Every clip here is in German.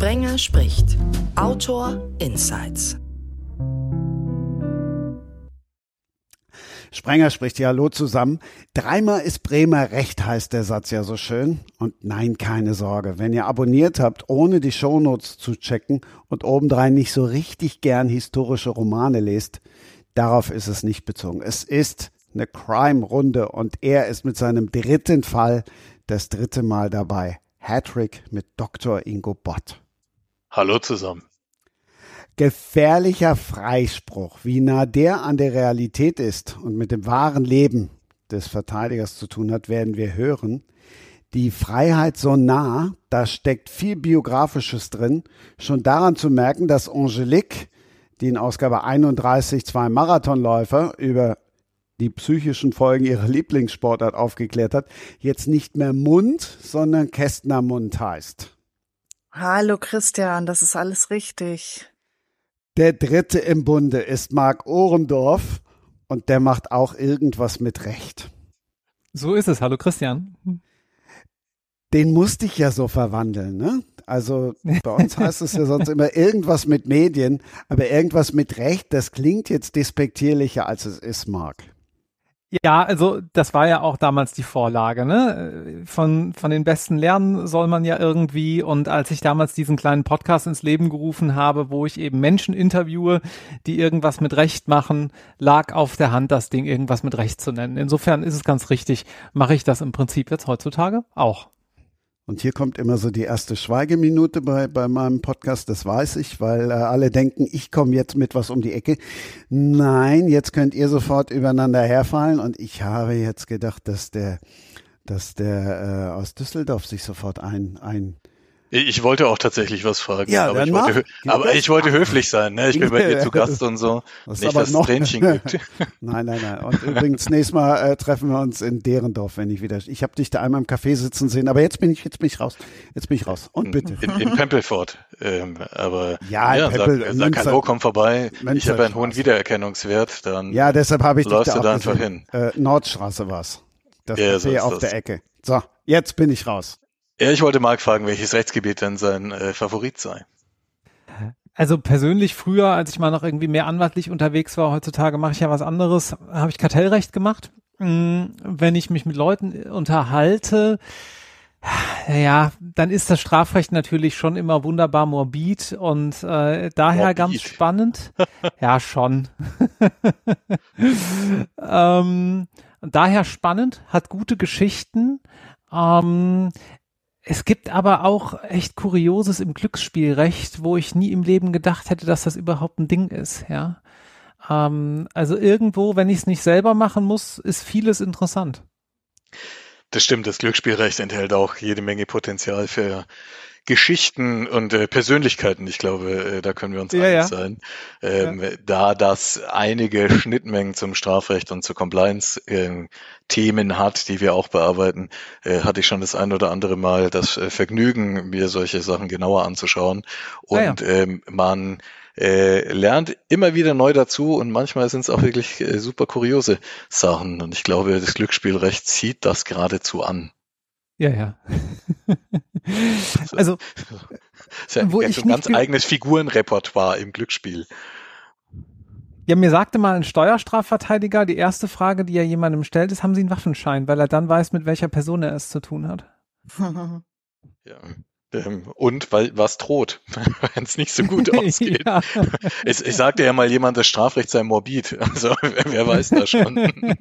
Sprenger spricht. Autor Insights. Sprenger spricht, ja, hallo zusammen. Dreimal ist Bremer Recht, heißt der Satz ja so schön. Und nein, keine Sorge, wenn ihr abonniert habt, ohne die Shownotes zu checken und obendrein nicht so richtig gern historische Romane lest, darauf ist es nicht bezogen. Es ist eine Crime-Runde und er ist mit seinem dritten Fall das dritte Mal dabei. Hattrick mit Dr. Ingo Bott. Hallo zusammen. Gefährlicher Freispruch, wie nah der an der Realität ist und mit dem wahren Leben des Verteidigers zu tun hat, werden wir hören. Die Freiheit so nah, da steckt viel Biografisches drin. Schon daran zu merken, dass Angelique, die in Ausgabe 31 zwei Marathonläufer über die psychischen Folgen ihrer Lieblingssportart aufgeklärt hat, jetzt nicht mehr Mund, sondern Kästner Mund heißt. Hallo Christian, das ist alles richtig. Der dritte im Bunde ist Marc Ohrendorf und der macht auch irgendwas mit Recht. So ist es. Hallo Christian. Den musste ich ja so verwandeln, ne? Also bei uns heißt es ja sonst immer irgendwas mit Medien, aber irgendwas mit Recht, das klingt jetzt despektierlicher, als es ist, Marc. Ja, also das war ja auch damals die Vorlage, ne? Von den Besten lernen soll man ja irgendwie, und als ich damals diesen kleinen Podcast ins Leben gerufen habe, wo ich eben Menschen interviewe, die irgendwas mit Recht machen, lag auf der Hand, das Ding irgendwas mit Recht zu nennen. Insofern ist es ganz richtig, mache ich das im Prinzip jetzt heutzutage auch. Und hier kommt immer so die erste Schweigeminute bei meinem Podcast, das weiß ich, weil alle denken, ich komme jetzt mit was um die Ecke. Nein, jetzt könnt ihr sofort übereinander herfallen und ich habe jetzt gedacht, dass der aus Düsseldorf sich sofort ein Ich wollte auch tatsächlich was fragen, ja, aber ich wollte höflich sein, ne? Ich bin bei dir zu Gast und so, was nicht, dass es Tränchen gibt. Nein. Und übrigens, nächstes Mal treffen wir uns in Derendorf, wenn ich wieder. Ich habe dich da einmal im Café sitzen sehen, aber jetzt bin ich raus. Und bitte. In Pempelfort. Aber ja, sag hallo, komm vorbei. Ich habe einen hohen Wiedererkennungswert, dann ja, deshalb habe ich dich läufst da du da einfach hin. Nordstraße war's. Das Ja, Café so ist auf das. der Ecke. So, jetzt bin ich raus. Ja, ich wollte Marc fragen, welches Rechtsgebiet denn sein Favorit sei. Also persönlich früher, als ich mal noch irgendwie mehr anwaltlich unterwegs war, heutzutage mache ich ja was anderes, habe ich Kartellrecht gemacht. Wenn ich mich mit Leuten unterhalte, ja, dann ist das Strafrecht natürlich schon immer wunderbar morbid und daher Morbid. ganz spannend. Ja, schon. Daher spannend, hat gute Geschichten. Es gibt aber auch echt Kurioses im Glücksspielrecht, wo ich nie im Leben gedacht hätte, dass das überhaupt ein Ding ist, ja. Also irgendwo, wenn ich es nicht selber machen muss, ist vieles interessant. Das stimmt, das Glücksspielrecht enthält auch jede Menge Potenzial für Geschichten und Persönlichkeiten. Ich glaube, da können wir uns einig sein. Da das einige Schnittmengen zum Strafrecht und zu Compliance-Themen hat, die wir auch bearbeiten, hatte ich schon das ein oder andere Mal das Vergnügen, mir solche Sachen genauer anzuschauen. Und man lernt immer wieder neu dazu und manchmal sind es auch wirklich super kuriose Sachen. Und ich glaube, das Glücksspielrecht zieht das geradezu an. Ja. Also, das ist ja wo ich ein ganz eigenes Figurenrepertoire im Glücksspiel. Ja, mir sagte mal ein Steuerstrafverteidiger, die erste Frage, die er jemandem stellt, ist, haben Sie einen Waffenschein? Weil er dann weiß, mit welcher Person er es zu tun hat. Ja. Und weil was droht, wenn es nicht so gut ausgeht. Ja. Ich sagte ja mal jemand, das Strafrecht sei morbid. Also wer weiß das schon.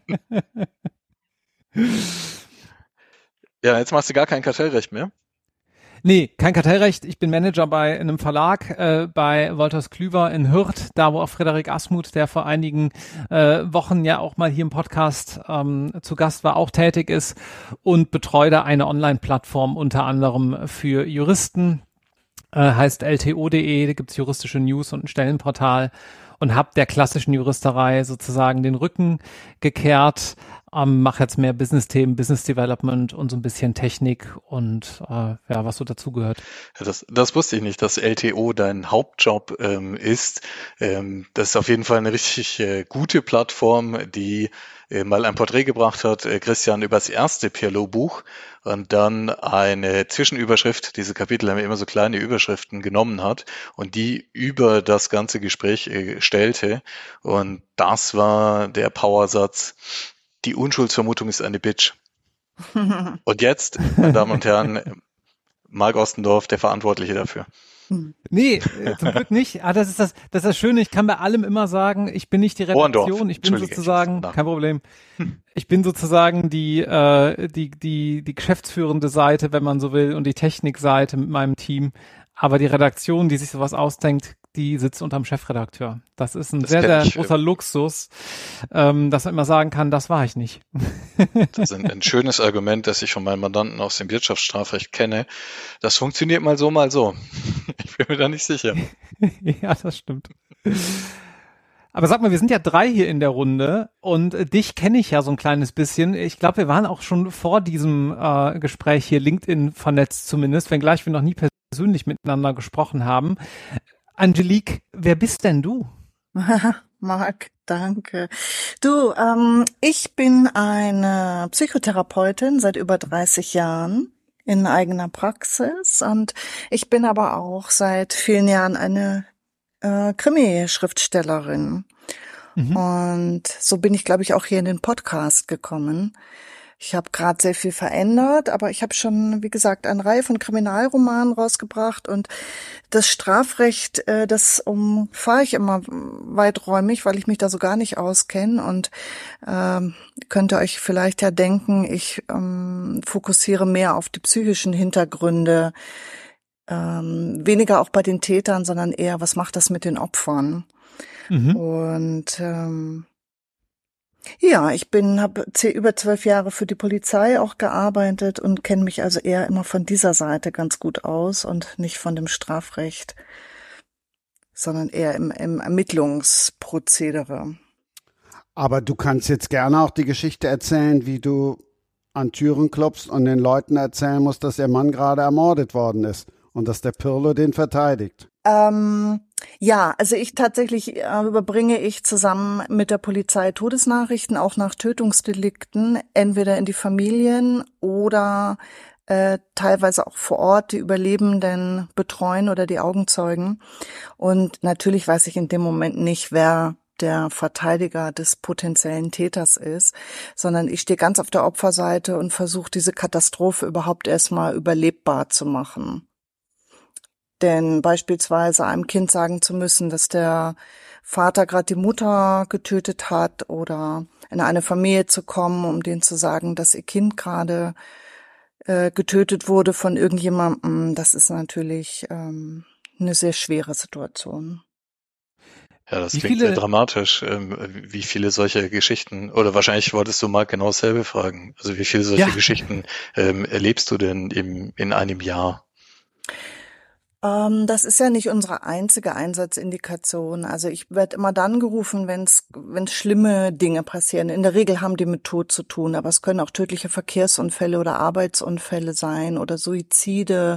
Ja, jetzt machst du gar kein Kartellrecht mehr. Nee, kein Kartellrecht. Ich bin Manager bei einem Verlag, bei Wolters Klüver in Hürth, da wo auch Frederik Asmuth, der vor einigen Wochen ja auch mal hier im Podcast zu Gast war, auch tätig ist, und betreue da eine Online-Plattform unter anderem für Juristen, heißt lto.de, da gibt's juristische News und ein Stellenportal, und habe der klassischen Juristerei sozusagen den Rücken gekehrt. Mache jetzt mehr Business-Themen, Business Development und so ein bisschen Technik und was so dazugehört. Ja, das wusste ich nicht, dass LTO dein Hauptjob ist. Das ist auf jeden Fall eine richtig gute Plattform, die mal ein Porträt gebracht hat, Christian, über das erste Pirlo-Buch und dann eine Zwischenüberschrift, diese Kapitel haben immer so kleine Überschriften genommen hat und die über das ganze Gespräch stellte. Und das war der Powersatz: Die Unschuldsvermutung ist eine Bitch. Und jetzt, meine Damen und Herren, Marc Ostendorf, der Verantwortliche dafür. Nee, zum Glück nicht. Das ist das Schöne. Ich kann bei allem immer sagen, ich bin nicht die Redaktion. Ich bin sozusagen, kein Problem. Ich bin sozusagen die geschäftsführende Seite, wenn man so will, und die Technikseite mit meinem Team. Aber die Redaktion, die sich sowas ausdenkt, die sitzt unterm Chefredakteur. Das ist ein sehr, sehr großer Luxus, dass man immer sagen kann, das war ich nicht. Das ist ein schönes Argument, das ich von meinen Mandanten aus dem Wirtschaftsstrafrecht kenne. Das funktioniert mal so, mal so. Ich bin mir da nicht sicher. Ja, das stimmt. Aber sag mal, wir sind ja 3 hier in der Runde und dich kenne ich ja so ein kleines bisschen. Ich glaube, wir waren auch schon vor diesem Gespräch hier LinkedIn vernetzt zumindest, wenngleich wir noch nie persönlich miteinander gesprochen haben. Angelique, wer bist denn du? Marc, danke. Du, ich bin eine Psychotherapeutin seit über 30 Jahren in eigener Praxis und ich bin aber auch seit vielen Jahren eine Krimi-Schriftstellerin. Und so bin ich, glaube ich, auch hier in den Podcast gekommen. Ich habe gerade sehr viel verändert, aber ich habe schon, wie gesagt, eine Reihe von Kriminalromanen rausgebracht und das Strafrecht, das umfahre ich immer weiträumig, weil ich mich da so gar nicht auskenne und könnt ihr euch vielleicht ja denken, ich fokussiere mehr auf die psychischen Hintergründe, weniger auch bei den Tätern, sondern eher, was macht das mit den Opfern? Und ja, ich habe über 12 Jahre für die Polizei auch gearbeitet und kenne mich also eher immer von dieser Seite ganz gut aus und nicht von dem Strafrecht, sondern eher im Ermittlungsprozedere. Aber du kannst jetzt gerne auch die Geschichte erzählen, wie du an Türen klopfst und den Leuten erzählen musst, dass ihr Mann gerade ermordet worden ist und dass der Pirlo den verteidigt. Ja, also überbringe ich zusammen mit der Polizei Todesnachrichten, auch nach Tötungsdelikten, entweder in die Familien oder teilweise auch vor Ort die Überlebenden betreuen oder die Augenzeugen. Und natürlich weiß ich in dem Moment nicht, wer der Verteidiger des potenziellen Täters ist, sondern ich stehe ganz auf der Opferseite und versuche, diese Katastrophe überhaupt erstmal überlebbar zu machen. Denn beispielsweise einem Kind sagen zu müssen, dass der Vater gerade die Mutter getötet hat oder in eine Familie zu kommen, um denen zu sagen, dass ihr Kind gerade getötet wurde von irgendjemandem, das ist natürlich eine sehr schwere Situation. Ja, das klingt sehr dramatisch. Wie viele solche Geschichten, oder wahrscheinlich wolltest du mal genau dasselbe fragen, also wie viele solche Geschichten erlebst du denn in einem Jahr? Das ist ja nicht unsere einzige Einsatzindikation. Also ich werde immer dann gerufen, wenn schlimme Dinge passieren. In der Regel haben die mit Tod zu tun, aber es können auch tödliche Verkehrsunfälle oder Arbeitsunfälle sein oder Suizide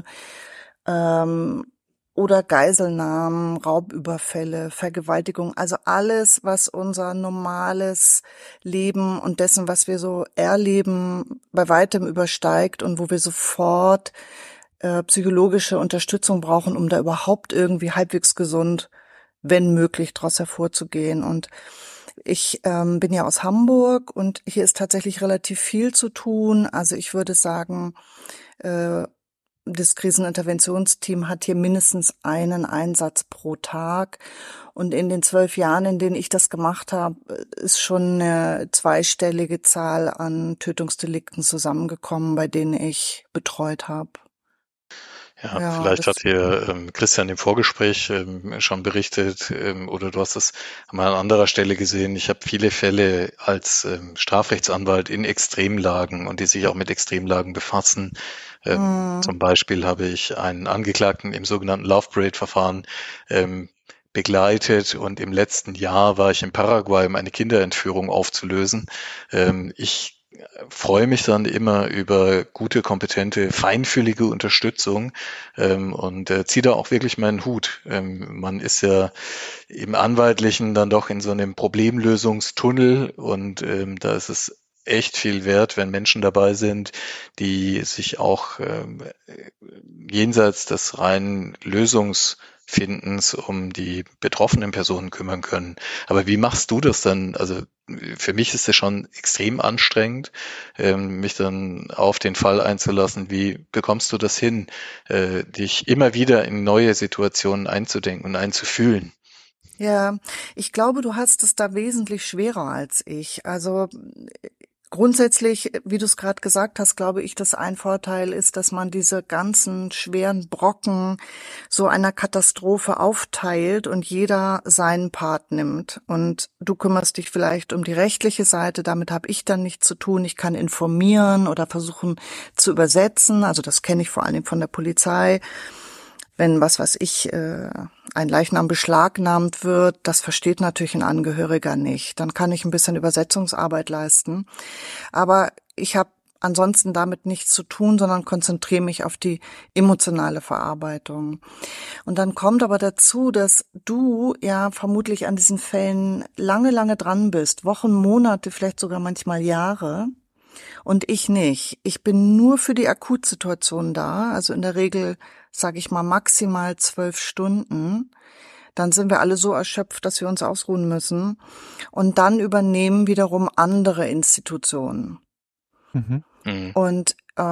oder Geiselnahmen, Raubüberfälle, Vergewaltigung. Also alles, was unser normales Leben und dessen, was wir so erleben, bei weitem übersteigt und wo wir sofort psychologische Unterstützung brauchen, um da überhaupt irgendwie halbwegs gesund, wenn möglich, daraus hervorzugehen. Und ich bin ja aus Hamburg und hier ist tatsächlich relativ viel zu tun. Also ich würde sagen, das Kriseninterventionsteam hat hier mindestens einen Einsatz pro Tag. Und in den 12 Jahren, in denen ich das gemacht habe, ist schon eine zweistellige Zahl an Tötungsdelikten zusammengekommen, bei denen ich betreut habe. Ja, vielleicht hat hier Christian im Vorgespräch schon berichtet oder du hast es mal an anderer Stelle gesehen. Ich habe viele Fälle als Strafrechtsanwalt in Extremlagen und die sich auch mit Extremlagen befassen. Zum Beispiel habe ich einen Angeklagten im sogenannten Love Parade-Verfahren begleitet und im letzten Jahr war ich in Paraguay, um eine Kinderentführung aufzulösen. Ich freue mich dann immer über gute, kompetente, feinfühlige Unterstützung und ziehe da auch wirklich meinen Hut. Man ist ja im Anwaltlichen dann doch in so einem Problemlösungstunnel und da ist es echt viel wert, wenn Menschen dabei sind, die sich auch jenseits des reinen Lösungsfindens um die betroffenen Personen kümmern können. Aber wie machst du das dann? Also für mich ist es schon extrem anstrengend, mich dann auf den Fall einzulassen. Wie bekommst du das hin, dich immer wieder in neue Situationen einzudenken und einzufühlen? Ja, ich glaube, du hast es da wesentlich schwerer als ich. Also grundsätzlich, wie du es gerade gesagt hast, glaube ich, dass ein Vorteil ist, dass man diese ganzen schweren Brocken so einer Katastrophe aufteilt und jeder seinen Part nimmt. Und du kümmerst dich vielleicht um die rechtliche Seite, damit habe ich dann nichts zu tun. Ich kann informieren oder versuchen zu übersetzen. Also das kenne ich vor allem von der Polizei. Wenn, was weiß ich, ein Leichnam beschlagnahmt wird, das versteht natürlich ein Angehöriger nicht. Dann kann ich ein bisschen Übersetzungsarbeit leisten. Aber ich habe ansonsten damit nichts zu tun, sondern konzentriere mich auf die emotionale Verarbeitung. Und dann kommt aber dazu, dass du ja vermutlich an diesen Fällen lange, lange dran bist. Wochen, Monate, vielleicht sogar manchmal Jahre. Und ich nicht. Ich bin nur für die Akutsituation da, also in der Regel, sage ich mal, maximal 12 Stunden. Dann sind wir alle so erschöpft, dass wir uns ausruhen müssen. Und dann übernehmen wiederum andere Institutionen. Mhm. Und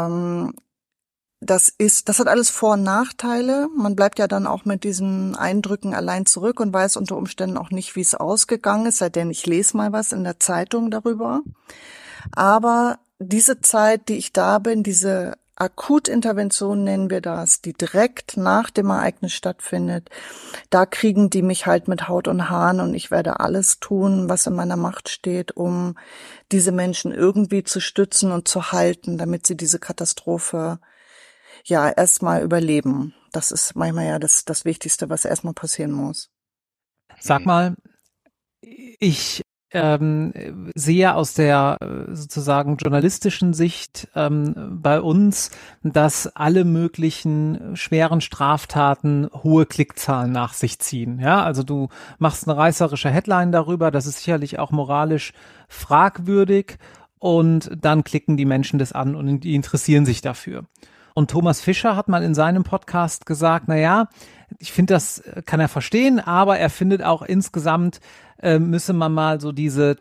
das hat alles Vor- und Nachteile. Man bleibt ja dann auch mit diesen Eindrücken allein zurück und weiß unter Umständen auch nicht, wie es ausgegangen ist, sei denn ich lese mal was in der Zeitung darüber. Aber diese Zeit, die ich da bin, diese Akutintervention nennen wir das, die direkt nach dem Ereignis stattfindet, da kriegen die mich halt mit Haut und Haaren und ich werde alles tun, was in meiner Macht steht, um diese Menschen irgendwie zu stützen und zu halten, damit sie diese Katastrophe ja erstmal überleben. Das ist manchmal ja das Wichtigste, was erstmal passieren muss. Sag mal, ich sehe aus der sozusagen journalistischen Sicht bei uns, dass alle möglichen schweren Straftaten hohe Klickzahlen nach sich ziehen. Ja, also du machst eine reißerische Headline darüber, das ist sicherlich auch moralisch fragwürdig und dann klicken die Menschen das an und die interessieren sich dafür. Und Thomas Fischer hat mal in seinem Podcast gesagt, ich finde, das kann er verstehen, aber er findet auch insgesamt müsse man mal so diese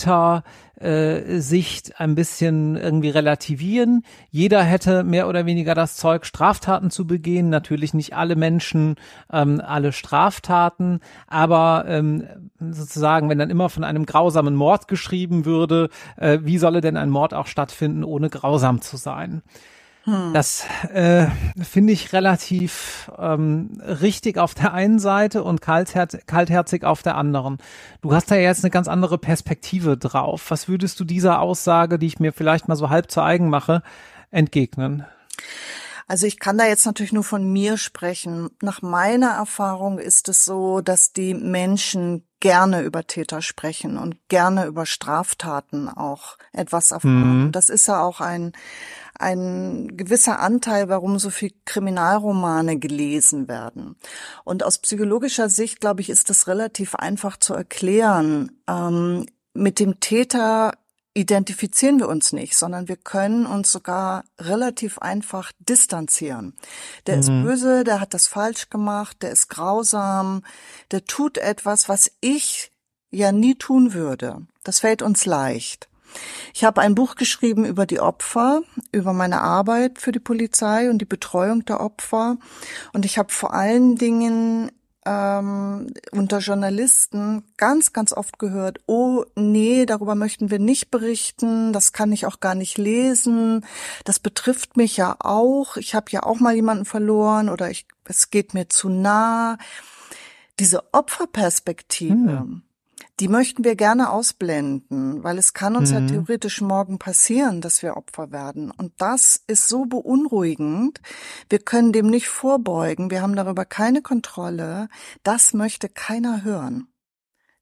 Täter-Sicht ein bisschen irgendwie relativieren. Jeder hätte mehr oder weniger das Zeug, Straftaten zu begehen. Natürlich nicht alle Menschen, alle Straftaten, aber sozusagen, wenn dann immer von einem grausamen Mord geschrieben würde, wie solle denn ein Mord auch stattfinden, ohne grausam zu sein? Das finde ich relativ richtig auf der einen Seite und kaltherzig auf der anderen. Du hast da jetzt eine ganz andere Perspektive drauf. Was würdest du dieser Aussage, die ich mir vielleicht mal so halb zu eigen mache, entgegnen? Also ich kann da jetzt natürlich nur von mir sprechen. Nach meiner Erfahrung ist es so, dass die Menschen gerne über Täter sprechen und gerne über Straftaten auch etwas erfahren. Das ist ja auch ein gewisser Anteil, warum so viel Kriminalromane gelesen werden. Und aus psychologischer Sicht, glaube ich, ist das relativ einfach zu erklären. Mit dem Täter identifizieren wir uns nicht, sondern wir können uns sogar relativ einfach distanzieren. Der ist böse, der hat das falsch gemacht, der ist grausam, der tut etwas, was ich ja nie tun würde. Das fällt uns leicht. Ich habe ein Buch geschrieben über die Opfer, über meine Arbeit für die Polizei und die Betreuung der Opfer. Und ich habe vor allen Dingen unter Journalisten ganz, ganz oft gehört, oh nee, darüber möchten wir nicht berichten, das kann ich auch gar nicht lesen, das betrifft mich ja auch, ich habe ja auch mal jemanden verloren oder es geht mir zu nah. Diese Opferperspektive, die möchten wir gerne ausblenden, weil es kann uns ja theoretisch morgen passieren, dass wir Opfer werden. Und das ist so beunruhigend. Wir können dem nicht vorbeugen. Wir haben darüber keine Kontrolle. Das möchte keiner hören.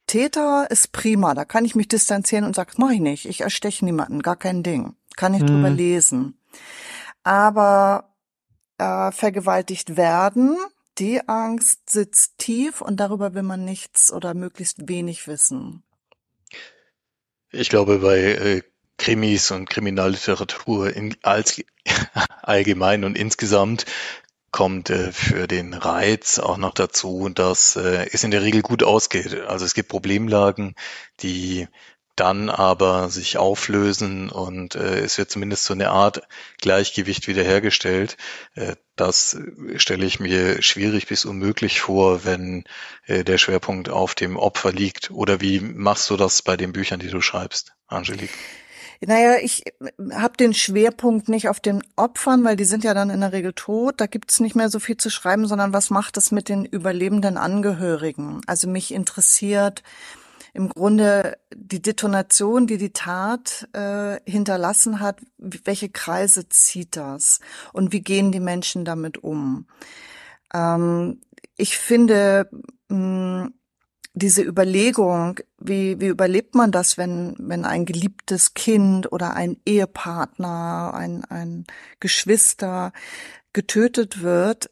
Täter ist prima, da kann ich mich distanzieren und sage, das mache ich nicht, ich ersteche niemanden, gar kein Ding, kann ich drüber lesen. Aber vergewaltigt werden, die Angst sitzt tief und darüber will man nichts oder möglichst wenig wissen. Ich glaube, bei Krimis und Kriminalliteratur als allgemein und insgesamt kommt für den Reiz auch noch dazu, dass es in der Regel gut ausgeht. Also es gibt Problemlagen, die dann aber sich auflösen und es wird zumindest so eine Art Gleichgewicht wiederhergestellt. Das stelle ich mir schwierig bis unmöglich vor, wenn der Schwerpunkt auf dem Opfer liegt. Oder wie machst du das bei den Büchern, die du schreibst, Angelique? Naja, ich habe den Schwerpunkt nicht auf den Opfern, weil die sind ja dann in der Regel tot. Da gibt's nicht mehr so viel zu schreiben, sondern was macht es mit den überlebenden Angehörigen? Also mich interessiert im Grunde die Detonation, die die Tat hinterlassen hat. Welche Kreise zieht das? Und wie gehen die Menschen damit um? Ich finde diese Überlegung, wie überlebt man das, wenn ein geliebtes Kind oder ein Ehepartner, ein Geschwister getötet wird,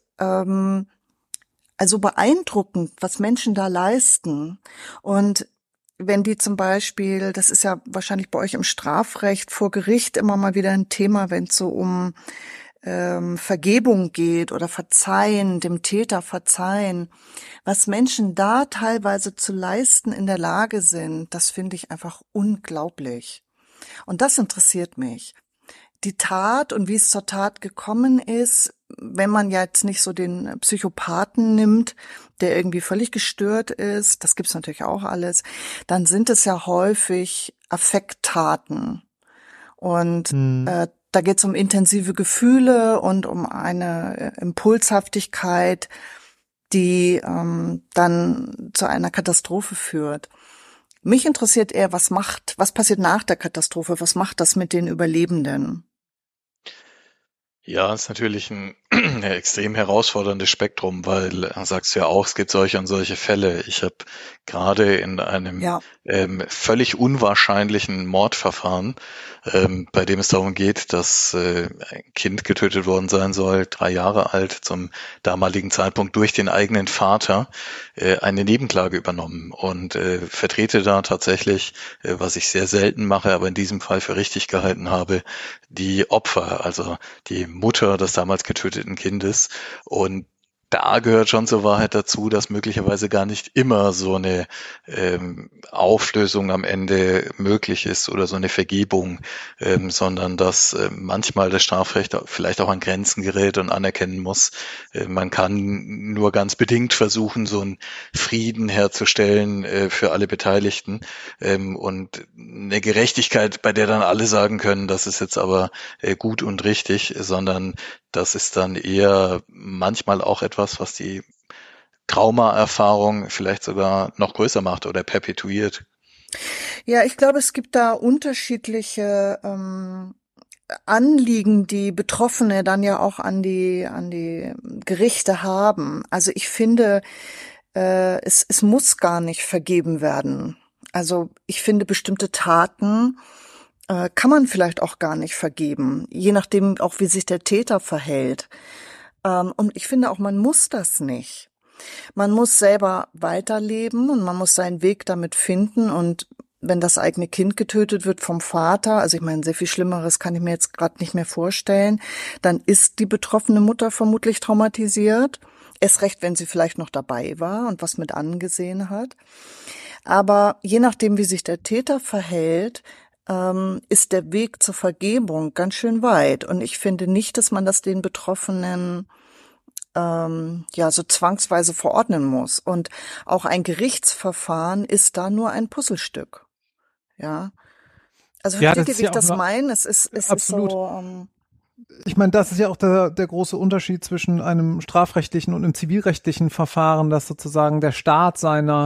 also beeindruckend, was Menschen da leisten. Und wenn die zum Beispiel, das ist ja wahrscheinlich bei euch im Strafrecht vor Gericht immer mal wieder ein Thema, wenn es so um Vergebung geht oder Verzeihen, dem Täter verzeihen, was Menschen da teilweise zu leisten in der Lage sind, das finde ich einfach unglaublich. Und das interessiert mich. Die Tat und wie es zur Tat gekommen ist, wenn man jetzt nicht so den Psychopathen nimmt, der irgendwie völlig gestört ist, das gibt's natürlich auch alles, dann sind es ja häufig Affekttaten. Und da geht es um intensive Gefühle und um eine Impulshaftigkeit, die dann zu einer Katastrophe führt. Mich interessiert eher, was passiert nach der Katastrophe? Was macht das mit den Überlebenden? Ja, ist natürlich ein extrem herausforderndes Spektrum, weil, sagst du ja auch, es gibt solche und solche Fälle. Ich habe gerade in einem völlig unwahrscheinlichen Mordverfahren, bei dem es darum geht, dass ein Kind getötet worden sein soll, 3 Jahre alt, zum damaligen Zeitpunkt durch den eigenen Vater, eine Nebenklage übernommen und vertrete da tatsächlich, was ich sehr selten mache, aber in diesem Fall für richtig gehalten habe, die Opfer, also die Mutter des damals getöteten Kindes. Und da gehört schon zur Wahrheit dazu, dass möglicherweise gar nicht immer so eine Auflösung am Ende möglich ist oder so eine Vergebung, sondern dass manchmal das Strafrecht vielleicht auch an Grenzen gerät und anerkennen muss. Man kann nur ganz bedingt versuchen, so einen Frieden herzustellen für alle Beteiligten und eine Gerechtigkeit, bei der dann alle sagen können, das ist jetzt aber gut und richtig, sondern das ist dann eher manchmal auch etwas, was die Trauma-Erfahrung vielleicht sogar noch größer macht oder perpetuiert. Ja, ich glaube, es gibt da unterschiedliche Anliegen, die Betroffene dann ja auch an die Gerichte haben. Also ich finde, es muss gar nicht vergeben werden. Also ich finde, bestimmte Taten kann man vielleicht auch gar nicht vergeben, je nachdem auch, wie sich der Täter verhält. Und ich finde auch, man muss das nicht. Man muss selber weiterleben und man muss seinen Weg damit finden. Und wenn das eigene Kind getötet wird vom Vater, also ich meine, sehr viel Schlimmeres kann ich mir jetzt gerade nicht mehr vorstellen, dann ist die betroffene Mutter vermutlich traumatisiert. Erst recht, wenn sie vielleicht noch dabei war und was mit angesehen hat. Aber je nachdem, wie sich der Täter verhält, ist der Weg zur Vergebung ganz schön weit. Und ich finde nicht, dass man das den Betroffenen so zwangsweise verordnen muss. Und auch ein Gerichtsverfahren ist da nur ein Puzzlestück. Ja. Also versteht ihr, wie ich das meine? Es ist so. Ich meine, das ist ja auch der große Unterschied zwischen einem strafrechtlichen und einem zivilrechtlichen Verfahren, dass sozusagen der Staat seiner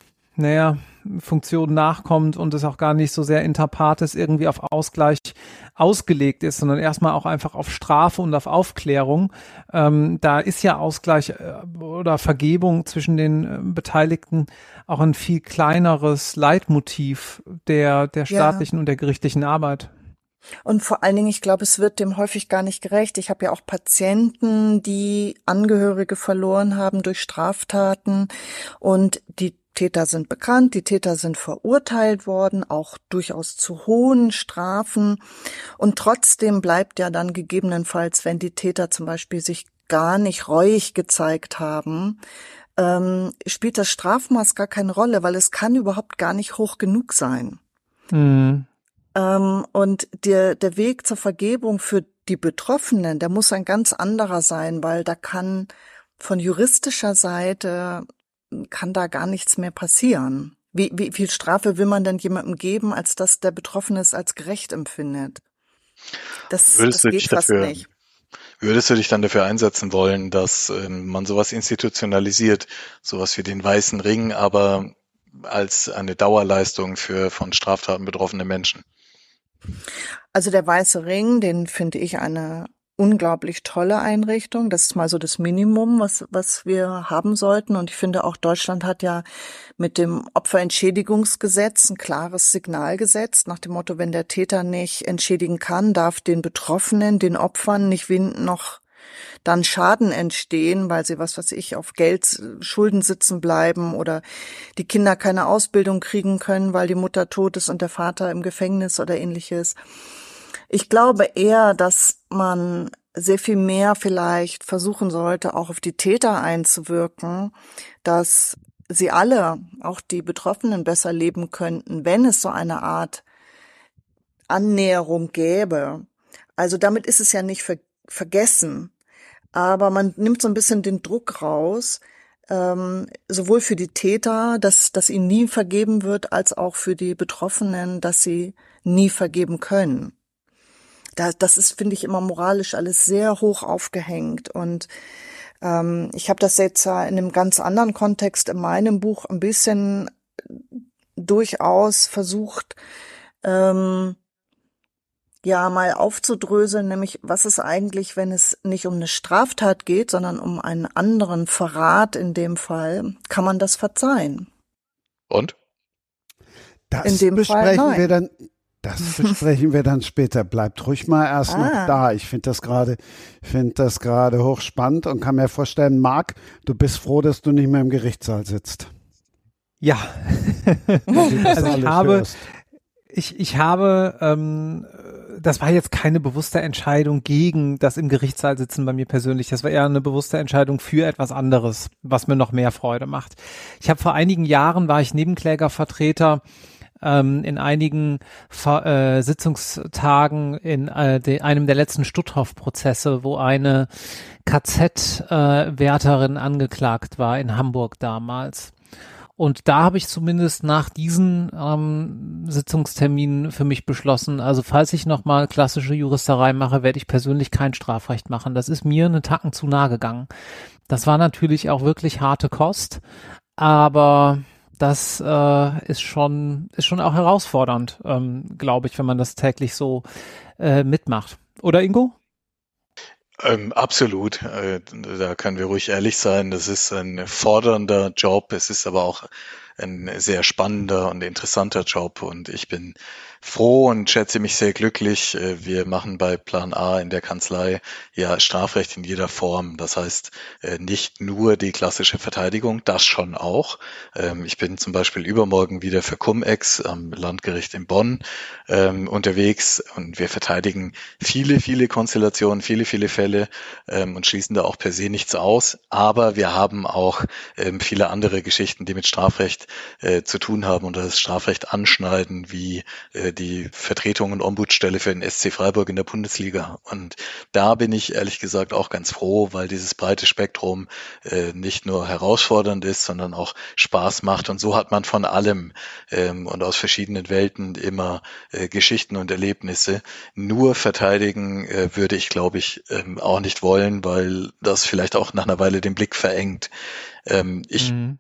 Funktion nachkommt und es auch gar nicht so sehr inter partes irgendwie auf Ausgleich ausgelegt ist, sondern erstmal auch einfach auf Strafe und auf Aufklärung. Da ist ja Ausgleich oder Vergebung zwischen den Beteiligten auch ein viel kleineres Leitmotiv der staatlichen und der gerichtlichen Arbeit. Und vor allen Dingen, ich glaube, es wird dem häufig gar nicht gerecht. Ich habe ja auch Patienten, die Angehörige verloren haben durch Straftaten und die Täter sind bekannt, die Täter sind verurteilt worden, auch durchaus zu hohen Strafen. Und trotzdem bleibt ja dann gegebenenfalls, wenn die Täter zum Beispiel sich gar nicht reuig gezeigt haben, spielt das Strafmaß gar keine Rolle, weil es kann überhaupt gar nicht hoch genug sein. Mhm. Und der Weg zur Vergebung für die Betroffenen, der muss ein ganz anderer sein, weil da kann von juristischer Seite kann da gar nichts mehr passieren. Wie viel Strafe will man denn jemandem geben, als dass der Betroffene es als gerecht empfindet? Das geht fast nicht. Würdest du dich dann dafür einsetzen wollen, dass man sowas institutionalisiert, sowas wie den Weißen Ring, aber als eine Dauerleistung für von Straftaten betroffene Menschen? Also der Weiße Ring, den finde ich eine unglaublich tolle Einrichtung. Das ist mal so das Minimum, was wir haben sollten. Und ich finde auch, Deutschland hat ja mit dem Opferentschädigungsgesetz ein klares Signal gesetzt, nach dem Motto, wenn der Täter nicht entschädigen kann, darf den Betroffenen, den Opfern nicht noch dann Schaden entstehen, weil sie, was weiß ich, auf Geld, Schulden sitzen bleiben oder die Kinder keine Ausbildung kriegen können, weil die Mutter tot ist und der Vater im Gefängnis oder ähnliches. Ich glaube eher, dass man sehr viel mehr vielleicht versuchen sollte, auch auf die Täter einzuwirken, dass sie alle, auch die Betroffenen, besser leben könnten, wenn es so eine Art Annäherung gäbe. Also damit ist es ja nicht vergessen, aber man nimmt so ein bisschen den Druck raus, sowohl für die Täter, dass ihnen nie vergeben wird, als auch für die Betroffenen, dass sie nie vergeben können. Das ist, finde ich, immer moralisch alles sehr hoch aufgehängt. Und ich habe das jetzt in einem ganz anderen Kontext in meinem Buch ein bisschen durchaus versucht, mal aufzudröseln, nämlich was ist eigentlich, wenn es nicht um eine Straftat geht, sondern um einen anderen Verrat in dem Fall, kann man das verzeihen? Und? Das besprechen wir dann später. Bleibt ruhig mal erst noch da. Ich finde das gerade hochspannend und kann mir vorstellen, Marc, du bist froh, dass du nicht mehr im Gerichtssaal sitzt. Ja. Also ich habe das war jetzt keine bewusste Entscheidung gegen das im Gerichtssaal sitzen bei mir persönlich. Das war eher eine bewusste Entscheidung für etwas anderes, was mir noch mehr Freude macht. Ich habe vor einigen Jahren war ich Nebenklägervertreter in einigen Sitzungstagen in einem der letzten Stutthof-Prozesse, wo eine KZ-Wärterin angeklagt war in Hamburg damals. Und da habe ich zumindest nach diesen Sitzungsterminen für mich beschlossen, also falls ich nochmal klassische Juristerei mache, werde ich persönlich kein Strafrecht machen. Das ist mir einen Tacken zu nahe gegangen. Das war natürlich auch wirklich harte Kost, aber das ist schon auch herausfordernd, glaube ich, wenn man das täglich so mitmacht. Oder Ingo? Absolut. Da können wir ruhig ehrlich sein. Das ist ein fordernder Job. Es ist aber auch ein sehr spannender und interessanter Job. Und ich bin froh und schätze mich sehr glücklich. Wir machen bei Plan A in der Kanzlei ja Strafrecht in jeder Form. Das heißt, nicht nur die klassische Verteidigung, das schon auch. Ich bin zum Beispiel übermorgen wieder für Cum-Ex am Landgericht in Bonn unterwegs und wir verteidigen viele Konstellationen, viele Fälle und schließen da auch per se nichts aus. Aber wir haben auch viele andere Geschichten, die mit Strafrecht zu tun haben und das Strafrecht anschneiden, wie die Vertretung und Ombudsstelle für den SC Freiburg in der Bundesliga. Und da bin ich ehrlich gesagt auch ganz froh, weil dieses breite Spektrum nicht nur herausfordernd ist, sondern auch Spaß macht. Und so hat man von allem und aus verschiedenen Welten immer Geschichten und Erlebnisse. Nur verteidigen würde ich, glaube ich, auch nicht wollen, weil das vielleicht auch nach einer Weile den Blick verengt. Ich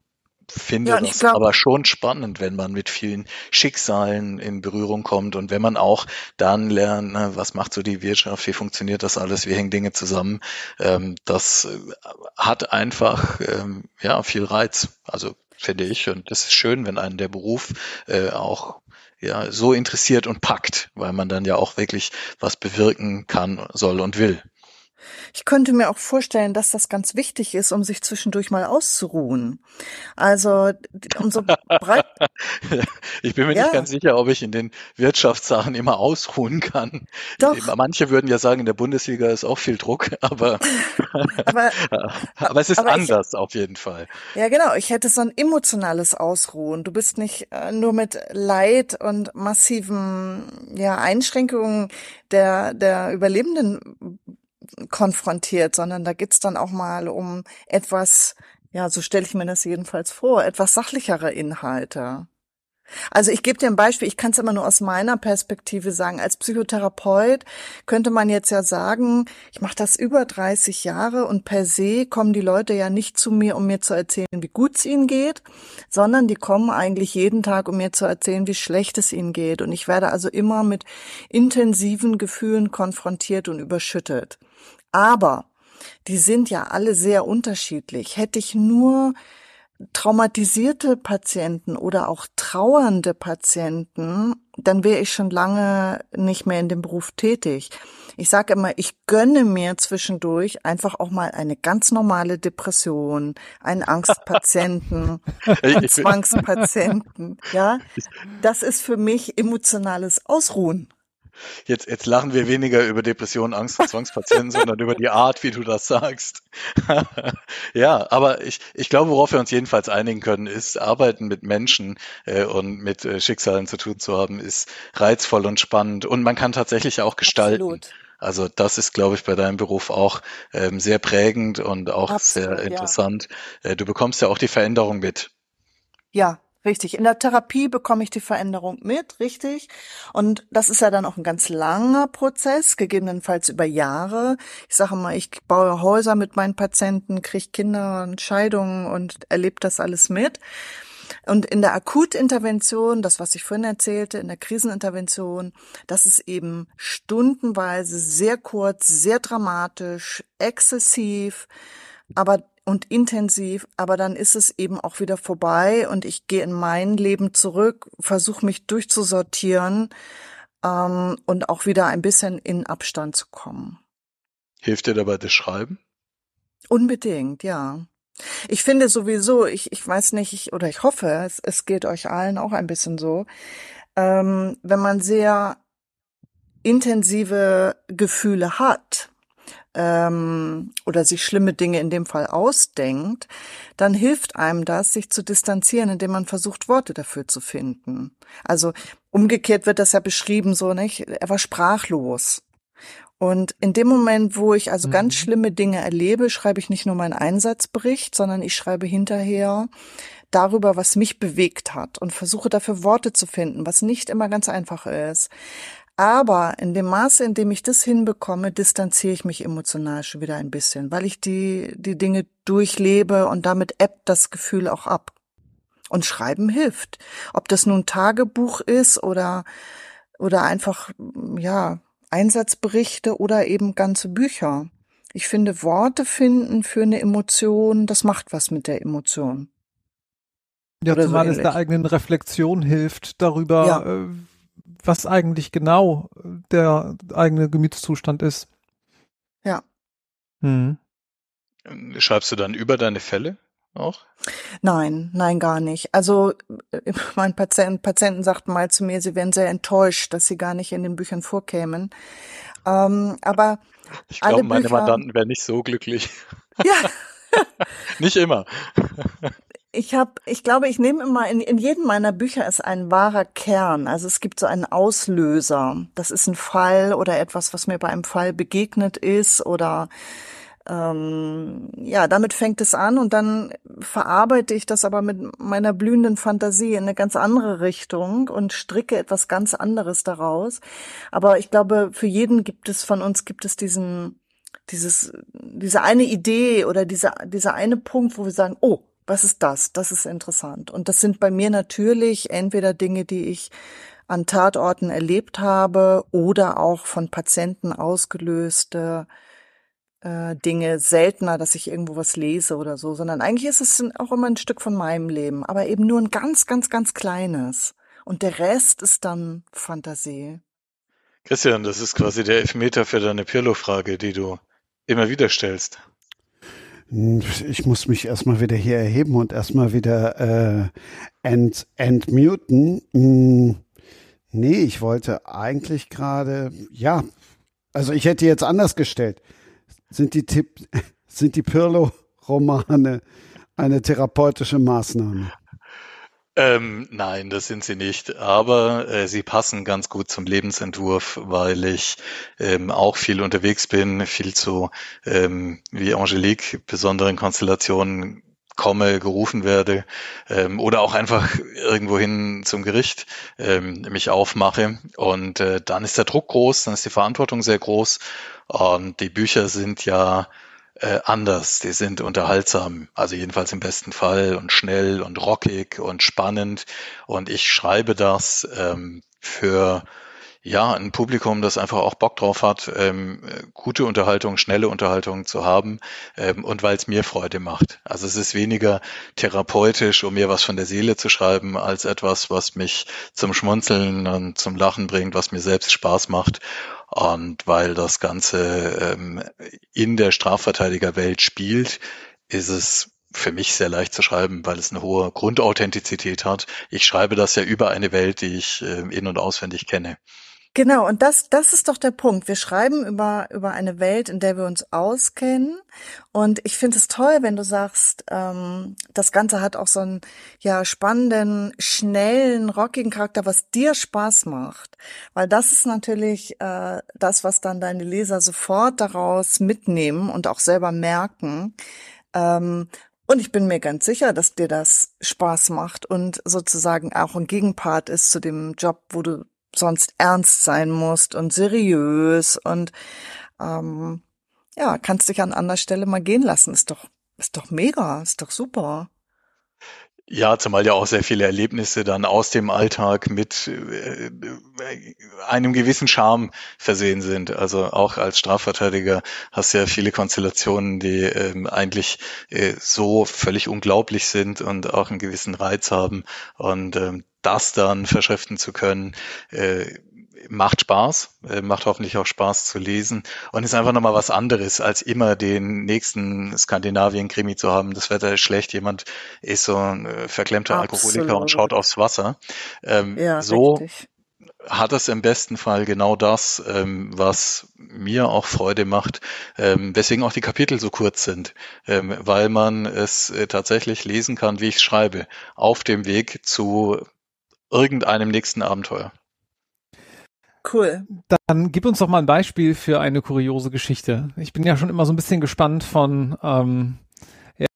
finde Ja, und ich das glaube, aber schon spannend, wenn man mit vielen Schicksalen in Berührung kommt und wenn man auch dann lernt, ne, was macht so die Wirtschaft, wie funktioniert das alles, wie hängen Dinge zusammen. Das hat einfach ja viel Reiz. Also finde ich, und das ist schön, wenn einen der Beruf auch ja so interessiert und packt, weil man dann ja auch wirklich was bewirken kann, soll und will. ich könnte mir auch vorstellen, dass das ganz wichtig ist, um sich zwischendurch mal auszuruhen. Also umso breit, Ich bin mir nicht ja, ganz sicher, ob ich in den Wirtschaftssachen immer ausruhen kann. doch, Manche würden ja sagen, in der Bundesliga ist auch viel Druck, aber, aber, aber es ist aber ich, anders auf jeden Fall. ja genau, ich hätte so ein emotionales Ausruhen. Du bist nicht nur mit Leid und massiven, ja, Einschränkungen der Überlebenden konfrontiert, sondern da geht's dann auch mal um etwas, ja, so stelle ich mir das jedenfalls vor, etwas sachlichere Inhalte. Also ich gebe dir ein Beispiel, ich kann es immer nur aus meiner Perspektive sagen. Als Psychotherapeut könnte man jetzt ja sagen, ich mache das über 30 Jahre und per se kommen die Leute ja nicht zu mir, um mir zu erzählen, wie gut es ihnen geht, sondern die kommen eigentlich jeden Tag, um mir zu erzählen, wie schlecht es ihnen geht. Und ich werde also immer mit intensiven Gefühlen konfrontiert und überschüttet. Aber die sind ja alle sehr unterschiedlich. Hätte ich nur traumatisierte Patienten oder auch trauernde Patienten, dann wäre ich schon lange nicht mehr in dem Beruf tätig. Ich sage immer, ich gönne mir zwischendurch einfach auch mal eine ganz normale Depression, einen Angstpatienten, einen Ich, Zwangspatienten. Ja, das ist für mich emotionales Ausruhen. jetzt lachen wir weniger über Depressionen, Angst und Zwangspatienten, sondern über die Art, wie du das sagst. Ja, aber ich glaube, worauf wir uns jedenfalls einigen können, ist, Arbeiten mit Menschen und mit Schicksalen zu tun zu haben, ist reizvoll und spannend und man kann tatsächlich auch gestalten. Absolut. Also das ist, glaube ich, bei deinem Beruf auch sehr prägend und auch sehr Absolut, ja. interessant. Du bekommst ja auch die Veränderung mit. Ja, richtig. In der Therapie bekomme ich die Veränderung mit, richtig. Und das ist ja dann auch ein ganz langer Prozess, gegebenenfalls über Jahre. Ich sage mal, ich baue Häuser mit meinen Patienten, kriege Kinder und Scheidungen und erlebe das alles mit. Und in der Akutintervention, das, was ich vorhin erzählte, in der Krisenintervention, das ist eben stundenweise, sehr kurz, sehr dramatisch, exzessiv, aber und intensiv, aber dann ist es eben auch wieder vorbei und ich gehe in mein Leben zurück, versuche mich durchzusortieren und auch wieder ein bisschen in Abstand zu kommen. Hilft dir dabei das Schreiben? Unbedingt, ja. Ich finde sowieso, ich weiß nicht, oder ich hoffe, es geht euch allen auch ein bisschen so, wenn man sehr intensive Gefühle hat, oder sich schlimme Dinge in dem Fall ausdenkt, dann hilft einem das, sich zu distanzieren, indem man versucht, Worte dafür zu finden. Also umgekehrt wird das ja beschrieben so, nicht? Er war sprachlos. Und in dem Moment, wo ich also ganz schlimme Dinge erlebe, schreibe ich nicht nur meinen Einsatzbericht, sondern ich schreibe hinterher darüber, was mich bewegt hat und versuche dafür Worte zu finden, was nicht immer ganz einfach ist. Aber in dem Maße, in dem ich das hinbekomme, distanziere ich mich emotional schon wieder ein bisschen, weil ich die Dinge durchlebe und damit ebbt das Gefühl auch ab. Und Schreiben hilft. Ob das nun Tagebuch ist oder einfach, ja, Einsatzberichte oder eben ganze Bücher. Ich finde, Worte finden für eine Emotion, das macht was mit der Emotion. Ja, Oder so zumal es der ähnlich. eigenen Reflexion hilft darüber, Ja. was eigentlich genau der eigene Gemütszustand ist. Ja. Hm. Schreibst du dann über deine Fälle auch? Nein, gar nicht. Also mein Patienten sagten mal zu mir, sie wären sehr enttäuscht, dass sie gar nicht in den Büchern vorkämen. Aber Ich alle glaube, meine Bücher, Mandanten wären nicht so glücklich. ja, Nicht immer. ich glaube, ich nehme immer, in jedem meiner Bücher ist ein wahrer Kern. Also es gibt so einen Auslöser. Das ist ein Fall oder etwas, was mir bei einem Fall begegnet ist oder ja, damit fängt es an und dann verarbeite ich das aber mit meiner blühenden Fantasie in eine ganz andere Richtung und stricke etwas ganz anderes daraus. Aber ich glaube, für jeden von uns gibt es diese eine Idee oder dieser eine Punkt, wo wir sagen, oh, Was ist das? Das ist interessant. Und das sind bei mir natürlich entweder Dinge, die ich an Tatorten erlebt habe oder auch von Patienten ausgelöste Dinge, seltener, dass ich irgendwo was lese oder so, sondern eigentlich ist es auch immer ein Stück von meinem Leben, aber eben nur ein ganz, ganz, ganz kleines. Und der Rest ist dann Fantasie. Christian, das ist quasi der Elfmeter für deine Pirlo-Frage, die du immer wieder stellst. Ich muss mich erstmal wieder hier erheben und erstmal wieder entmuten. Nee, ich wollte eigentlich gerade, ja, also ich hätte jetzt anders gestellt. Sind die Pirlo-Romane eine therapeutische Maßnahme? Nein, das sind sie nicht, aber sie passen ganz gut zum Lebensentwurf, weil ich auch viel unterwegs bin, viel zu, wie Angelique, besonderen Konstellationen komme, gerufen werde oder auch einfach irgendwohin zum Gericht mich aufmache. Und dann ist der Druck groß, dann ist die Verantwortung sehr groß und die Bücher sind ja anders. Die sind unterhaltsam, also jedenfalls im besten Fall und schnell und rockig und spannend. Und ich schreibe das für ja ein Publikum, das einfach auch Bock drauf hat, gute Unterhaltung, schnelle Unterhaltung zu haben und weil es mir Freude macht. Also es ist weniger therapeutisch, um mir was von der Seele zu schreiben, als etwas, was mich zum Schmunzeln und zum Lachen bringt, was mir selbst Spaß macht. Und weil das Ganze in der Strafverteidigerwelt spielt, ist es für mich sehr leicht zu schreiben, weil es eine hohe Grundauthentizität hat. Ich schreibe das ja über eine Welt, die ich in- und auswendig kenne. Genau, und das ist doch der Punkt. Wir schreiben über eine Welt, in der wir uns auskennen. Und ich finde es toll, wenn du sagst, das Ganze hat auch so einen ja spannenden, schnellen, rockigen Charakter, was dir Spaß macht. Weil das ist natürlich das, was dann deine Leser sofort daraus mitnehmen und auch selber merken. Und ich bin mir ganz sicher, dass dir das Spaß macht und sozusagen auch ein Gegenpart ist zu dem Job, wo du sonst ernst sein musst und seriös und ja, kannst dich an anderer Stelle mal gehen lassen. Ist doch mega, ist doch super. Ja, zumal ja auch sehr viele Erlebnisse dann aus dem Alltag mit einem gewissen Charme versehen sind. Also auch als Strafverteidiger hast du ja viele Konstellationen, die eigentlich so völlig unglaublich sind und auch einen gewissen Reiz haben. Und das dann verschriften zu können, macht Spaß, macht hoffentlich auch Spaß zu lesen und ist einfach nochmal was anderes, als immer den nächsten Skandinavien-Krimi zu haben. Das Wetter ist schlecht, jemand ist so ein verklemmter Alkoholiker und schaut aufs Wasser. Ja, So richtig. hat es im besten Fall genau das, was mir auch Freude macht, weswegen auch die Kapitel so kurz sind, weil man es tatsächlich lesen kann, wie ich es schreibe, auf dem Weg zu irgendeinem nächsten Abenteuer. Cool. Dann gib uns doch mal ein Beispiel für eine kuriose Geschichte. Ich bin ja schon immer so ein bisschen gespannt von, ich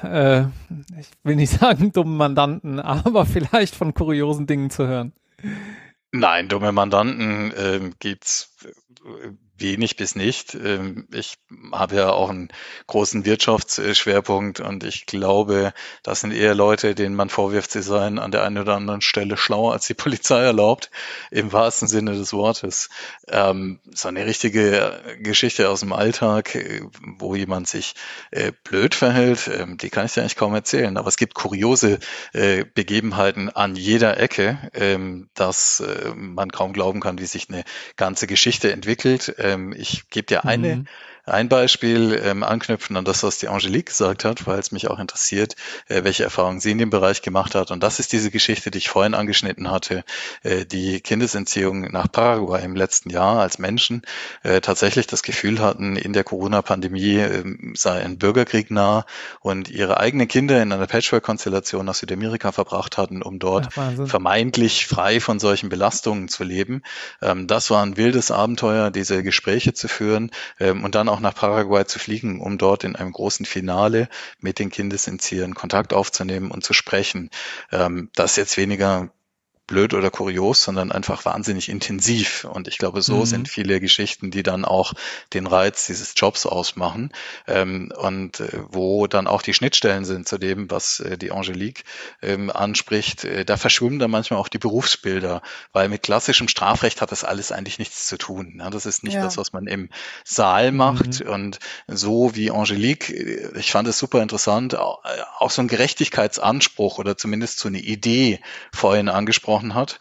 will nicht sagen dummen Mandanten, aber vielleicht von kuriosen Dingen zu hören. Nein, dumme Mandanten gibt's wenig bis nicht. Ich habe ja auch einen großen Wirtschaftsschwerpunkt und ich glaube, das sind eher Leute, denen man vorwirft, sie seien an der einen oder anderen Stelle schlauer, als die Polizei erlaubt, im wahrsten Sinne des Wortes. So eine richtige Geschichte aus dem Alltag, wo jemand sich blöd verhält, die kann ich dir eigentlich kaum erzählen. Aber es gibt kuriose Begebenheiten an jeder Ecke, dass man kaum glauben kann, wie sich eine ganze Geschichte entwickelt. Ich gebe dir ein Beispiel anknüpfen an das, was die Angelique gesagt hat, weil es mich auch interessiert, welche Erfahrungen sie in dem Bereich gemacht hat. Und das ist diese Geschichte, die ich vorhin angeschnitten hatte, die Kindesentziehung nach Paraguay im letzten Jahr, als Menschen tatsächlich das Gefühl hatten, in der Corona-Pandemie sei ein Bürgerkrieg nah und ihre eigenen Kinder in einer Patchwork-Konstellation nach Südamerika verbracht hatten, um dort vermeintlich frei von solchen Belastungen zu leben. Das war ein wildes Abenteuer, diese Gespräche zu führen und dann auch nach Paraguay zu fliegen, um dort in einem großen Finale mit den Kindesentziehern Kontakt aufzunehmen und zu sprechen. Das ist jetzt weniger blöd oder kurios, sondern einfach wahnsinnig intensiv. Und ich glaube, so sind viele Geschichten, die dann auch den Reiz dieses Jobs ausmachen, und wo dann auch die Schnittstellen sind zu dem, was die Angelique anspricht. Da verschwimmen dann manchmal auch die Berufsbilder, weil mit klassischem Strafrecht hat das alles eigentlich nichts zu tun. Ja, das ist nicht das, was man im Saal macht. Und so wie Angelique, ich fand es super interessant, auch so ein Gerechtigkeitsanspruch oder zumindest so eine Idee vorhin angesprochen hat,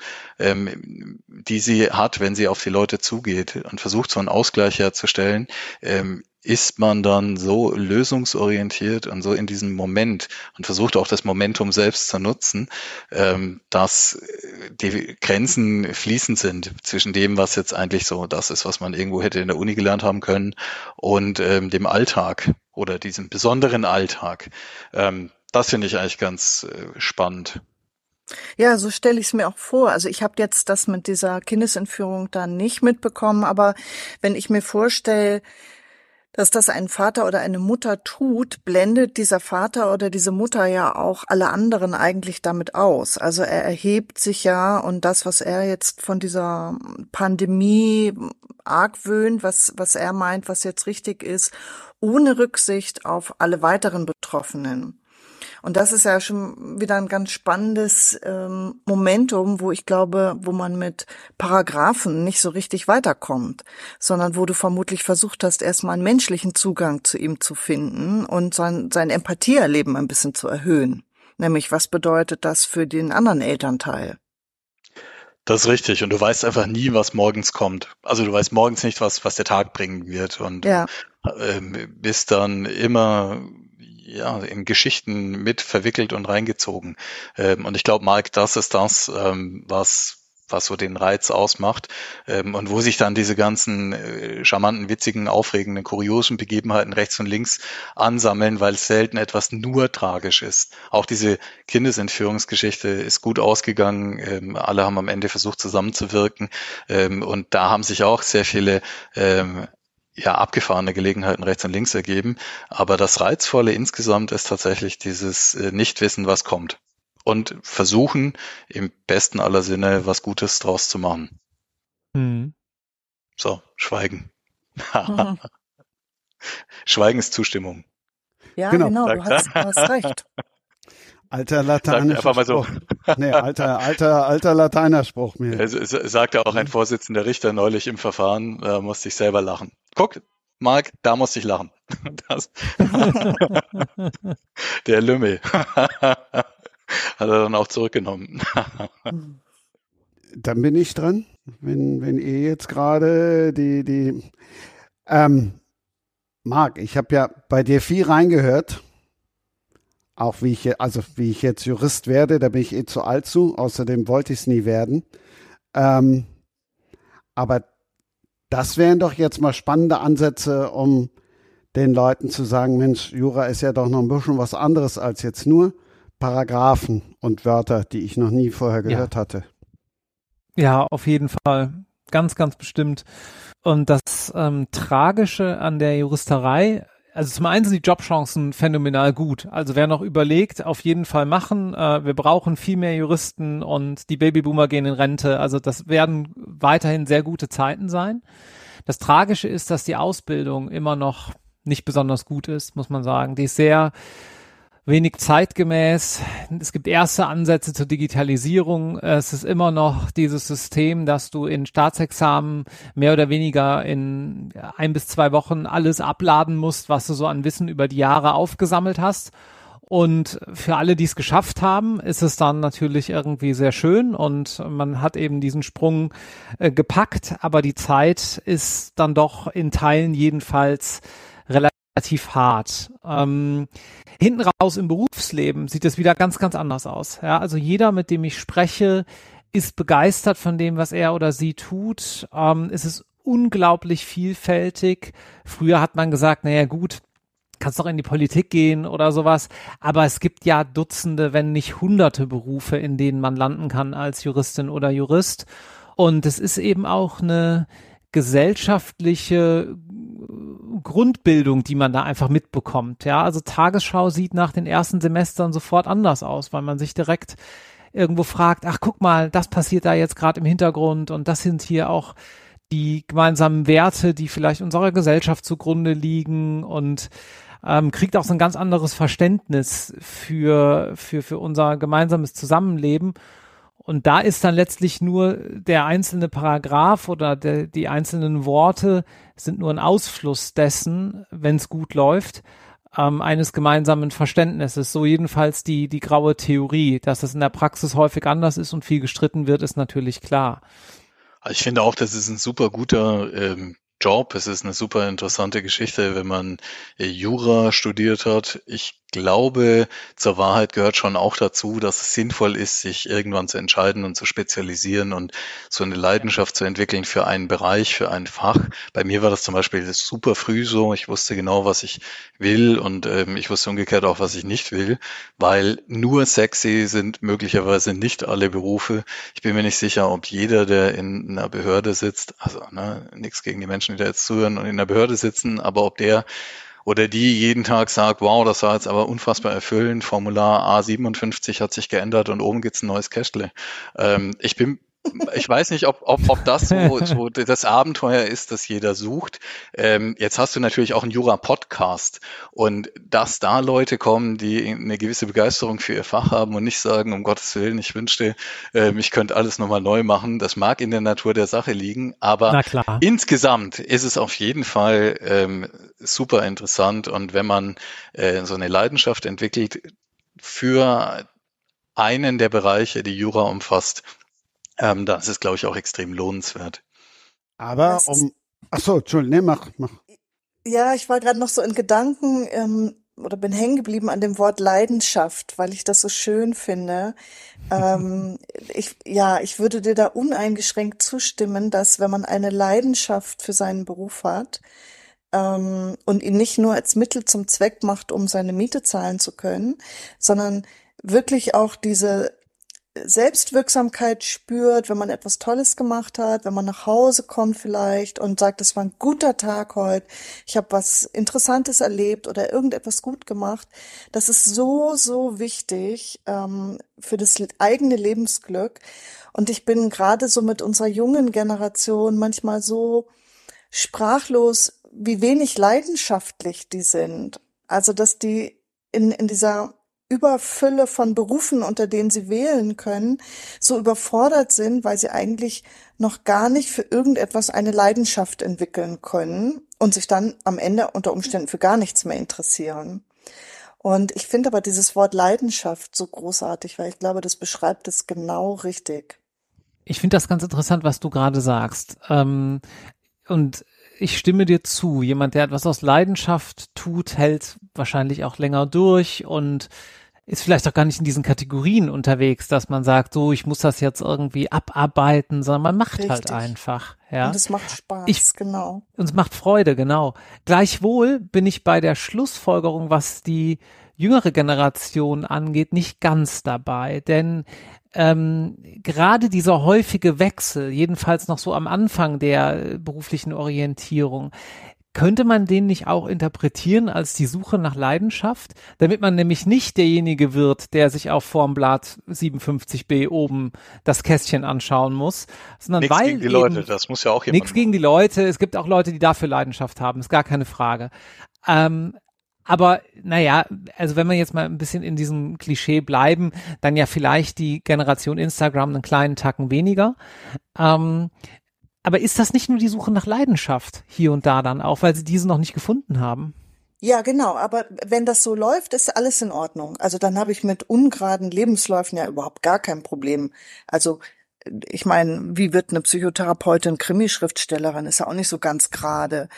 die sie hat, wenn sie auf die Leute zugeht und versucht, so einen Ausgleich herzustellen, ist man dann so lösungsorientiert und so in diesem Moment und versucht auch das Momentum selbst zu nutzen, dass die Grenzen fließend sind zwischen dem, was jetzt eigentlich so das ist, was man irgendwo hätte in der Uni gelernt haben können, und dem Alltag oder diesem besonderen Alltag. Das finde ich eigentlich ganz spannend. Ja, so stelle ich es mir auch vor. Also ich habe jetzt das mit dieser Kindesentführung da nicht mitbekommen, aber wenn ich mir vorstelle, dass das ein Vater oder eine Mutter tut, blendet dieser Vater oder diese Mutter ja auch alle anderen eigentlich damit aus. Also er erhebt sich ja, und das, was er jetzt von dieser Pandemie argwöhnt, was er meint, was jetzt richtig ist, ohne Rücksicht auf alle weiteren Betroffenen. Und das ist ja schon wieder ein ganz spannendes Momentum, wo ich glaube, wo man mit Paragraphen nicht so richtig weiterkommt, sondern wo du vermutlich versucht hast, erstmal einen menschlichen Zugang zu ihm zu finden und sein Empathieerleben ein bisschen zu erhöhen. Nämlich, was bedeutet das für den anderen Elternteil? Das ist richtig. Und du weißt einfach nie, was morgens kommt. Also du weißt morgens nicht, was der Tag bringen wird. Und bist dann immer in Geschichten mit verwickelt und reingezogen. Und ich glaube, Marc, das ist das, was so den Reiz ausmacht, und wo sich dann diese ganzen charmanten, witzigen, aufregenden, kuriosen Begebenheiten rechts und links ansammeln, weil selten etwas nur tragisch ist. Auch diese Kindesentführungsgeschichte ist gut ausgegangen. Alle haben am Ende versucht, zusammenzuwirken. Und da haben sich auch sehr viele abgefahrene Gelegenheiten rechts und links ergeben. Aber das Reizvolle insgesamt ist tatsächlich dieses Nichtwissen, was kommt. Und versuchen, im besten aller Sinne, was Gutes draus zu machen. So, Schweigen. Schweigen ist Zustimmung. Ja, genau, du hast recht. Alter lateinischer Spruch. So. Nee, alter Lateinerspruch mir. Sagte auch ein Vorsitzender Richter neulich im Verfahren, da musste ich selber lachen. Guck, Marc, da musste ich lachen. Der Lümmel. Hat er dann auch zurückgenommen. Dann bin ich dran, wenn ihr jetzt gerade Marc, ich habe ja bei dir viel reingehört, auch wie ich jetzt Jurist werde, da bin ich zu alt zu, außerdem wollte ich es nie werden. Aber das wären doch jetzt mal spannende Ansätze, um den Leuten zu sagen, Mensch, Jura ist ja doch noch ein bisschen was anderes als jetzt nur Paragraphen und Wörter, die ich noch nie vorher gehört hatte. Ja, auf jeden Fall. Ganz, ganz bestimmt. Und das Tragische an der Juristerei, also zum einen sind die Jobchancen phänomenal gut. Also wer noch überlegt, auf jeden Fall machen. Wir brauchen viel mehr Juristen und die Babyboomer gehen in Rente. Also das werden weiterhin sehr gute Zeiten sein. Das Tragische ist, dass die Ausbildung immer noch nicht besonders gut ist, muss man sagen. Die ist sehr wenig zeitgemäß. Es gibt erste Ansätze zur Digitalisierung. Es ist immer noch dieses System, dass du in Staatsexamen mehr oder weniger in 1 bis 2 Wochen alles abladen musst, was du so an Wissen über die Jahre aufgesammelt hast. Und für alle, die es geschafft haben, ist es dann natürlich irgendwie sehr schön und man hat eben diesen Sprung gepackt. Aber die Zeit ist dann doch in Teilen jedenfalls relativ hart. Hinten raus im Berufsleben sieht es wieder ganz, ganz anders aus. Ja, also jeder, mit dem ich spreche, ist begeistert von dem, was er oder sie tut. Es ist unglaublich vielfältig. Früher hat man gesagt, naja gut, kannst doch in die Politik gehen oder sowas. Aber es gibt ja Dutzende, wenn nicht Hunderte Berufe, in denen man landen kann als Juristin oder Jurist. Und es ist eben auch eine gesellschaftliche Grundbildung, die man da einfach mitbekommt. Ja, also Tagesschau sieht nach den ersten Semestern sofort anders aus, weil man sich direkt irgendwo fragt, ach guck mal, das passiert da jetzt gerade im Hintergrund und das sind hier auch die gemeinsamen Werte, die vielleicht unserer Gesellschaft zugrunde liegen und kriegt auch so ein ganz anderes Verständnis für unser gemeinsames Zusammenleben. Und da ist dann letztlich nur der einzelne Paragraph oder die einzelnen Worte sind nur ein Ausfluss dessen, wenn es gut läuft, eines gemeinsamen Verständnisses. So jedenfalls die graue Theorie. Dass es in der Praxis häufig anders ist und viel gestritten wird, ist natürlich klar. Also ich finde auch, das ist ein super guter Job. Es ist eine super interessante Geschichte, wenn man Jura studiert hat. Ich glaube, zur Wahrheit gehört schon auch dazu, dass es sinnvoll ist, sich irgendwann zu entscheiden und zu spezialisieren und so eine Leidenschaft zu entwickeln für einen Bereich, für ein Fach. Bei mir war das zum Beispiel super früh so. Ich wusste genau, was ich will und ich wusste umgekehrt auch, was ich nicht will, weil nur sexy sind möglicherweise nicht alle Berufe. Ich bin mir nicht sicher, ob jeder, der in einer Behörde sitzt, also nichts gegen die Menschen, die da jetzt zuhören und in der Behörde sitzen, aber ob der oder die jeden Tag sagt, wow, das war jetzt aber unfassbar erfüllend, Formular A57 hat sich geändert und oben gibt's ein neues Kästle. Ich weiß nicht, ob das so das Abenteuer ist, das jeder sucht. Jetzt hast du natürlich auch einen Jura-Podcast und dass da Leute kommen, die eine gewisse Begeisterung für ihr Fach haben und nicht sagen, um Gottes Willen, ich wünschte, ich könnte alles nochmal neu machen. Das mag in der Natur der Sache liegen, aber insgesamt ist es auf jeden Fall super interessant und wenn man so eine Leidenschaft entwickelt für einen der Bereiche, die Jura umfasst, da ist es, glaube ich, auch extrem lohnenswert. Aber Entschuldigung, mach. Ja, ich war gerade noch so in Gedanken oder bin hängen geblieben an dem Wort Leidenschaft, weil ich das so schön finde. Ich würde dir da uneingeschränkt zustimmen, dass wenn man eine Leidenschaft für seinen Beruf hat und ihn nicht nur als Mittel zum Zweck macht, um seine Miete zahlen zu können, sondern wirklich auch diese Selbstwirksamkeit spürt, wenn man etwas Tolles gemacht hat, wenn man nach Hause kommt vielleicht und sagt, es war ein guter Tag heute, ich habe was Interessantes erlebt oder irgendetwas gut gemacht. Das ist so, so wichtig für das eigene Lebensglück. Und ich bin gerade so mit unserer jungen Generation manchmal so sprachlos, wie wenig leidenschaftlich die sind. Also, dass die in dieser Überfülle von Berufen, unter denen sie wählen können, so überfordert sind, weil sie eigentlich noch gar nicht für irgendetwas eine Leidenschaft entwickeln können und sich dann am Ende unter Umständen für gar nichts mehr interessieren. Und ich finde aber dieses Wort Leidenschaft so großartig, weil ich glaube, das beschreibt es genau richtig. Ich finde das ganz interessant, was du gerade sagst. Und ich stimme dir zu. Jemand, der etwas aus Leidenschaft tut, hält wahrscheinlich auch länger durch und ist vielleicht auch gar nicht in diesen Kategorien unterwegs, dass man sagt, so, ich muss das jetzt irgendwie abarbeiten, sondern man macht halt einfach. Ja. Und es macht Spaß, genau. Und es macht Freude, genau. Gleichwohl bin ich bei der Schlussfolgerung, was die jüngere Generation angeht, nicht ganz dabei, denn gerade dieser häufige Wechsel, jedenfalls noch so am Anfang der beruflichen Orientierung, könnte man den nicht auch interpretieren als die Suche nach Leidenschaft, damit man nämlich nicht derjenige wird, der sich auf Formblatt 57b oben das Kästchen anschauen muss, sondern nichts gegen die Leute, das muss ja auch jemand nichts gegen die Leute, es gibt auch Leute, die dafür Leidenschaft haben, ist gar keine Frage. Aber naja, also wenn wir jetzt mal ein bisschen in diesem Klischee bleiben, dann ja vielleicht die Generation Instagram einen kleinen Tacken weniger. Aber ist das nicht nur die Suche nach Leidenschaft hier und da dann auch, weil sie diese noch nicht gefunden haben? Ja, genau. Aber wenn das so läuft, ist alles in Ordnung. Also dann habe ich mit ungeraden Lebensläufen ja überhaupt gar kein Problem. Also ich meine, wie wird eine Psychotherapeutin Krimischriftstellerin? Ist ja auch nicht so ganz gerade.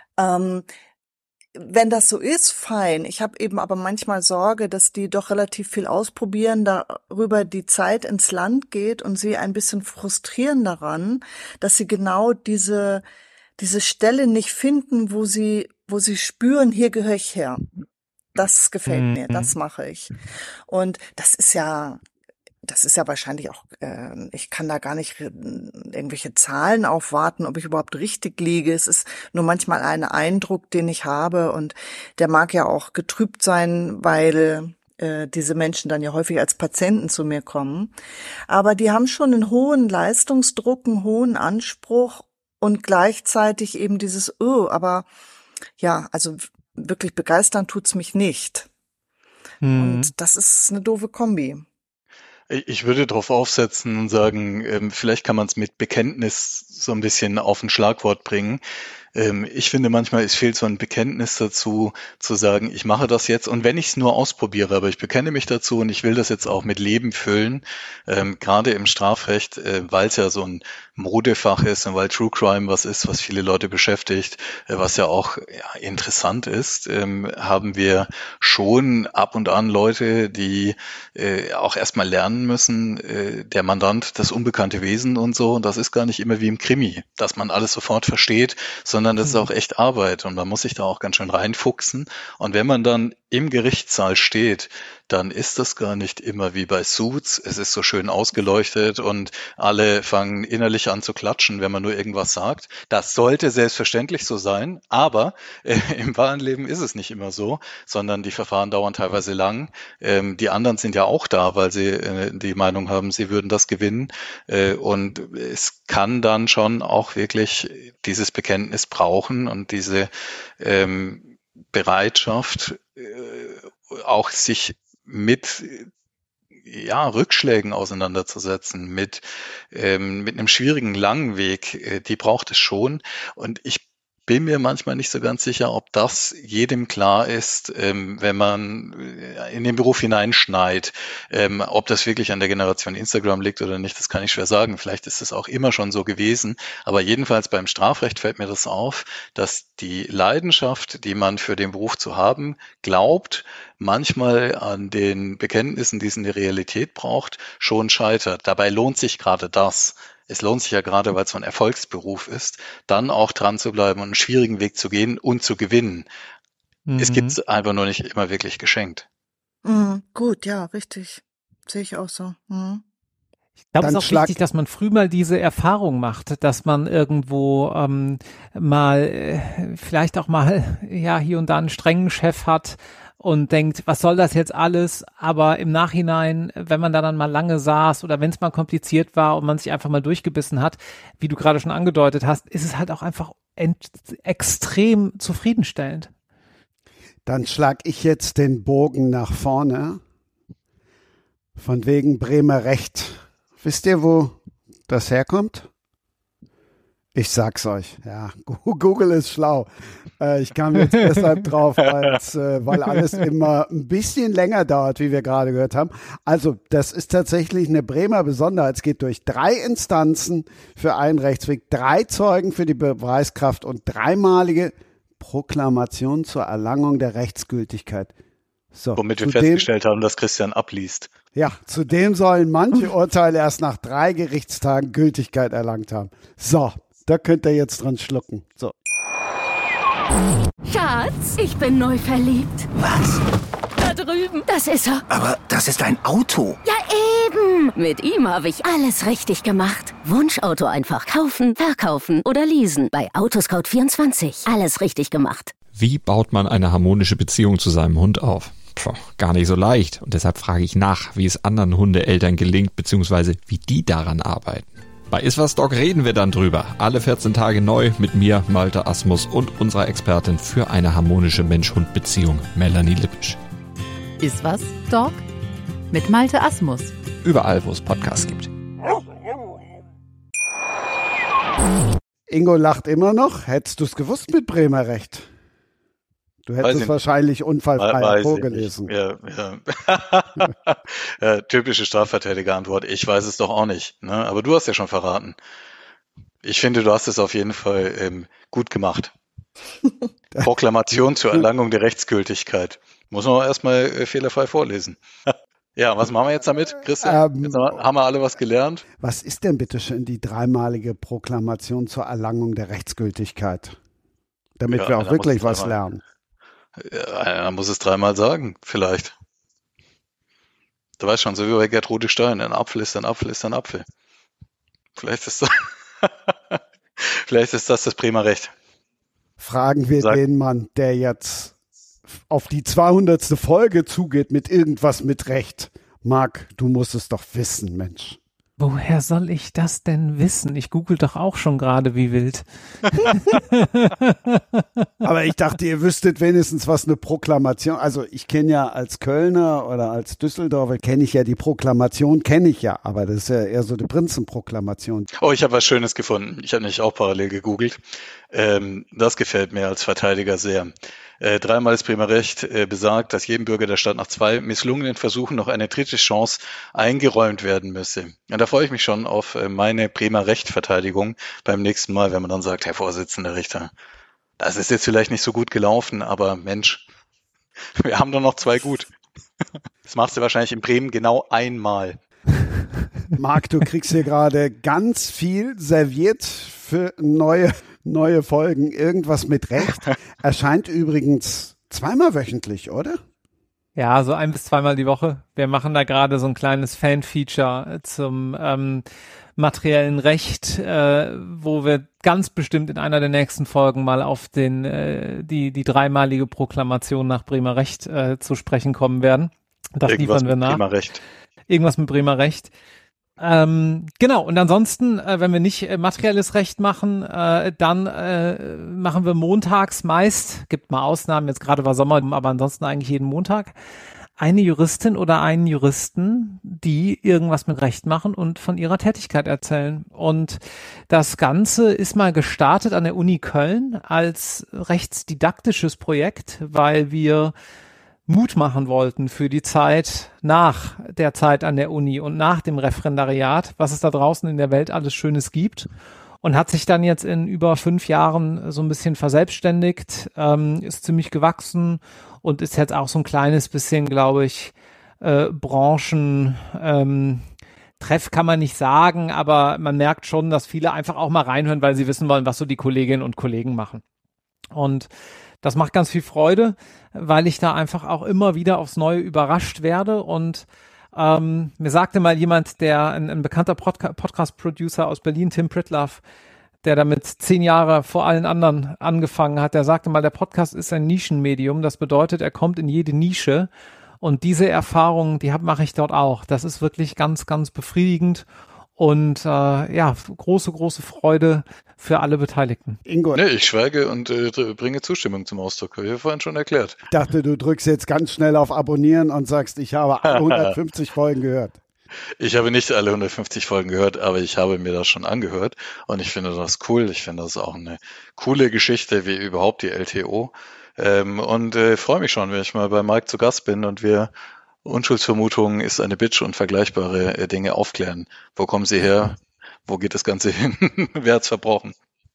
Wenn das so ist, fein. Ich habe eben aber manchmal Sorge, dass die doch relativ viel ausprobieren, darüber die Zeit ins Land geht und sie ein bisschen frustrieren daran, dass sie genau diese Stelle nicht finden, wo sie spüren, hier gehöre ich her. Das gefällt mir, das mache ich. Und das ist ja wahrscheinlich auch, ich kann da gar nicht irgendwelche Zahlen aufwarten, ob ich überhaupt richtig liege. Es ist nur manchmal ein Eindruck, den ich habe und der mag ja auch getrübt sein, weil diese Menschen dann ja häufig als Patienten zu mir kommen. Aber die haben schon einen hohen Leistungsdruck, einen hohen Anspruch und gleichzeitig eben dieses, aber ja, also wirklich begeistern tut's mich nicht. Und das ist eine doofe Kombi. Ich würde darauf aufsetzen und sagen, vielleicht kann man es mit Bekenntnis so ein bisschen auf ein Schlagwort bringen. Ich finde manchmal, es fehlt so ein Bekenntnis dazu, zu sagen, ich mache das jetzt und wenn ich es nur ausprobiere, aber ich bekenne mich dazu und ich will das jetzt auch mit Leben füllen, gerade im Strafrecht, weil es ja so ein Modefach ist und weil True Crime was ist, was viele Leute beschäftigt, was ja auch interessant ist, haben wir schon ab und an Leute, die auch erstmal lernen müssen, der Mandant, das unbekannte Wesen und so, und das ist gar nicht immer wie im Krimi, dass man alles sofort versteht, sondern das ist auch echt Arbeit und man muss sich da auch ganz schön reinfuchsen. Und wenn man dann im Gerichtssaal steht, dann ist das gar nicht immer wie bei Suits. Es ist so schön ausgeleuchtet und alle fangen innerlich an zu klatschen, wenn man nur irgendwas sagt. Das sollte selbstverständlich so sein, aber im wahren Leben ist es nicht immer so, sondern die Verfahren dauern teilweise lang. Die anderen sind ja auch da, weil sie die Meinung haben, sie würden das gewinnen. Und es kann dann schon auch wirklich dieses Bekenntnis brauchen und diese Bereitschaft, auch sich mit Rückschlägen auseinanderzusetzen, mit einem schwierigen, langen Weg, die braucht es schon. Und ich bin mir manchmal nicht so ganz sicher, ob das jedem klar ist, wenn man in den Beruf hineinschneit. Ob das wirklich an der Generation Instagram liegt oder nicht, das kann ich schwer sagen. Vielleicht ist es auch immer schon so gewesen. Aber jedenfalls beim Strafrecht fällt mir das auf, dass die Leidenschaft, die man für den Beruf zu haben glaubt, manchmal an den Bekenntnissen, die es in der Realität braucht, schon scheitert. Dabei lohnt sich gerade das. Es lohnt sich ja gerade, weil es so ein Erfolgsberuf ist, dann auch dran zu bleiben und einen schwierigen Weg zu gehen und zu gewinnen. Es gibt es einfach nur nicht immer wirklich geschenkt. Gut, ja, richtig. Sehe ich auch so. Ich glaube, es ist auch wichtig, dass man früh mal diese Erfahrung macht, dass man irgendwo vielleicht auch mal hier und da einen strengen Chef hat und denkt, was soll das jetzt alles? Aber im Nachhinein, wenn man da dann mal lange saß oder wenn es mal kompliziert war und man sich einfach mal durchgebissen hat, wie du gerade schon angedeutet hast, ist es halt auch einfach extrem zufriedenstellend. Dann schlag ich jetzt den Bogen nach vorne. Von wegen Bremer Recht. Wisst ihr, wo das herkommt? Ich sag's euch. Ja, Google ist schlau. Ich kam jetzt deshalb drauf, weil alles immer ein bisschen länger dauert, wie wir gerade gehört haben. Also, das ist tatsächlich eine Bremer Besonderheit. Es geht durch 3 Instanzen für einen Rechtsweg, 3 Zeugen für die Beweiskraft und 3-malige Proklamation zur Erlangung der Rechtsgültigkeit. So, womit wir festgestellt haben, dass Christian abliest. Ja, zudem sollen manche Urteile erst nach 3 Gerichtstagen Gültigkeit erlangt haben. So, da könnt ihr jetzt dran schlucken. So. Schatz, ich bin neu verliebt. Was? Da drüben. Das ist er. Aber das ist ein Auto. Ja, eben. Mit ihm habe ich alles richtig gemacht. Wunschauto einfach kaufen, verkaufen oder leasen. Bei Autoscout24. Alles richtig gemacht. Wie baut man eine harmonische Beziehung zu seinem Hund auf? Gar nicht so leicht. Und deshalb frage ich nach, wie es anderen Hundeeltern gelingt, beziehungsweise wie die daran arbeiten. Bei Iswas Dog reden wir dann drüber. Alle 14 Tage neu mit mir, Malte Asmus und unserer Expertin für eine harmonische Mensch-Hund-Beziehung, Melanie Lippisch. Iswas Dog mit Malte Asmus. Überall, wo es Podcasts gibt. Ingo lacht immer noch. Hättest du es gewusst mit Bremer Recht? Du hättest es wahrscheinlich unfallfrei vorgelesen. Ja. Typische Strafverteidiger-Antwort. Ich weiß es doch auch nicht. Ne? Aber du hast ja schon verraten. Ich finde, du hast es auf jeden Fall gut gemacht. Proklamation zur Erlangung der Rechtsgültigkeit. Muss man auch erstmal fehlerfrei vorlesen. Ja, was machen wir jetzt damit, Christian? Jetzt haben wir alle was gelernt. Was ist denn bitte schön die 3-malige Proklamation zur Erlangung der Rechtsgültigkeit? Damit wir auch wirklich was lernen. Ja, einer muss es 3-mal sagen, vielleicht. Du weißt schon, so wie bei Gertrude Stein, ein Apfel ist ein Apfel ist ein Apfel. Vielleicht ist das Bremer Recht. Fragen wir den Mann, der jetzt auf die 200. Folge zugeht mit irgendwas mit Recht. Marc, du musst es doch wissen, Mensch. Woher soll ich das denn wissen? Ich google doch auch schon gerade wie wild. Aber ich dachte, ihr wüsstet wenigstens, was eine Proklamation, also ich kenne ja als Kölner oder als Düsseldorfer, kenne ich ja die Proklamation, aber das ist ja eher so die Prinzenproklamation. Oh, ich habe was Schönes gefunden. Ich habe nämlich auch parallel gegoogelt. Das gefällt mir als Verteidiger sehr. Dreimal das Bremer Recht besagt, dass jedem Bürger der Stadt nach 2 misslungenen Versuchen noch eine dritte Chance eingeräumt werden müsse. Und da freue ich mich schon auf meine Bremer Recht-Verteidigung beim nächsten Mal, wenn man dann sagt, Herr Vorsitzender Richter, das ist jetzt vielleicht nicht so gut gelaufen, aber Mensch, wir haben doch noch 2 gut. Das machst du wahrscheinlich in Bremen genau einmal. Marc, du kriegst hier gerade ganz viel serviert für neue Folgen. Irgendwas mit Recht. Erscheint übrigens 2-mal wöchentlich, oder? Ja, so 1 bis 2-mal die Woche. Wir machen da gerade so ein kleines Fan-Feature zum materiellen Recht, wo wir ganz bestimmt in einer der nächsten Folgen mal auf die 3-malige Proklamation nach Bremer Recht zu sprechen kommen werden. Das liefern wir nach. Bremer Recht. Irgendwas mit Bremer Recht. Genau, und ansonsten, wenn wir nicht materielles Recht machen, dann machen wir montags meist, gibt mal Ausnahmen, jetzt gerade war Sommer, aber ansonsten eigentlich jeden Montag, eine Juristin oder einen Juristen, die irgendwas mit Recht machen und von ihrer Tätigkeit erzählen. Und das Ganze ist mal gestartet an der Uni Köln als rechtsdidaktisches Projekt, weil wir Mut machen wollten für die Zeit nach der Zeit an der Uni und nach dem Referendariat, was es da draußen in der Welt alles Schönes gibt, und hat sich dann jetzt in über 5 Jahren so ein bisschen verselbstständigt, ist ziemlich gewachsen und ist jetzt auch so ein kleines bisschen, glaube ich, Branchen Treff kann man nicht sagen, aber man merkt schon, dass viele einfach auch mal reinhören, weil sie wissen wollen, was so die Kolleginnen und Kollegen machen. Und das macht ganz viel Freude, weil ich da einfach auch immer wieder aufs Neue überrascht werde. Und mir sagte mal jemand, ein bekannter Podcast-Producer aus Berlin, Tim Pritloff, der damit 10 Jahre vor allen anderen angefangen hat, der sagte mal, der Podcast ist ein Nischenmedium. Das bedeutet, er kommt in jede Nische. Und diese Erfahrung, mache ich dort auch. Das ist wirklich ganz, ganz befriedigend. Und große, große Freude für alle Beteiligten. Ingo. Nee, ich schweige und bringe Zustimmung zum Ausdruck. Habe ich vorhin schon erklärt. Ich dachte, du drückst jetzt ganz schnell auf Abonnieren und sagst, ich habe 150 Folgen gehört. Ich habe nicht alle 150 Folgen gehört, aber ich habe mir das schon angehört. Und ich finde das cool. Ich finde das auch eine coole Geschichte, wie überhaupt die LTO. Und freue mich schon, wenn ich mal bei Mike zu Gast bin und wir Unschuldsvermutung ist eine Bitch und vergleichbare Dinge aufklären. Wo kommen sie her? Wo geht das Ganze hin? Wer hat's verbrochen?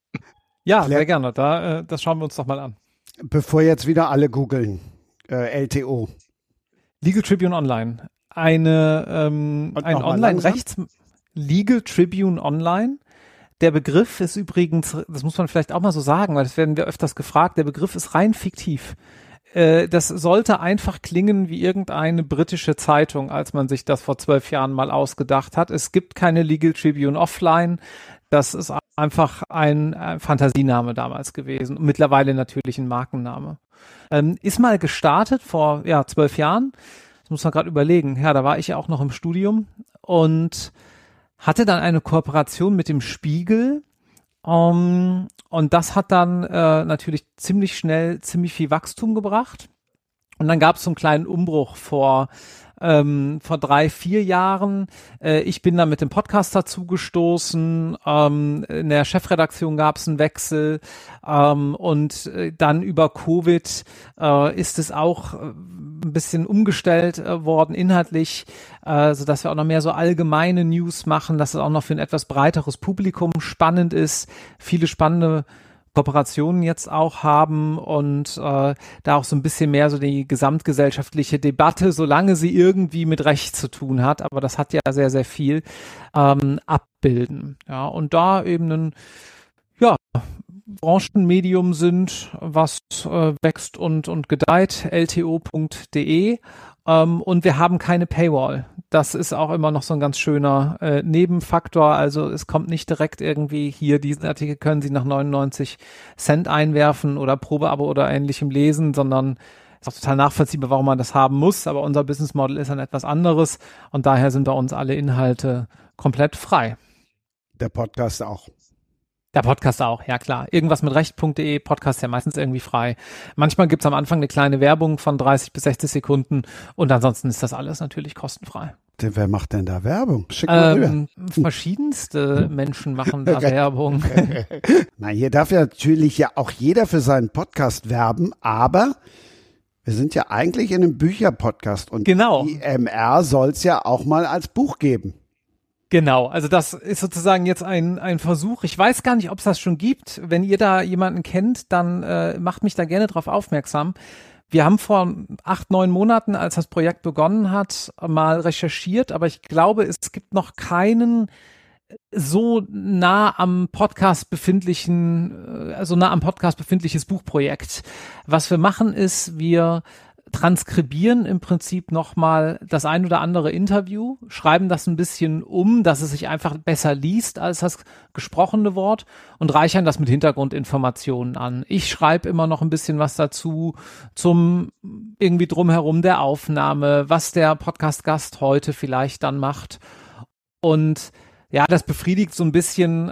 Ja, sehr gerne. Das schauen wir uns doch mal an. Bevor jetzt wieder alle googeln, LTO. Legal Tribune Online. Ein Online-Rechts... Legal Tribune Online. Der Begriff ist übrigens, das muss man vielleicht auch mal so sagen, weil das werden wir öfters gefragt, der Begriff ist rein fiktiv. Das sollte einfach klingen wie irgendeine britische Zeitung, als man sich das vor 12 Jahren mal ausgedacht hat. Es gibt keine Legal Tribune Offline. Das ist einfach ein Fantasiename damals gewesen. Und mittlerweile natürlich ein Markenname. Ist mal gestartet vor 12 Jahren. Das muss man gerade überlegen. Ja, da war ich ja auch noch im Studium und hatte dann eine Kooperation mit dem Spiegel. Und das hat dann natürlich ziemlich schnell ziemlich viel Wachstum gebracht. Und dann gab es so einen kleinen Umbruch vor 3-4 Jahren. Ich bin dann mit dem Podcast dazu gestoßen. In der Chefredaktion gab es einen Wechsel. Und dann über Covid ist es auch ein bisschen umgestellt worden inhaltlich, sodass wir auch noch mehr so allgemeine News machen, dass es auch noch für ein etwas breiteres Publikum spannend ist. Viele spannende Kooperationen jetzt auch haben und da auch so ein bisschen mehr so die gesamtgesellschaftliche Debatte, solange sie irgendwie mit Recht zu tun hat, aber das hat ja sehr, sehr viel, abbilden. Ja, und da eben ein Branchenmedium sind, was wächst und gedeiht, lto.de, und wir haben keine Paywall. Das ist auch immer noch so ein ganz schöner Nebenfaktor. Also es kommt nicht direkt irgendwie hier, diesen Artikel können Sie nach 99 Cent einwerfen oder Probeabo oder ähnlichem lesen, sondern Ist auch total nachvollziehbar, warum man das haben muss, aber unser Business Model ist ein etwas anderes und daher sind bei uns alle Inhalte komplett frei. Der Podcast auch. Der Podcast auch, ja klar. Irgendwas mit recht.de, Podcast ja meistens irgendwie frei. Manchmal gibt's am Anfang eine kleine Werbung von 30 bis 60 Sekunden und ansonsten ist das alles natürlich kostenfrei. Wer macht denn da Werbung? Schick mal rüber. Verschiedenste Menschen machen da Werbung. Na, hier darf ja natürlich ja auch jeder für seinen Podcast werben, aber wir sind ja eigentlich in einem Bücherpodcast und genau. IMR soll es ja auch mal als Buch geben. Genau, also das ist sozusagen jetzt ein Versuch. Ich weiß gar nicht, ob es das schon gibt. Wenn ihr da jemanden kennt, dann macht mich da gerne drauf aufmerksam. Wir haben vor 8, 9 Monaten, als das Projekt begonnen hat, mal recherchiert, aber ich glaube, es gibt noch keinen so nah am Podcast befindliches Buchprojekt. Was wir machen ist, wir transkribieren im Prinzip nochmal das ein oder andere Interview, schreiben das ein bisschen um, dass es sich einfach besser liest als das gesprochene Wort und reichern das mit Hintergrundinformationen an. Ich schreibe immer noch ein bisschen was dazu zum irgendwie drumherum der Aufnahme, was der Podcast-Gast heute vielleicht dann macht. Und ja, das befriedigt so ein bisschen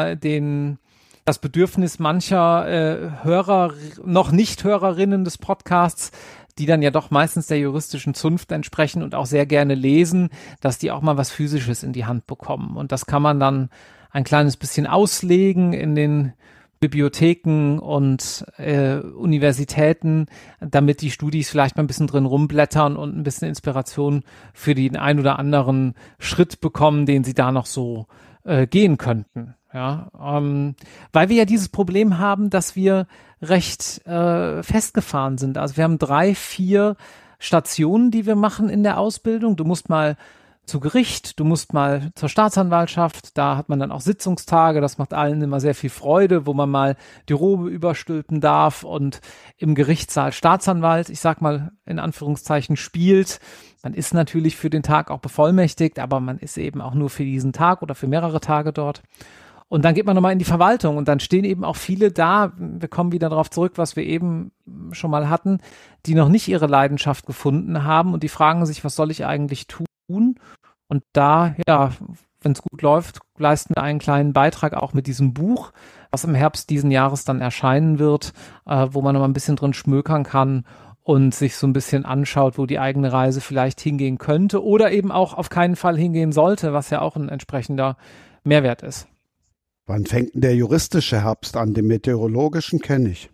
das Bedürfnis mancher Hörer, noch nicht Hörerinnen des Podcasts, die dann ja doch meistens der juristischen Zunft entsprechen und auch sehr gerne lesen, dass die auch mal was Physisches in die Hand bekommen. Und das kann man dann ein kleines bisschen auslegen in den Bibliotheken und Universitäten, damit die Studis vielleicht mal ein bisschen drin rumblättern und ein bisschen Inspiration für den ein oder anderen Schritt bekommen, den sie da noch so gehen könnten. Ja, weil wir ja dieses Problem haben, dass wir recht festgefahren sind. Also wir haben 3, 4 Stationen, die wir machen in der Ausbildung. Du musst mal zu Gericht, du musst mal zur Staatsanwaltschaft, da hat man dann auch Sitzungstage, das macht allen immer sehr viel Freude, wo man mal die Robe überstülpen darf und im Gerichtssaal Staatsanwalt, ich sag mal in Anführungszeichen, spielt. Man ist natürlich für den Tag auch bevollmächtigt, aber man ist eben auch nur für diesen Tag oder für mehrere Tage dort. Und dann geht man nochmal in die Verwaltung und dann stehen eben auch viele da, wir kommen wieder darauf zurück, was wir eben schon mal hatten, die noch nicht ihre Leidenschaft gefunden haben und die fragen sich, was soll ich eigentlich tun? Und da, ja, wenn es gut läuft, leisten wir einen kleinen Beitrag auch mit diesem Buch, was im Herbst diesen Jahres dann erscheinen wird, wo man nochmal ein bisschen drin schmökern kann und sich so ein bisschen anschaut, wo die eigene Reise vielleicht hingehen könnte oder eben auch auf keinen Fall hingehen sollte, was ja auch ein entsprechender Mehrwert ist. Wann fängt denn der juristische Herbst an? Den meteorologischen kenne ich.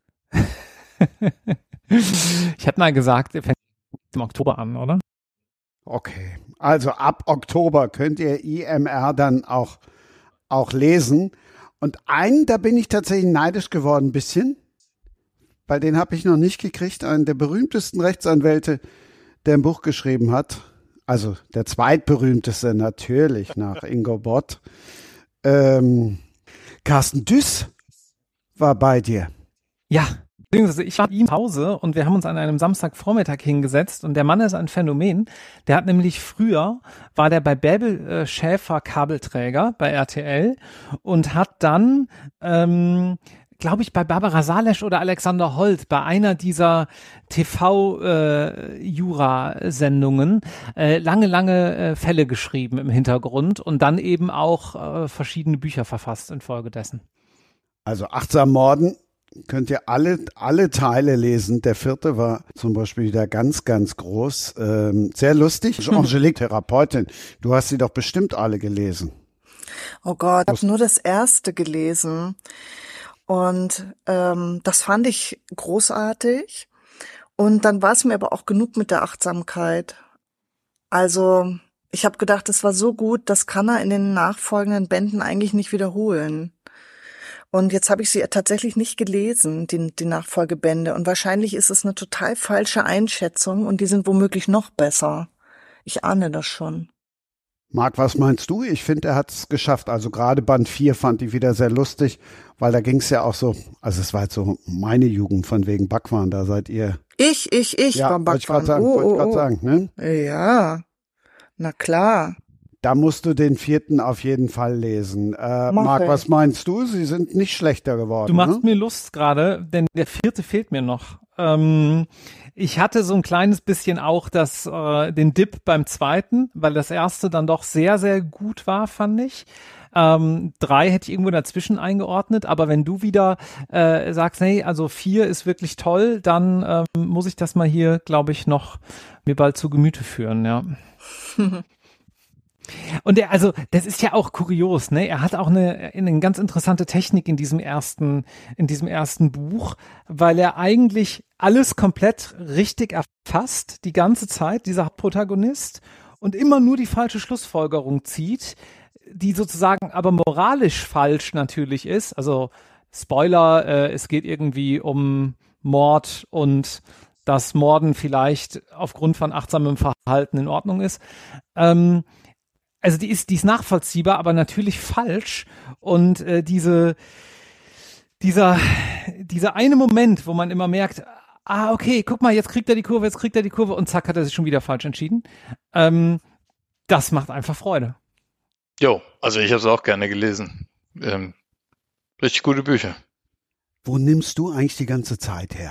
Ich hätte mal gesagt, er fängt im Oktober an, oder? Okay, also ab Oktober könnt ihr IMR dann auch lesen. Und einen, da bin ich tatsächlich neidisch geworden ein bisschen, weil den habe ich noch nicht gekriegt. Einen der berühmtesten Rechtsanwälte, der ein Buch geschrieben hat. Also der zweitberühmteste natürlich nach Ingo Bott. Carsten Düss war bei dir. Ja, ich war ihm zu Hause und wir haben uns an einem Samstagvormittag hingesetzt und der Mann ist ein Phänomen. Der hat nämlich früher, war der bei Bärbel Schäfer Kabelträger bei RTL und hat dann, glaube ich, bei Barbara Salesch oder Alexander Holt bei einer dieser TV-Jura-Sendungen lange Fälle geschrieben im Hintergrund und dann eben auch verschiedene Bücher verfasst infolgedessen. Also Achtsam Morden könnt ihr alle Teile lesen. Der 4. war zum Beispiel wieder ganz, ganz groß. Sehr lustig. Angelique, Therapeutin, du hast sie doch bestimmt alle gelesen. Oh Gott, ich habe nur das erste gelesen. Und das fand ich großartig. Und dann war es mir aber auch genug mit der Achtsamkeit. Also ich habe gedacht, es war so gut, das kann er in den nachfolgenden Bänden eigentlich nicht wiederholen. Und jetzt habe ich sie tatsächlich nicht gelesen, die Nachfolgebände. Und wahrscheinlich ist es eine total falsche Einschätzung und die sind womöglich noch besser. Ich ahne das schon. Marc, was meinst du? Ich finde, er hat es geschafft. Also gerade Band 4 fand ich wieder sehr lustig, weil da ging es ja auch so, also es war jetzt so meine Jugend von wegen Backwaren, da seid ihr. Ich ja, beim Backwaren. Wollte ich gerade sagen, ne? Ja, na klar. Da musst du den 4. auf jeden Fall lesen. Marc, was meinst du? Sie sind nicht schlechter geworden. Du machst mir Lust gerade, denn der 4. fehlt mir noch. Ich hatte so ein kleines bisschen auch den Dip beim 2., weil das 1. dann doch sehr, sehr gut war, fand ich. 3 hätte ich irgendwo dazwischen eingeordnet, aber wenn du wieder sagst, nee, also 4 ist wirklich toll, dann muss ich das mal hier, glaube ich, noch mir bald zu Gemüte führen, ja. Und das ist ja auch kurios, ne? Er hat auch eine ganz interessante Technik in diesem ersten Buch, weil er eigentlich alles komplett richtig erfasst, die ganze Zeit, dieser Hauptprotagonist, und immer nur die falsche Schlussfolgerung zieht, die sozusagen aber moralisch falsch natürlich ist. Also Spoiler, es geht irgendwie um Mord und dass Morden vielleicht aufgrund von achtsamem Verhalten in Ordnung ist. Also die ist nachvollziehbar, aber natürlich falsch. Und dieser eine Moment, wo man immer merkt, okay, guck mal, jetzt kriegt er die Kurve und zack, hat er sich schon wieder falsch entschieden. Das macht einfach Freude. Jo, also ich habe es auch gerne gelesen. Richtig gute Bücher. Wo nimmst du eigentlich die ganze Zeit her?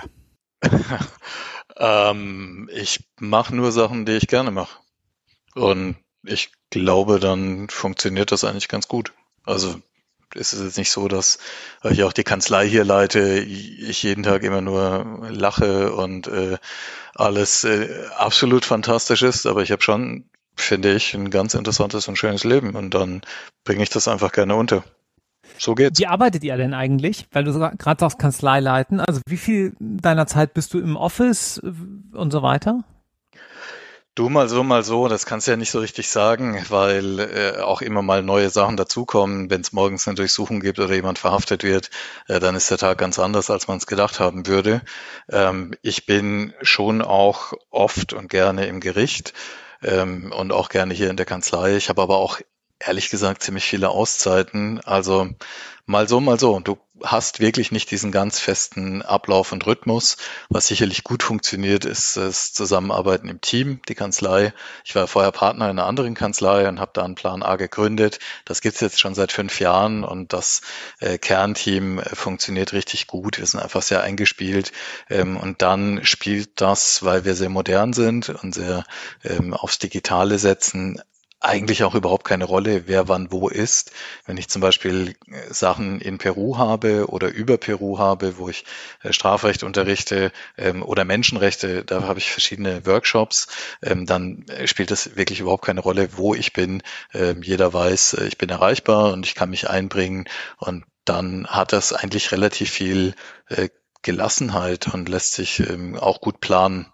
Ich mache nur Sachen, die ich gerne mache. Und ich glaube, dann funktioniert das eigentlich ganz gut. Also ist es jetzt nicht so, dass, weil ich auch die Kanzlei hier leite, ich jeden Tag immer nur lache und alles absolut fantastisch ist, aber ich habe schon, finde ich, ein ganz interessantes und schönes Leben und dann bringe ich das einfach gerne unter. So geht's. Wie arbeitet ihr denn eigentlich? Weil du gerade sagst, Kanzlei leiten. Also wie viel deiner Zeit bist du im Office und so weiter? Du, mal so, das kannst du ja nicht so richtig sagen, weil auch immer mal neue Sachen dazukommen. Wenn es morgens eine Durchsuchung gibt oder jemand verhaftet wird, dann ist der Tag ganz anders, als man es gedacht haben würde. Ich bin schon auch oft und gerne im Gericht und auch gerne hier in der Kanzlei. Ich habe aber auch ehrlich gesagt ziemlich viele Auszeiten. Also mal so. Du hast wirklich nicht diesen ganz festen Ablauf und Rhythmus. Was sicherlich gut funktioniert, ist das Zusammenarbeiten im Team, die Kanzlei. Ich war vorher Partner in einer anderen Kanzlei und habe da einen Plan A gegründet. Das gibt's jetzt schon seit 5 Jahren und das Kernteam funktioniert richtig gut. Wir sind einfach sehr eingespielt und dann spielt das, weil wir sehr modern sind und sehr aufs Digitale setzen, eigentlich auch überhaupt keine Rolle, wer wann wo ist. Wenn ich zum Beispiel Sachen in Peru habe oder über Peru habe, wo ich Strafrecht unterrichte oder Menschenrechte, da habe ich verschiedene Workshops, dann spielt es wirklich überhaupt keine Rolle, wo ich bin. Jeder weiß, ich bin erreichbar und ich kann mich einbringen und dann hat das eigentlich relativ viel Gelassenheit und lässt sich auch gut planen.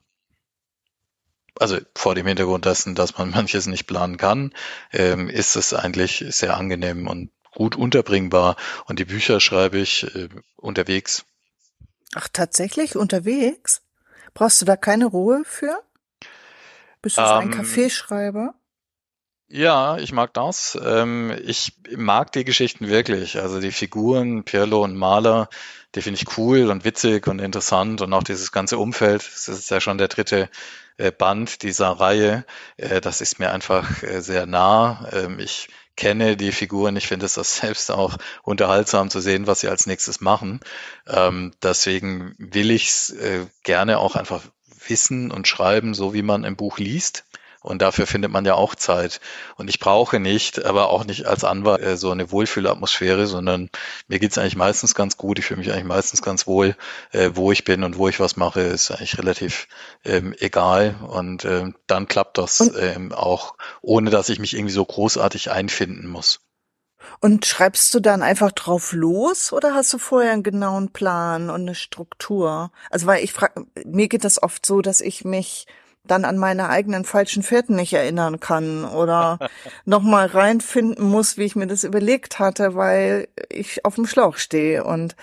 Also vor dem Hintergrund dessen, dass man manches nicht planen kann, ist es eigentlich sehr angenehm und gut unterbringbar. Und die Bücher schreibe ich unterwegs. Ach, tatsächlich unterwegs? Brauchst du da keine Ruhe für? Bist du so ein Kaffeeschreiber? Ja, ich mag das. Ich mag die Geschichten wirklich. Also die Figuren, Pirlo und Mahler, die finde ich cool und witzig und interessant und auch dieses ganze Umfeld. Das ist ja schon der 3. Band dieser Reihe. Das ist mir einfach sehr nah. Ich kenne die Figuren. Ich finde es das selbst auch unterhaltsam zu sehen, was sie als nächstes machen. Deswegen will ich es gerne auch einfach wissen und schreiben, so wie man ein Buch liest. Und dafür findet man ja auch Zeit. Und ich brauche nicht, aber auch nicht als Anwalt so eine Wohlfühlatmosphäre, sondern mir geht's eigentlich meistens ganz gut. Ich fühle mich eigentlich meistens ganz wohl, wo ich bin und wo ich was mache, ist eigentlich relativ egal. Und dann klappt das auch, ohne dass ich mich irgendwie so großartig einfinden muss. Und schreibst du dann einfach drauf los oder hast du vorher einen genauen Plan und eine Struktur? Also weil mir geht das oft so, dass ich mich dann an meine eigenen falschen Fährten nicht erinnern kann oder nochmal reinfinden muss, wie ich mir das überlegt hatte, weil ich auf dem Schlauch stehe und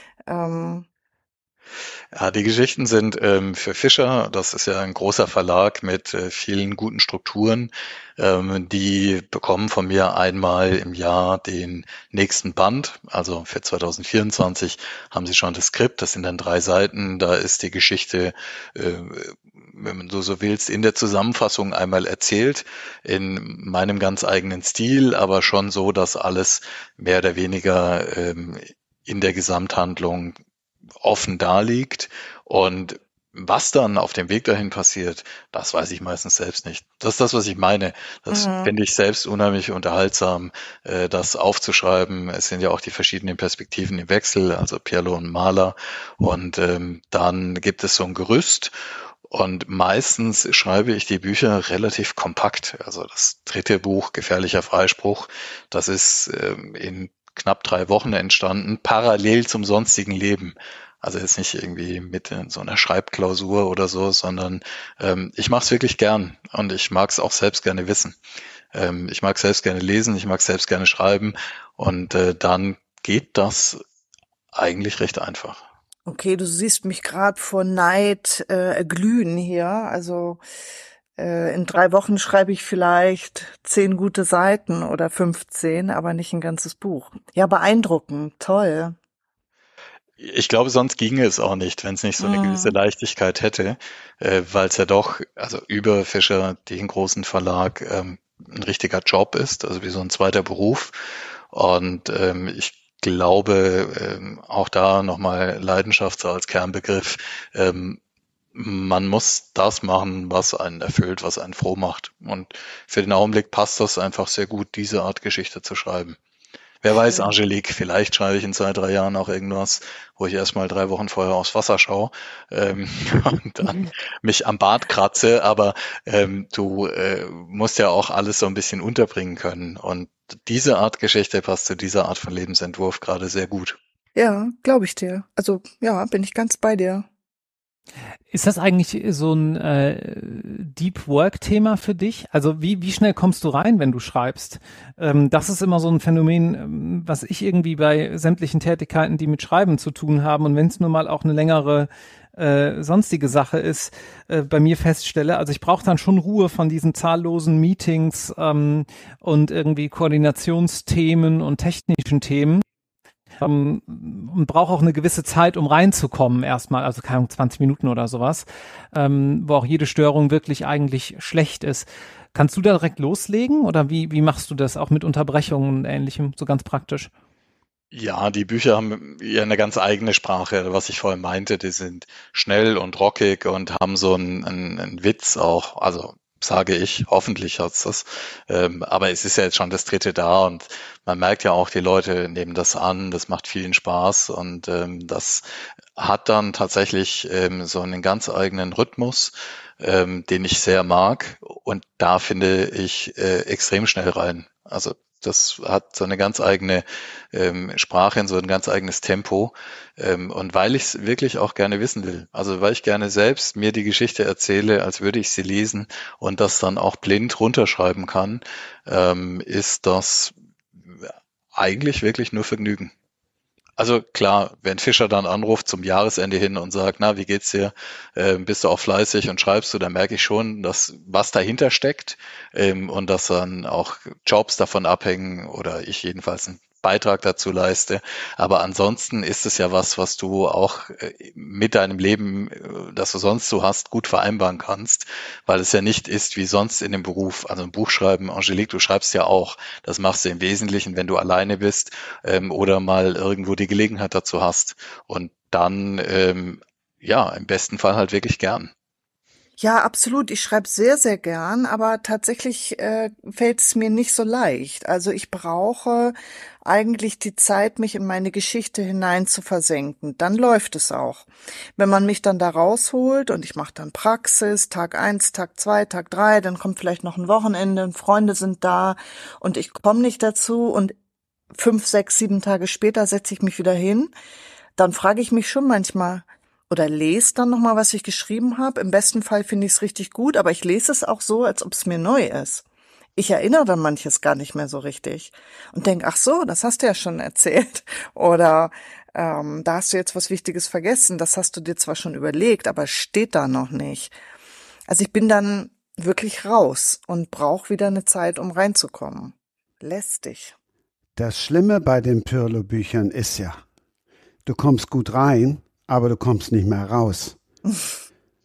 Ja, die Geschichten sind für Fischer, das ist ja ein großer Verlag mit vielen guten Strukturen, die bekommen von mir einmal im Jahr den nächsten Band, also für 2024 haben sie schon das Skript, das sind dann 3 Seiten, da ist die Geschichte wenn du so willst, in der Zusammenfassung einmal erzählt, in meinem ganz eigenen Stil, aber schon so, dass alles mehr oder weniger in der Gesamthandlung offen daliegt. Und was dann auf dem Weg dahin passiert, das weiß ich meistens selbst nicht. Das ist das, was ich meine. Das finde ich selbst unheimlich unterhaltsam, das aufzuschreiben. Es sind ja auch die verschiedenen Perspektiven im Wechsel, also Pirlo und Mahler. Und dann gibt es so ein Gerüst. Und meistens schreibe ich die Bücher relativ kompakt. Also das 3. Buch, Gefährlicher Freispruch, das ist in knapp 3 Wochen entstanden, parallel zum sonstigen Leben. Also jetzt nicht irgendwie mit in so einer Schreibklausur oder so, sondern ich mache es wirklich gern und ich mag es auch selbst gerne wissen. Ich mag selbst gerne lesen, ich mag selbst gerne schreiben und dann geht das eigentlich recht einfach. Okay, du siehst mich gerade vor Neid glühen hier. Also in 3 Wochen schreibe ich vielleicht 10 gute Seiten oder 15, aber nicht ein ganzes Buch. Ja, beeindruckend, toll. Ich glaube, sonst ginge es auch nicht, wenn es nicht so eine gewisse Leichtigkeit hätte, weil es ja doch, also über Fischer, den großen Verlag, ein richtiger Job ist, also wie so ein zweiter Beruf. Und ich glaube, auch da nochmal Leidenschaft so als Kernbegriff, man muss das machen, was einen erfüllt, was einen froh macht. Und für den Augenblick passt das einfach sehr gut, diese Art Geschichte zu schreiben. Wer weiß, Angelique, vielleicht schreibe ich in 2, 3 Jahren auch irgendwas, wo ich erstmal 3 Wochen vorher aufs Wasser schaue und dann mich am Bart kratze, aber du musst ja auch alles so ein bisschen unterbringen können. Und diese Art Geschichte passt zu dieser Art von Lebensentwurf gerade sehr gut. Ja, glaube ich dir. Also ja, bin ich ganz bei dir. Ist das eigentlich so ein Deep Work-Thema für dich? Also wie schnell kommst du rein, wenn du schreibst? Das ist immer so ein Phänomen, was ich irgendwie bei sämtlichen Tätigkeiten, die mit Schreiben zu tun haben, und wenn es nur mal auch eine längere sonstige Sache ist, bei mir feststelle. Also ich brauche dann schon Ruhe von diesen zahllosen Meetings und irgendwie Koordinationsthemen und technischen Themen. Und brauche auch eine gewisse Zeit, um reinzukommen erstmal, also keine Ahnung, 20 Minuten oder sowas, wo auch jede Störung wirklich eigentlich schlecht ist. Kannst du da direkt loslegen oder wie machst du das auch mit Unterbrechungen und Ähnlichem, so ganz praktisch? Ja, die Bücher haben ja eine ganz eigene Sprache, was ich vorhin meinte, die sind schnell und rockig und haben so einen Witz auch, also sage ich, hoffentlich hat's das. Aber es ist ja jetzt schon das 3. da und man merkt ja auch, die Leute nehmen das an, das macht vielen Spaß und das hat dann tatsächlich so einen ganz eigenen Rhythmus, den ich sehr mag und da finde ich extrem schnell rein. Also das hat so eine ganz eigene Sprache, so ein ganz eigenes Tempo. Und weil ich es wirklich auch gerne wissen will, also weil ich gerne selbst mir die Geschichte erzähle, als würde ich sie lesen und das dann auch blind runterschreiben kann, ist das eigentlich wirklich nur Vergnügen. Also klar, wenn Fischer dann anruft zum Jahresende hin und sagt, na, wie geht's dir? Bist du auch fleißig und schreibst du, dann merke ich schon, dass was dahinter steckt und dass dann auch Jobs davon abhängen oder ich jedenfalls einen Beitrag dazu leiste. Aber ansonsten ist es ja was du auch mit deinem Leben, das du sonst so hast, gut vereinbaren kannst, weil es ja nicht ist wie sonst in dem Beruf. Also ein Buch schreiben, Angelique, du schreibst ja auch. Das machst du im Wesentlichen, wenn du alleine bist oder mal irgendwo die Gelegenheit dazu hast. Und dann, ja, im besten Fall halt wirklich gern. Ja, absolut. Ich schreibe sehr, sehr gern, aber tatsächlich fällt es mir nicht so leicht. Also ich brauche eigentlich die Zeit, mich in meine Geschichte hinein zu versenken. Dann läuft es auch. Wenn man mich dann da rausholt und ich mache dann Praxis, Tag 1, Tag 2, Tag 3, dann kommt vielleicht noch ein Wochenende und Freunde sind da und ich komme nicht dazu und 5, 6, 7 Tage später setze ich mich wieder hin, dann frage ich mich schon manchmal, oder lese dann nochmal, was ich geschrieben habe. Im besten Fall finde ich es richtig gut, aber ich lese es auch so, als ob es mir neu ist. Ich erinnere dann manches gar nicht mehr so richtig und denke, ach so, das hast du ja schon erzählt. Oder da hast du jetzt was Wichtiges vergessen. Das hast du dir zwar schon überlegt, aber steht da noch nicht. Also ich bin dann wirklich raus und brauche wieder eine Zeit, um reinzukommen. Lästig. Das Schlimme bei den Pirlo-Büchern ist ja, du kommst gut rein, aber du kommst nicht mehr raus.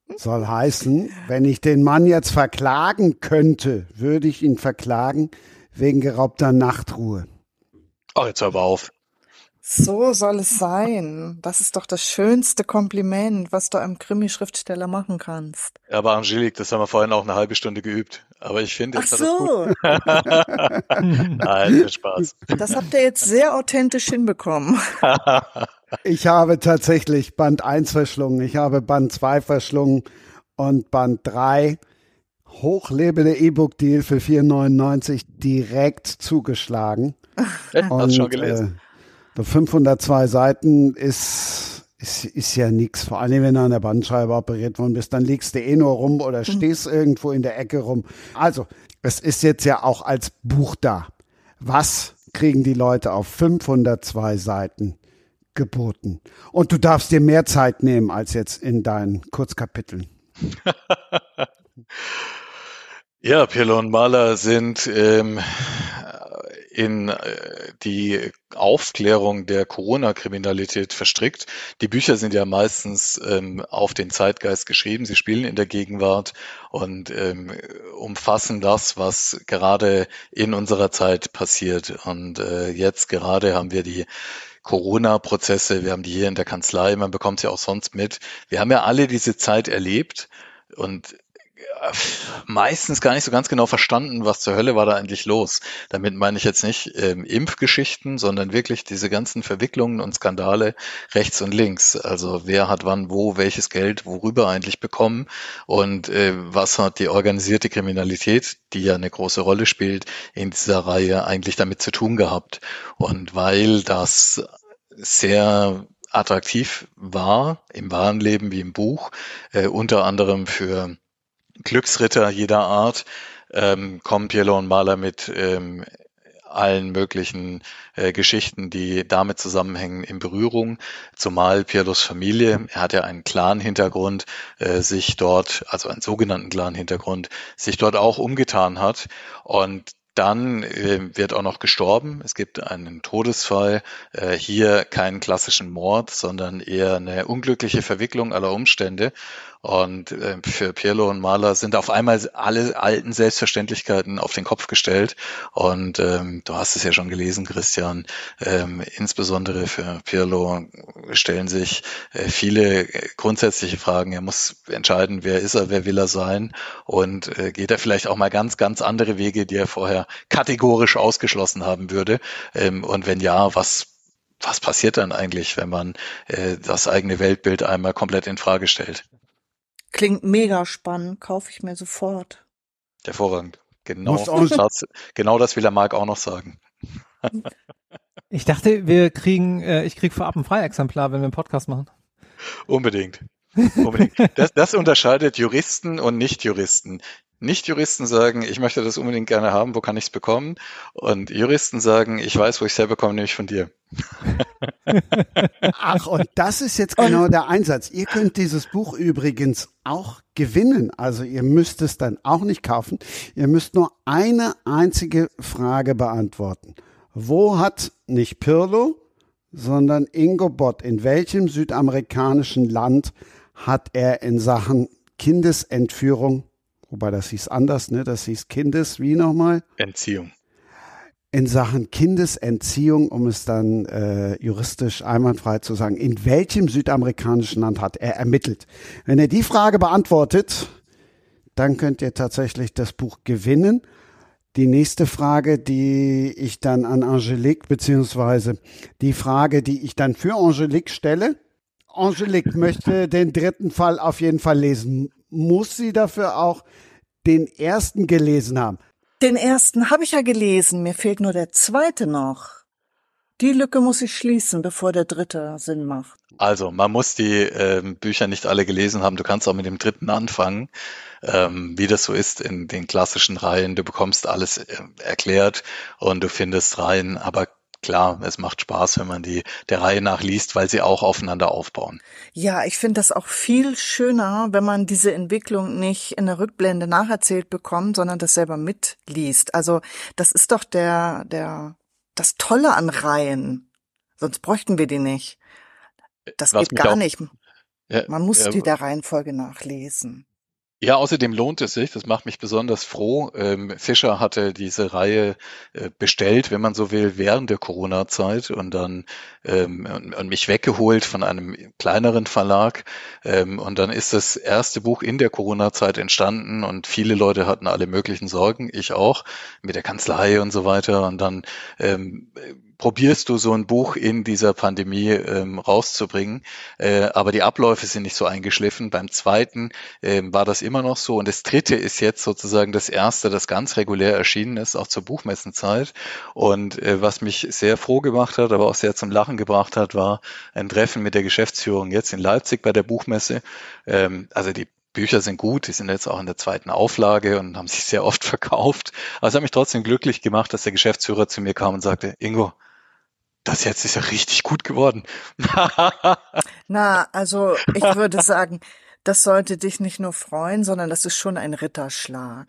Soll heißen, wenn ich den Mann jetzt verklagen könnte, würde ich ihn verklagen wegen geraubter Nachtruhe. Oh, jetzt hör aber auf. So soll es sein. Das ist doch das schönste Kompliment, was du einem Krimi-Schriftsteller machen kannst. Aber Angelique, das haben wir vorhin auch eine halbe Stunde geübt. Aber ich finde, Ach jetzt hat das gut. so, Nein, für Spaß. das habt ihr jetzt sehr authentisch hinbekommen. Ich habe tatsächlich Band 1 verschlungen, ich habe Band 2 verschlungen und Band 3, hochlebende E-Book-Deal für 4,99 direkt zugeschlagen. Hast schon gelesen? 502 Seiten ist ja nichts. Vor allem, wenn du an der Bandscheibe operiert worden bist, dann liegst du nur rum oder stehst irgendwo in der Ecke rum. Also, es ist jetzt ja auch als Buch da. Was kriegen die Leute auf 502 Seiten geboten? Und du darfst dir mehr Zeit nehmen als jetzt in deinen Kurzkapiteln. Ja, Pirlo und Mahler sind in die Aufklärung der Corona-Kriminalität verstrickt. Die Bücher sind ja meistens auf den Zeitgeist geschrieben. Sie spielen in der Gegenwart und umfassen das, was gerade in unserer Zeit passiert. Und jetzt gerade haben wir die Corona-Prozesse, wir haben die hier in der Kanzlei, man bekommt sie auch sonst mit. Wir haben ja alle diese Zeit erlebt und meistens gar nicht so ganz genau verstanden, was zur Hölle war da eigentlich los. Damit meine ich jetzt nicht Impfgeschichten, sondern wirklich diese ganzen Verwicklungen und Skandale rechts und links. Also wer hat wann wo welches Geld worüber eigentlich bekommen und was hat die organisierte Kriminalität, die ja eine große Rolle spielt, in dieser Reihe eigentlich damit zu tun gehabt. Und weil das sehr attraktiv war, im wahren Leben wie im Buch, unter anderem für Glücksritter jeder Art, kommen Pirlo und Mahler mit allen möglichen Geschichten, die damit zusammenhängen, in Berührung. Zumal Pirlos Familie, er hat ja einen Clan-Hintergrund, sich dort, also einen sogenannten Clan-Hintergrund, sich dort auch umgetan hat. Und dann wird auch noch gestorben. Es gibt einen Todesfall, hier keinen klassischen Mord, sondern eher eine unglückliche Verwicklung aller Umstände. Und für Pirlo und Mahler sind auf einmal alle alten Selbstverständlichkeiten auf den Kopf gestellt. Und du hast es ja schon gelesen, Christian, insbesondere für Pirlo stellen sich viele grundsätzliche Fragen. Er muss entscheiden, wer ist er, wer will er sein und geht er vielleicht auch mal ganz, ganz andere Wege, die er vorher kategorisch ausgeschlossen haben würde. Und wenn ja, was passiert dann eigentlich, wenn man das eigene Weltbild einmal komplett in Frage stellt? Klingt mega spannend, kaufe ich mir sofort. Hervorragend. Genau das will der Marc auch noch sagen. Ich dachte, ich krieg vorab ein Freiexemplar, wenn wir einen Podcast machen. Unbedingt. Das unterscheidet Juristen und Nichtjuristen. Nichtjuristen sagen, ich möchte das unbedingt gerne haben, wo kann ich es bekommen? Und Juristen sagen, ich weiß, wo ich es herbekomme, nämlich von dir. Ach, und das ist jetzt genau der Einsatz. Ihr könnt dieses Buch übrigens auch gewinnen. Also ihr müsst es dann auch nicht kaufen. Ihr müsst nur eine einzige Frage beantworten. Wo hat nicht Pirlo, sondern Ingo Bott, in welchem südamerikanischen Land hat er in Sachen Kindesentführung, wobei das hieß anders, ne? Das hieß wie nochmal? Entziehung. In Sachen Kindesentziehung, um es dann juristisch einwandfrei zu sagen, in welchem südamerikanischen Land hat er ermittelt? Wenn ihr die Frage beantwortet, dann könnt ihr tatsächlich das Buch gewinnen. Die nächste Frage, die ich dann an Angelique, beziehungsweise die Frage, die ich dann für Angelique stelle. Angelique möchte den dritten Fall auf jeden Fall lesen. Muss sie dafür auch den ersten gelesen haben? Den ersten habe ich ja gelesen, mir fehlt nur der zweite noch. Die Lücke muss ich schließen, bevor der dritte Sinn macht. Also, man muss die Bücher nicht alle gelesen haben. Du kannst auch mit dem dritten anfangen, wie das so ist in den klassischen Reihen. Du bekommst alles erklärt und du findest Reihen, aber klar, es macht Spaß, wenn man die der Reihe nach liest, weil sie auch aufeinander aufbauen. Ja, ich finde das auch viel schöner, wenn man diese Entwicklung nicht in der Rückblende nacherzählt bekommt, sondern das selber mitliest. Also das ist doch das Tolle an Reihen. Sonst bräuchten wir die nicht. Das geht gar nicht. Ja, Man muss ja, die der Reihenfolge nachlesen. Ja, außerdem lohnt es sich, das macht mich besonders froh. Fischer hatte diese Reihe bestellt, wenn man so will, während der Corona-Zeit und dann und mich weggeholt von einem kleineren Verlag. Und dann ist das erste Buch in der Corona-Zeit entstanden und viele Leute hatten alle möglichen Sorgen, ich auch, mit der Kanzlei und so weiter. Und dann probierst du so ein Buch in dieser Pandemie rauszubringen, aber die Abläufe sind nicht so eingeschliffen. Beim zweiten war das immer noch so und das dritte ist jetzt sozusagen das erste, das ganz regulär erschienen ist, auch zur Buchmessenzeit und was mich sehr froh gemacht hat, aber auch sehr zum Lachen gebracht hat, war ein Treffen mit der Geschäftsführung jetzt in Leipzig bei der Buchmesse. Also die Bücher sind gut, die sind jetzt auch in der zweiten Auflage und haben sich sehr oft verkauft. Aber es hat mich trotzdem glücklich gemacht, dass der Geschäftsführer zu mir kam und sagte, Ingo, das jetzt ist ja richtig gut geworden. Na, also ich würde sagen, das sollte dich nicht nur freuen, sondern das ist schon ein Ritterschlag.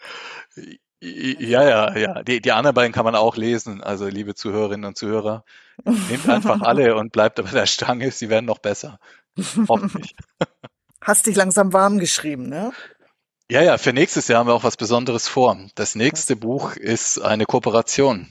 Ja. Die anderen beiden kann man auch lesen. Also liebe Zuhörerinnen und Zuhörer, nehmt einfach alle und bleibt bei der Stange. Sie werden noch besser. Hoffentlich. Hast dich langsam warm geschrieben, ne? Ja, für nächstes Jahr haben wir auch was Besonderes vor. Das nächste Buch ist eine Kooperation.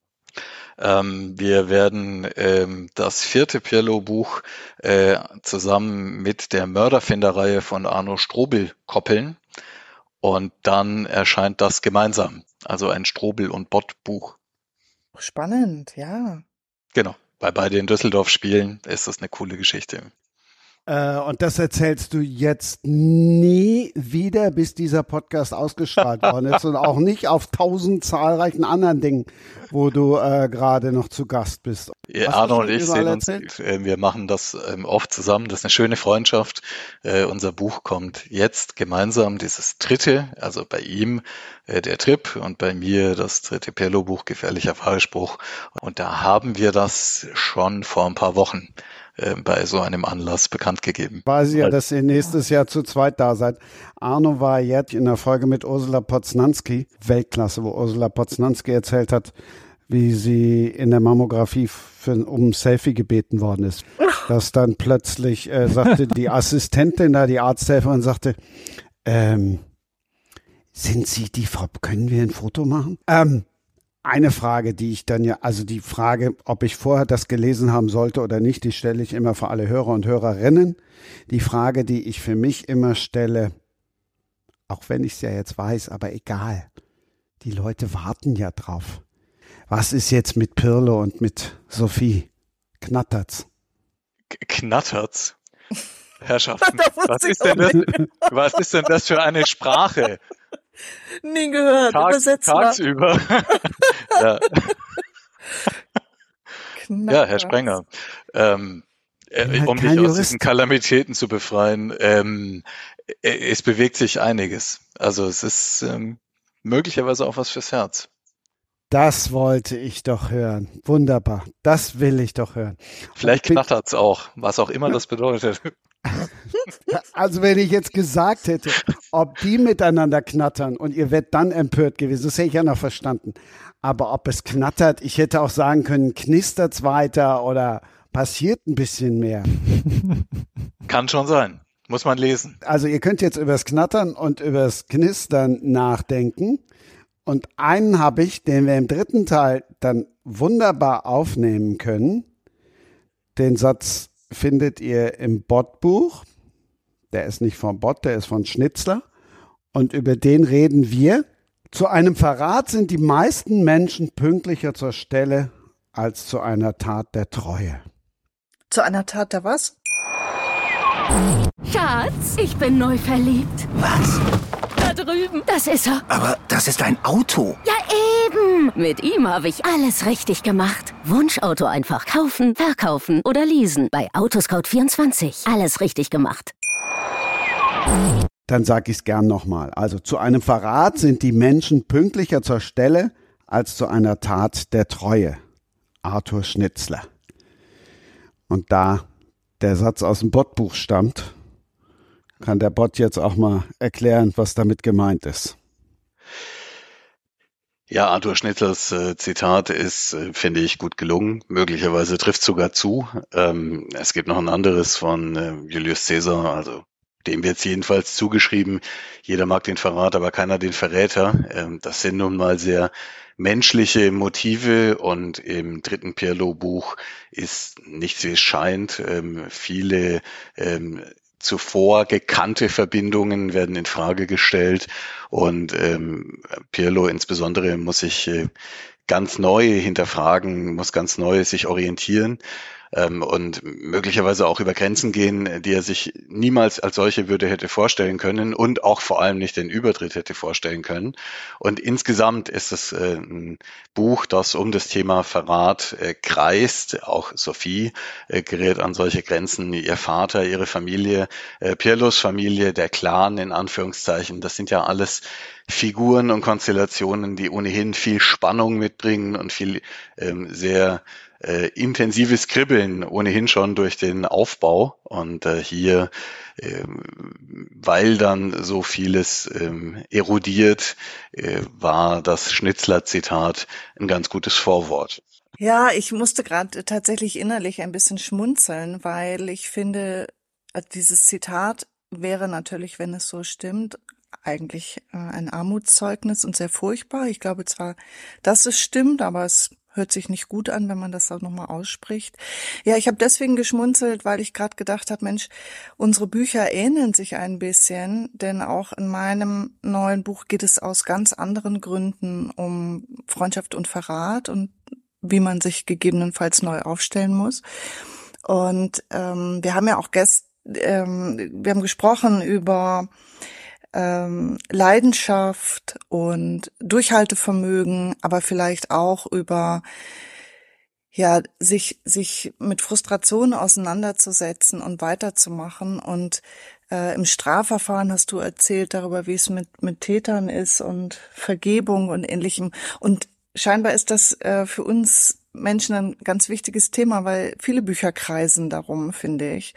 Wir werden das 4. Pirlo-Buch zusammen mit der Mörderfinderreihe von Arno Strobel koppeln und dann erscheint das gemeinsam, also ein Strobel- und Bott-Buch. Spannend, ja. Genau, weil beide in Düsseldorf spielen, ist das eine coole Geschichte. Und das erzählst du jetzt nie wieder, bis dieser Podcast ausgestrahlt worden ist und auch nicht auf 1000 zahlreichen anderen Dingen, wo du gerade noch zu Gast bist. Ja, Arno und ich sehen uns, wir machen das oft zusammen, das ist eine schöne Freundschaft. Unser Buch kommt jetzt gemeinsam, dieses dritte, also bei ihm der Trip und bei mir das 3. Pirlo-Buch, Gefährlicher Wahlspruch. Und da haben wir das schon vor ein paar Wochen bei so einem Anlass bekannt gegeben. Weiß ich ja, dass ihr nächstes Jahr zu zweit da seid. Arno war jetzt in der Folge mit Ursula Poznanski, Weltklasse, wo Ursula Poznanski erzählt hat, wie sie in der Mammographie um ein Selfie gebeten worden ist. Dass dann plötzlich sagte die Assistentin da, die Arzthelferin sagte, sind Sie die Frau, können wir ein Foto machen? Eine Frage, die ich dann die Frage, ob ich vorher das gelesen haben sollte oder nicht, die stelle ich immer für alle Hörer und Hörerinnen. Die Frage, die ich für mich immer stelle, auch wenn ich es ja jetzt weiß, aber egal. Die Leute warten ja drauf. Was ist jetzt mit Pirlo und mit Sophie? Knattert's? Knattert's? Herrschaften, was ist denn das für eine Sprache? Nie gehört, übersetzt mal. Tagsüber. Ja, Herr Sprenger, um dich aus diesen Kalamitäten zu befreien, es bewegt sich einiges. Also es ist möglicherweise auch was fürs Herz. Das wollte ich doch hören. Wunderbar. Das will ich doch hören. Vielleicht knattert's auch, was auch immer das bedeutet. Also wenn ich jetzt gesagt hätte, ob die miteinander knattern und ihr wärt dann empört gewesen, das hätte ich ja noch verstanden. Aber ob es knattert, ich hätte auch sagen können, knistert's weiter oder passiert ein bisschen mehr. Kann schon sein. Muss man lesen. Also ihr könnt jetzt übers Knattern und übers Knistern nachdenken. Und einen habe ich, den wir im 3. Teil dann wunderbar aufnehmen können. Den Satz findet ihr im Bott-Buch. Der ist nicht von Bott, der ist von Schnitzler. Und über den reden wir. Zu einem Verrat sind die meisten Menschen pünktlicher zur Stelle als zu einer Tat der Treue. Zu einer Tat der was? Schatz, ich bin neu verliebt. Was? Da drüben. Das ist er. Aber das ist ein Auto. Ja, eben. Mit ihm habe ich alles richtig gemacht. Wunschauto einfach kaufen, verkaufen oder leasen. Bei Autoscout24. Alles richtig gemacht. Dann sage ich es gern nochmal. Also zu einem Verrat sind die Menschen pünktlicher zur Stelle als zu einer Tat der Treue. Arthur Schnitzler. Und da der Satz aus dem Bott-Buch stammt, kann der Bott jetzt auch mal erklären, was damit gemeint ist. Ja, Arthur Schnitzlers Zitat ist, finde ich, gut gelungen. Möglicherweise trifft sogar zu. Es gibt noch ein anderes von Julius Caesar, also dem wird es jedenfalls zugeschrieben. Jeder mag den Verrat, aber keiner den Verräter. Das sind nun mal sehr menschliche Motive und im dritten Pirlo-Buch ist nichts, wie es scheint. Viele zuvor gekannte Verbindungen werden in Frage gestellt und Pirlo insbesondere muss sich ganz neu hinterfragen, muss ganz neu sich orientieren und möglicherweise auch über Grenzen gehen, die er sich niemals als solche hätte vorstellen können und auch vor allem nicht den Übertritt hätte vorstellen können. Und insgesamt ist es ein Buch, das um das Thema Verrat kreist. Auch Sophie gerät an solche Grenzen. Ihr Vater, ihre Familie, Pirlos Familie, der Clan in Anführungszeichen, das sind ja alles Figuren und Konstellationen, die ohnehin viel Spannung mitbringen und viel sehr intensives Kribbeln ohnehin schon durch den Aufbau und hier, weil dann so vieles erodiert, war das Schnitzler-Zitat ein ganz gutes Vorwort. Ja, ich musste gerade tatsächlich innerlich ein bisschen schmunzeln, weil ich finde, dieses Zitat wäre natürlich, wenn es so stimmt, eigentlich ein Armutszeugnis und sehr furchtbar. Ich glaube zwar, dass es stimmt, aber es hört sich nicht gut an, wenn man das auch nochmal ausspricht. Ja, ich habe deswegen geschmunzelt, weil ich gerade gedacht habe, Mensch, unsere Bücher ähneln sich ein bisschen, denn auch in meinem neuen Buch geht es aus ganz anderen Gründen um Freundschaft und Verrat und wie man sich gegebenenfalls neu aufstellen muss. Und wir haben ja auch wir haben gesprochen über Leidenschaft und Durchhaltevermögen, aber vielleicht auch über sich mit Frustration auseinanderzusetzen und weiterzumachen. Und im Strafverfahren hast du erzählt darüber, wie es mit Tätern ist und Vergebung und Ähnlichem. Und scheinbar ist das für uns Menschen ein ganz wichtiges Thema, weil viele Bücher kreisen darum, finde ich.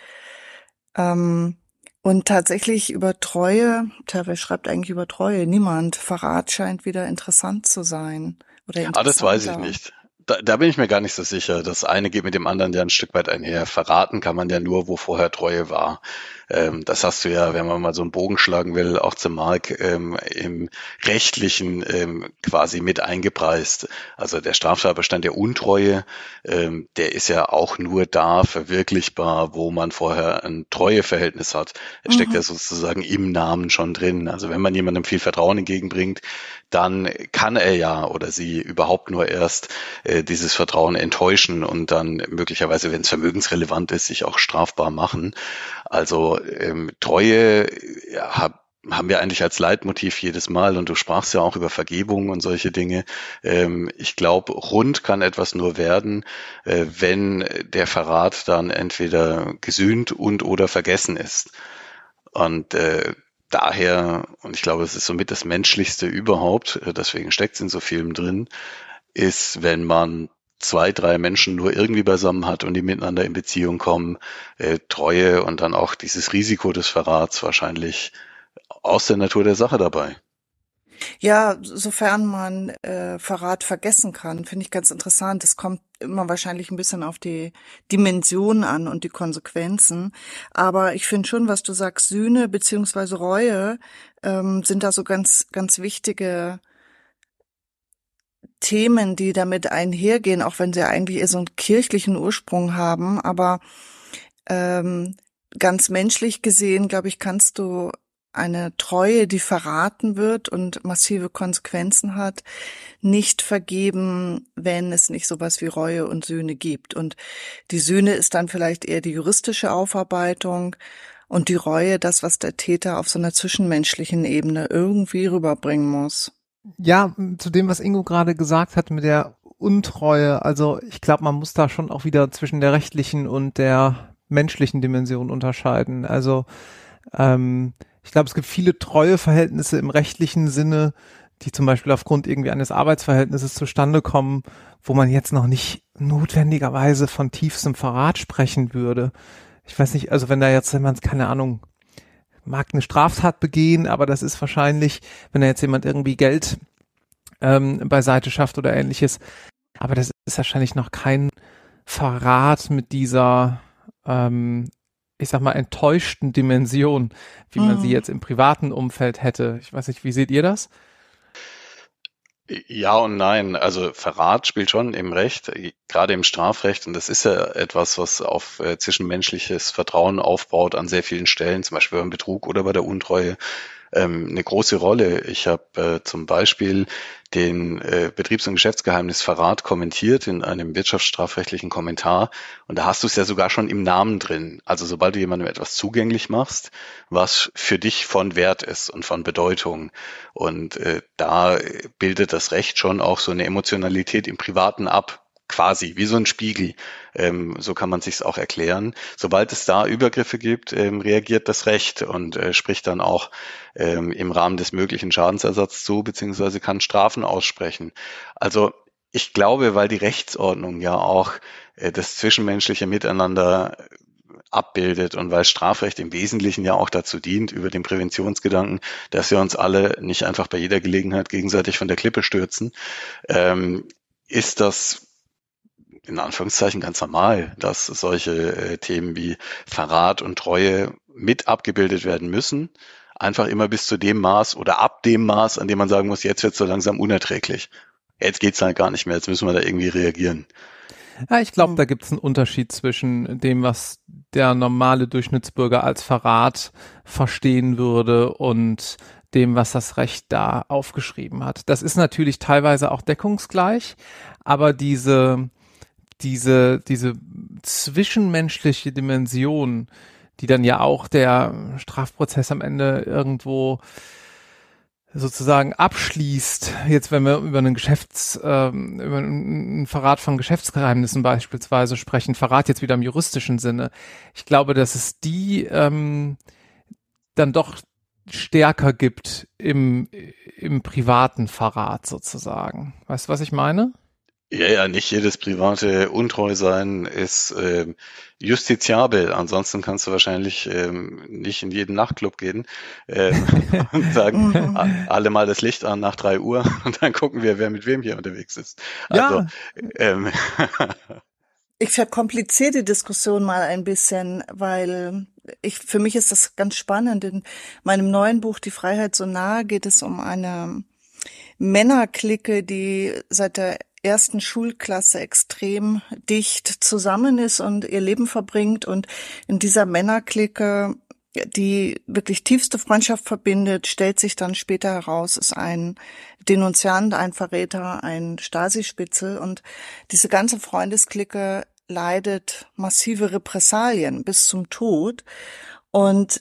Und tatsächlich über Treue, wer schreibt eigentlich über Treue? Niemand. Verrat scheint wieder interessant zu sein. Oder das weiß ich nicht. Da bin ich mir gar nicht so sicher. Das eine geht mit dem anderen ja ein Stück weit einher. Verraten kann man ja nur, wo vorher Treue war. Das hast du ja, wenn man mal so einen Bogen schlagen will, auch zum Mark im Rechtlichen quasi mit eingepreist. Also der Straftatbestand der Untreue, der ist ja auch nur da verwirklichbar, wo man vorher ein Treueverhältnis hat. Es steckt ja sozusagen im Namen schon drin. Also wenn man jemandem viel Vertrauen entgegenbringt, dann kann er ja oder sie überhaupt nur erst dieses Vertrauen enttäuschen und dann möglicherweise, wenn es vermögensrelevant ist, sich auch strafbar machen. Also Treue haben wir eigentlich als Leitmotiv jedes Mal und du sprachst ja auch über Vergebung und solche Dinge. Ich glaube, rund kann etwas nur werden, wenn der Verrat dann entweder gesühnt und oder vergessen ist. Und daher, und ich glaube, es ist somit das Menschlichste überhaupt, deswegen steckt es in so vielem drin, ist, wenn man 2, 3 Menschen nur irgendwie beisammen hat und die miteinander in Beziehung kommen, Treue und dann auch dieses Risiko des Verrats wahrscheinlich aus der Natur der Sache dabei. Ja, sofern man Verrat vergessen kann, finde ich ganz interessant. Es kommt immer wahrscheinlich ein bisschen auf die Dimension an und die Konsequenzen. Aber ich finde schon, was du sagst, Sühne beziehungsweise Reue sind da so ganz, ganz wichtige Themen, die damit einhergehen, auch wenn sie eigentlich eher so einen kirchlichen Ursprung haben. Aber ganz menschlich gesehen, glaube ich, kannst du eine Treue, die verraten wird und massive Konsequenzen hat, nicht vergeben, wenn es nicht sowas wie Reue und Sühne gibt. Und die Sühne ist dann vielleicht eher die juristische Aufarbeitung und die Reue, das, was der Täter auf so einer zwischenmenschlichen Ebene irgendwie rüberbringen muss. Ja, zu dem, was Ingo gerade gesagt hat mit der Untreue, also ich glaube, man muss da schon auch wieder zwischen der rechtlichen und der menschlichen Dimension unterscheiden. Also ich glaube, es gibt viele Treueverhältnisse im rechtlichen Sinne, die zum Beispiel aufgrund irgendwie eines Arbeitsverhältnisses zustande kommen, wo man jetzt noch nicht notwendigerweise von tiefstem Verrat sprechen würde. Ich weiß nicht, also wenn da jetzt jemand, keine Ahnung, mag eine Straftat begehen, aber das ist wahrscheinlich, wenn da jetzt jemand irgendwie Geld beiseite schafft oder ähnliches. Aber das ist wahrscheinlich noch kein Verrat mit dieser, ich sag mal, enttäuschten Dimension, wie man sie jetzt im privaten Umfeld hätte. Ich weiß nicht, wie seht ihr das? Ja und nein. Also Verrat spielt schon im Recht, gerade im Strafrecht. Und das ist ja etwas, was auf zwischenmenschliches Vertrauen aufbaut an sehr vielen Stellen, zum Beispiel beim Betrug oder bei der Untreue, eine große Rolle. Ich habe zum Beispiel den Betriebs- und Geschäftsgeheimnisverrat kommentiert in einem wirtschaftsstrafrechtlichen Kommentar. Und da hast du es ja sogar schon im Namen drin. Also sobald du jemandem etwas zugänglich machst, was für dich von Wert ist und von Bedeutung. Und da bildet das Recht schon auch so eine Emotionalität im Privaten ab. Quasi, wie so ein Spiegel. So kann man sich's auch erklären. Sobald es da Übergriffe gibt, reagiert das Recht und spricht dann auch im Rahmen des möglichen Schadensersatzes zu, beziehungsweise kann Strafen aussprechen. Also ich glaube, weil die Rechtsordnung ja auch das zwischenmenschliche Miteinander abbildet und weil Strafrecht im Wesentlichen ja auch dazu dient, über den Präventionsgedanken, dass wir uns alle nicht einfach bei jeder Gelegenheit gegenseitig von der Klippe stürzen, ist das in Anführungszeichen ganz normal, dass solche Themen wie Verrat und Treue mit abgebildet werden müssen. Einfach immer bis zu dem Maß oder ab dem Maß, an dem man sagen muss, jetzt wird es so langsam unerträglich. Jetzt geht's halt gar nicht mehr, jetzt müssen wir da irgendwie reagieren. Ja, ich glaube, da gibt es einen Unterschied zwischen dem, was der normale Durchschnittsbürger als Verrat verstehen würde und dem, was das Recht da aufgeschrieben hat. Das ist natürlich teilweise auch deckungsgleich, aber diese zwischenmenschliche Dimension, die dann ja auch der Strafprozess am Ende irgendwo sozusagen abschließt, jetzt wenn wir über einen über einen Verrat von Geschäftsgeheimnissen beispielsweise sprechen, Verrat jetzt wieder im juristischen Sinne, ich glaube, dass es die dann doch stärker gibt im privaten Verrat sozusagen. Weißt du, was ich meine? Ja, nicht jedes private Untreusein ist justiziabel. Ansonsten kannst du wahrscheinlich nicht in jeden Nachtclub gehen und sagen, alle mal das Licht an nach 3 Uhr und dann gucken wir, wer mit wem hier unterwegs ist. Also, ja. Ich verkompliziere die Diskussion mal ein bisschen, weil für mich ist das ganz spannend. In meinem neuen Buch Die Freiheit so nah geht es um eine Männerclique, die seit der ersten Schulklasse extrem dicht zusammen ist und ihr Leben verbringt. Und in dieser Männerclique, die wirklich tiefste Freundschaft verbindet, stellt sich dann später heraus, ist ein Denunziant, ein Verräter, ein Stasi-Spitzel. Und diese ganze Freundesclique leidet massive Repressalien bis zum Tod. Und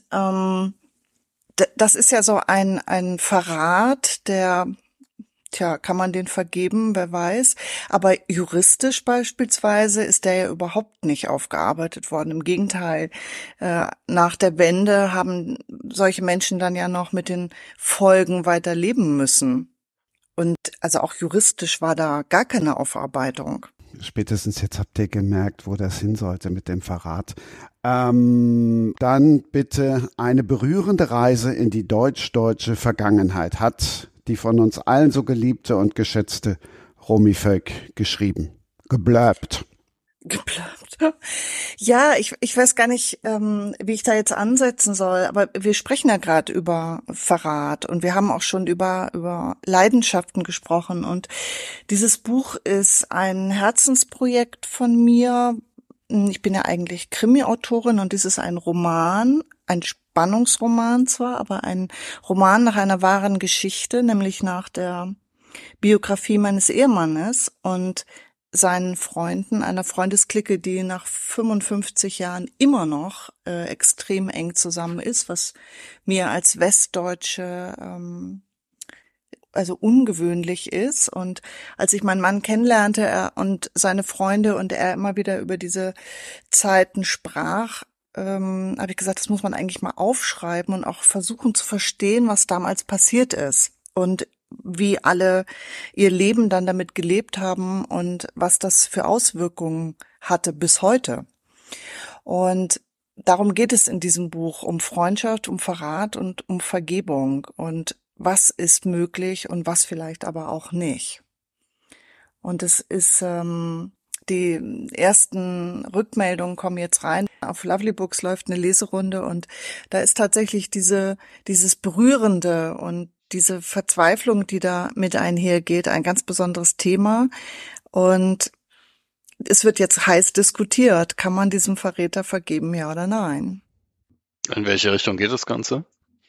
das ist ja so ein Verrat, der kann man den vergeben, wer weiß. Aber juristisch beispielsweise ist der ja überhaupt nicht aufgearbeitet worden. Im Gegenteil, nach der Wende haben solche Menschen dann ja noch mit den Folgen weiter leben müssen. Und also auch juristisch war da gar keine Aufarbeitung. Spätestens jetzt habt ihr gemerkt, wo das hin sollte mit dem Verrat. Dann bitte eine berührende Reise in die deutsch-deutsche Vergangenheit hat die von uns allen so geliebte und geschätzte Romy Völk geschrieben. Geblurbt. Ja, ich weiß gar nicht, wie ich da jetzt ansetzen soll, aber wir sprechen ja gerade über Verrat und wir haben auch schon über Leidenschaften gesprochen und dieses Buch ist ein Herzensprojekt von mir. Ich bin ja eigentlich Krimi-Autorin und dies ist ein Roman, ein Spannungsroman zwar, aber ein Roman nach einer wahren Geschichte, nämlich nach der Biografie meines Ehemannes und seinen Freunden, einer Freundesklicke, die nach 55 Jahren immer noch extrem eng zusammen ist, was mir als Westdeutsche also ungewöhnlich ist. Und als ich meinen Mann kennenlernte und seine Freunde und er immer wieder über diese Zeiten sprach, habe ich gesagt, das muss man eigentlich mal aufschreiben und auch versuchen zu verstehen, was damals passiert ist und wie alle ihr Leben dann damit gelebt haben und was das für Auswirkungen hatte bis heute. Und darum geht es in diesem Buch, um Freundschaft, um Verrat und um Vergebung. Und was ist möglich und was vielleicht aber auch nicht. Und es ist, die ersten Rückmeldungen kommen jetzt rein. Auf Lovely Books läuft eine Leserunde und da ist tatsächlich dieses Berührende und diese Verzweiflung, die da mit einhergeht, ein ganz besonderes Thema. Und es wird jetzt heiß diskutiert. Kann man diesem Verräter vergeben, ja oder nein? In welche Richtung geht das Ganze?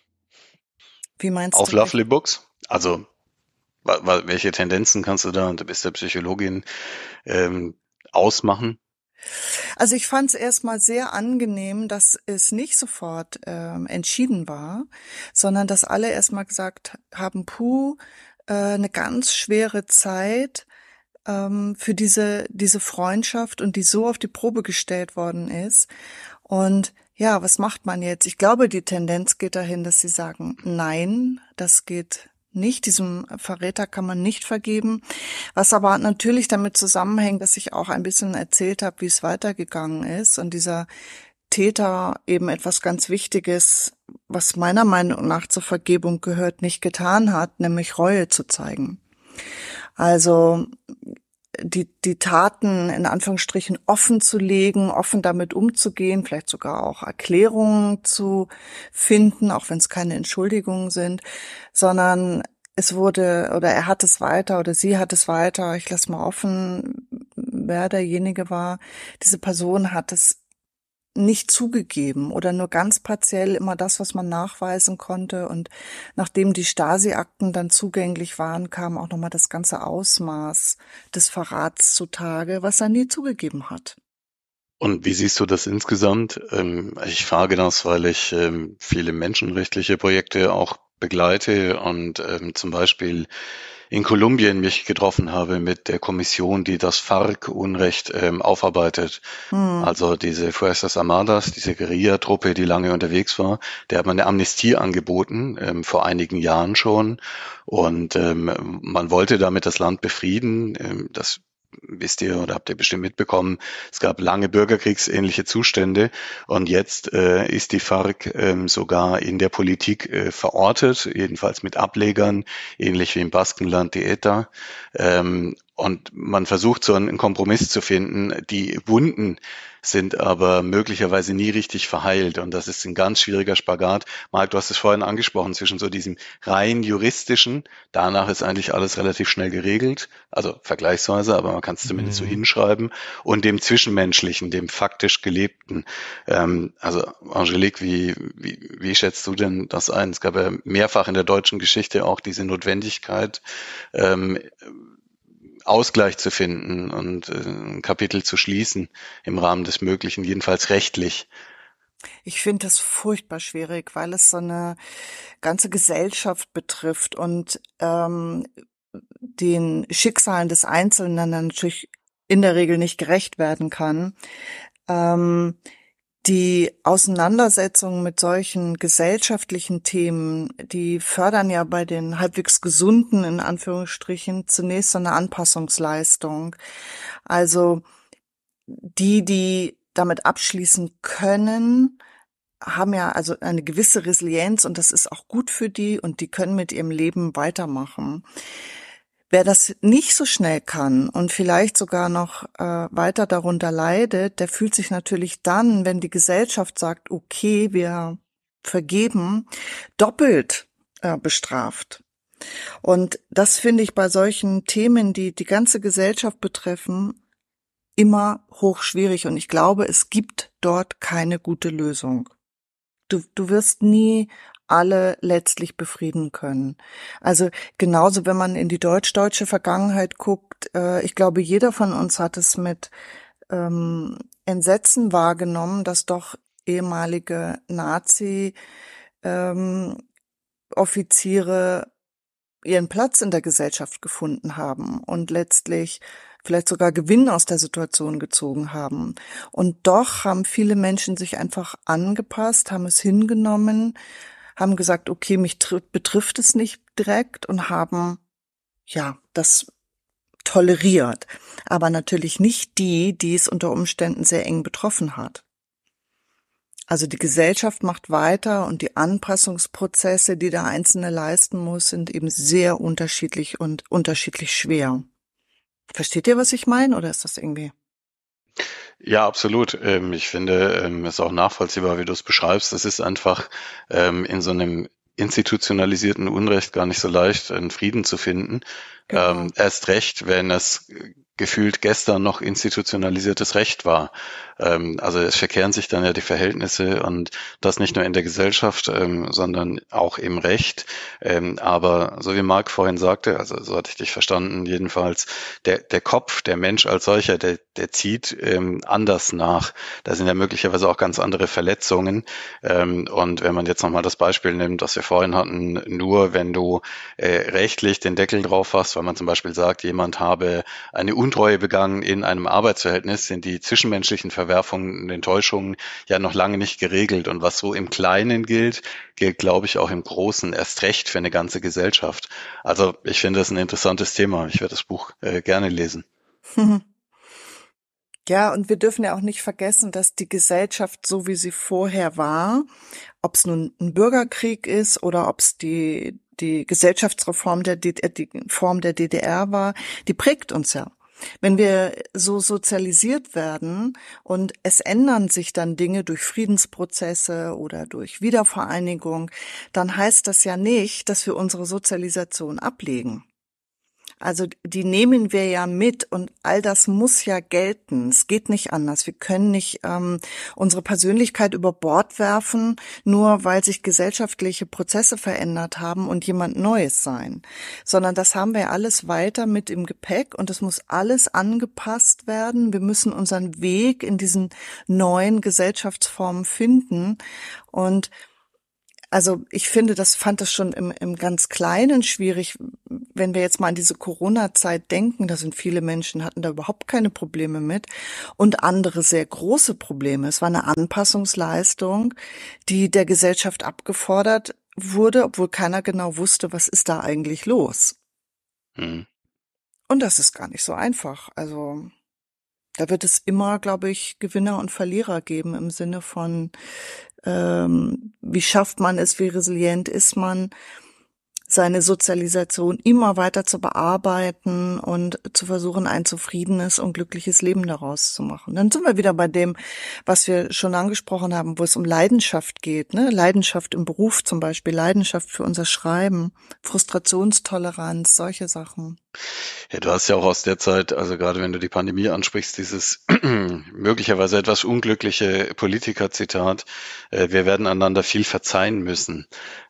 Wie meinst du? Auf Lovely Books? Also, welche Tendenzen kannst du da, und du bist ja Psychologin, ausmachen? Also ich fand es erstmal sehr angenehm, dass es nicht sofort entschieden war, sondern dass alle erstmal gesagt haben, eine ganz schwere Zeit für diese Freundschaft und die so auf die Probe gestellt worden ist. Und ja, was macht man jetzt? Ich glaube, die Tendenz geht dahin, dass sie sagen, nein, das geht nicht, diesem Verräter kann man nicht vergeben, was aber natürlich damit zusammenhängt, dass ich auch ein bisschen erzählt habe, wie es weitergegangen ist und dieser Täter eben etwas ganz Wichtiges, was meiner Meinung nach zur Vergebung gehört, nicht getan hat, nämlich Reue zu zeigen. Also die Taten in Anführungsstrichen offen zu legen, offen damit umzugehen, vielleicht sogar auch Erklärungen zu finden, auch wenn es keine Entschuldigungen sind, sondern er hat es weiter oder sie hat es weiter, ich lasse mal offen, wer derjenige war, diese Person hat es nicht zugegeben oder nur ganz partiell immer das, was man nachweisen konnte. Und nachdem die Stasi-Akten dann zugänglich waren, kam auch nochmal das ganze Ausmaß des Verrats zutage, was er nie zugegeben hat. Und wie siehst du das insgesamt? Ich frage das, weil ich viele menschenrechtliche Projekte auch begleite und zum Beispiel in Kolumbien mich getroffen habe mit der Kommission, die das FARC-Unrecht aufarbeitet. Also diese Fuerzas Armadas, diese Guerilla-Truppe, die lange unterwegs war, der hat man eine Amnestie angeboten, vor einigen Jahren schon. Und man wollte damit das Land befrieden. Das wisst ihr oder habt ihr bestimmt mitbekommen, es gab lange bürgerkriegsähnliche Zustände und jetzt ist die FARC sogar in der Politik verortet, jedenfalls mit Ablegern, ähnlich wie im Baskenland die ETA. Und man versucht so einen Kompromiss zu finden. Die Wunden sind aber möglicherweise nie richtig verheilt und das ist ein ganz schwieriger Spagat. Marc, du hast es vorhin angesprochen, zwischen so diesem rein juristischen, danach ist eigentlich alles relativ schnell geregelt, also vergleichsweise, aber man kann es zumindest so hinschreiben, und dem Zwischenmenschlichen, dem faktisch Gelebten. Also Angelique, wie schätzt du denn das ein? Es gab ja mehrfach in der deutschen Geschichte auch diese Notwendigkeit, Ausgleich zu finden und ein Kapitel zu schließen im Rahmen des Möglichen, jedenfalls rechtlich. Ich finde das furchtbar schwierig, weil es so eine ganze Gesellschaft betrifft und den Schicksalen des Einzelnen natürlich in der Regel nicht gerecht werden kann. Die Auseinandersetzung mit solchen gesellschaftlichen Themen, die fördern ja bei den halbwegs Gesunden, in Anführungsstrichen, zunächst so eine Anpassungsleistung. Also die damit abschließen können, haben ja also eine gewisse Resilienz und das ist auch gut für die und die können mit ihrem Leben weitermachen. Wer das nicht so schnell kann und vielleicht sogar noch weiter darunter leidet, der fühlt sich natürlich dann, wenn die Gesellschaft sagt, okay, wir vergeben, doppelt bestraft. Und das finde ich bei solchen Themen, die die ganze Gesellschaft betreffen, immer hochschwierig. Und ich glaube, es gibt dort keine gute Lösung. Du wirst nie alle letztlich befrieden können. Also genauso, wenn man in die deutsch-deutsche Vergangenheit guckt, ich glaube, jeder von uns hat es mit Entsetzen wahrgenommen, dass doch ehemalige Nazi-Offiziere ihren Platz in der Gesellschaft gefunden haben und letztlich vielleicht sogar Gewinn aus der Situation gezogen haben. Und doch haben viele Menschen sich einfach angepasst, haben es hingenommen, haben gesagt, okay, mich betrifft es nicht direkt und haben, ja, das toleriert. Aber natürlich nicht die es unter Umständen sehr eng betroffen hat. Also die Gesellschaft macht weiter und die Anpassungsprozesse, die der Einzelne leisten muss, sind eben sehr unterschiedlich und unterschiedlich schwer. Versteht ihr, was ich meine, oder ist das irgendwie? Ja, absolut. Ich finde, es ist auch nachvollziehbar, wie du es beschreibst. Es ist einfach in so einem institutionalisierten Unrecht gar nicht so leicht, einen Frieden zu finden. Genau. Erst recht, wenn es gefühlt gestern noch institutionalisiertes Recht war. Also es verkehren sich dann ja die Verhältnisse und das nicht nur in der Gesellschaft, sondern auch im Recht. Aber so wie Marc vorhin sagte, also so hatte ich dich verstanden jedenfalls, der Kopf, der Mensch als solcher, der zieht anders nach. Da sind ja möglicherweise auch ganz andere Verletzungen. Und wenn man jetzt nochmal das Beispiel nimmt, das wir vorhin hatten, nur wenn du rechtlich den Deckel drauf hast, weil man zum Beispiel sagt, jemand habe eine Untreue begangen in einem Arbeitsverhältnis, sind die zwischenmenschlichen Verwerfungen und Enttäuschungen ja noch lange nicht geregelt. Und was so im Kleinen gilt, glaube ich, auch im Großen erst recht für eine ganze Gesellschaft. Also ich finde das ein interessantes Thema. Ich werde das Buch gerne lesen. Ja, und wir dürfen ja auch nicht vergessen, dass die Gesellschaft, so wie sie vorher war, ob es nun ein Bürgerkrieg ist oder ob es die Gesellschaftsreform die Form der DDR war, die prägt uns ja. Wenn wir so sozialisiert werden und es ändern sich dann Dinge durch Friedensprozesse oder durch Wiedervereinigung, dann heißt das ja nicht, dass wir unsere Sozialisation ablegen. Also die nehmen wir ja mit und all das muss ja gelten. Es geht nicht anders. Wir können nicht unsere Persönlichkeit über Bord werfen, nur weil sich gesellschaftliche Prozesse verändert haben und jemand Neues sein. Sondern das haben wir alles weiter mit im Gepäck und es muss alles angepasst werden. Wir müssen unseren Weg in diesen neuen Gesellschaftsformen finden und also ich finde, fand das schon im ganz Kleinen schwierig, wenn wir jetzt mal an diese Corona-Zeit denken, da sind viele Menschen, hatten da überhaupt keine Probleme mit und andere sehr große Probleme. Es war eine Anpassungsleistung, die der Gesellschaft abgefordert wurde, obwohl keiner genau wusste, was ist da eigentlich los. Und das ist gar nicht so einfach. Also da wird es immer, glaube ich, Gewinner und Verlierer geben im Sinne von wie schafft man es, wie resilient ist man, seine Sozialisation immer weiter zu bearbeiten und zu versuchen, ein zufriedenes und glückliches Leben daraus zu machen. Dann sind wir wieder bei dem, was wir schon angesprochen haben, wo es um Leidenschaft geht, ne? Leidenschaft im Beruf zum Beispiel, Leidenschaft für unser Schreiben, Frustrationstoleranz, solche Sachen. Ja, du hast ja auch aus der Zeit, also gerade wenn du die Pandemie ansprichst, dieses möglicherweise etwas unglückliche Politiker-Zitat, wir werden einander viel verzeihen müssen.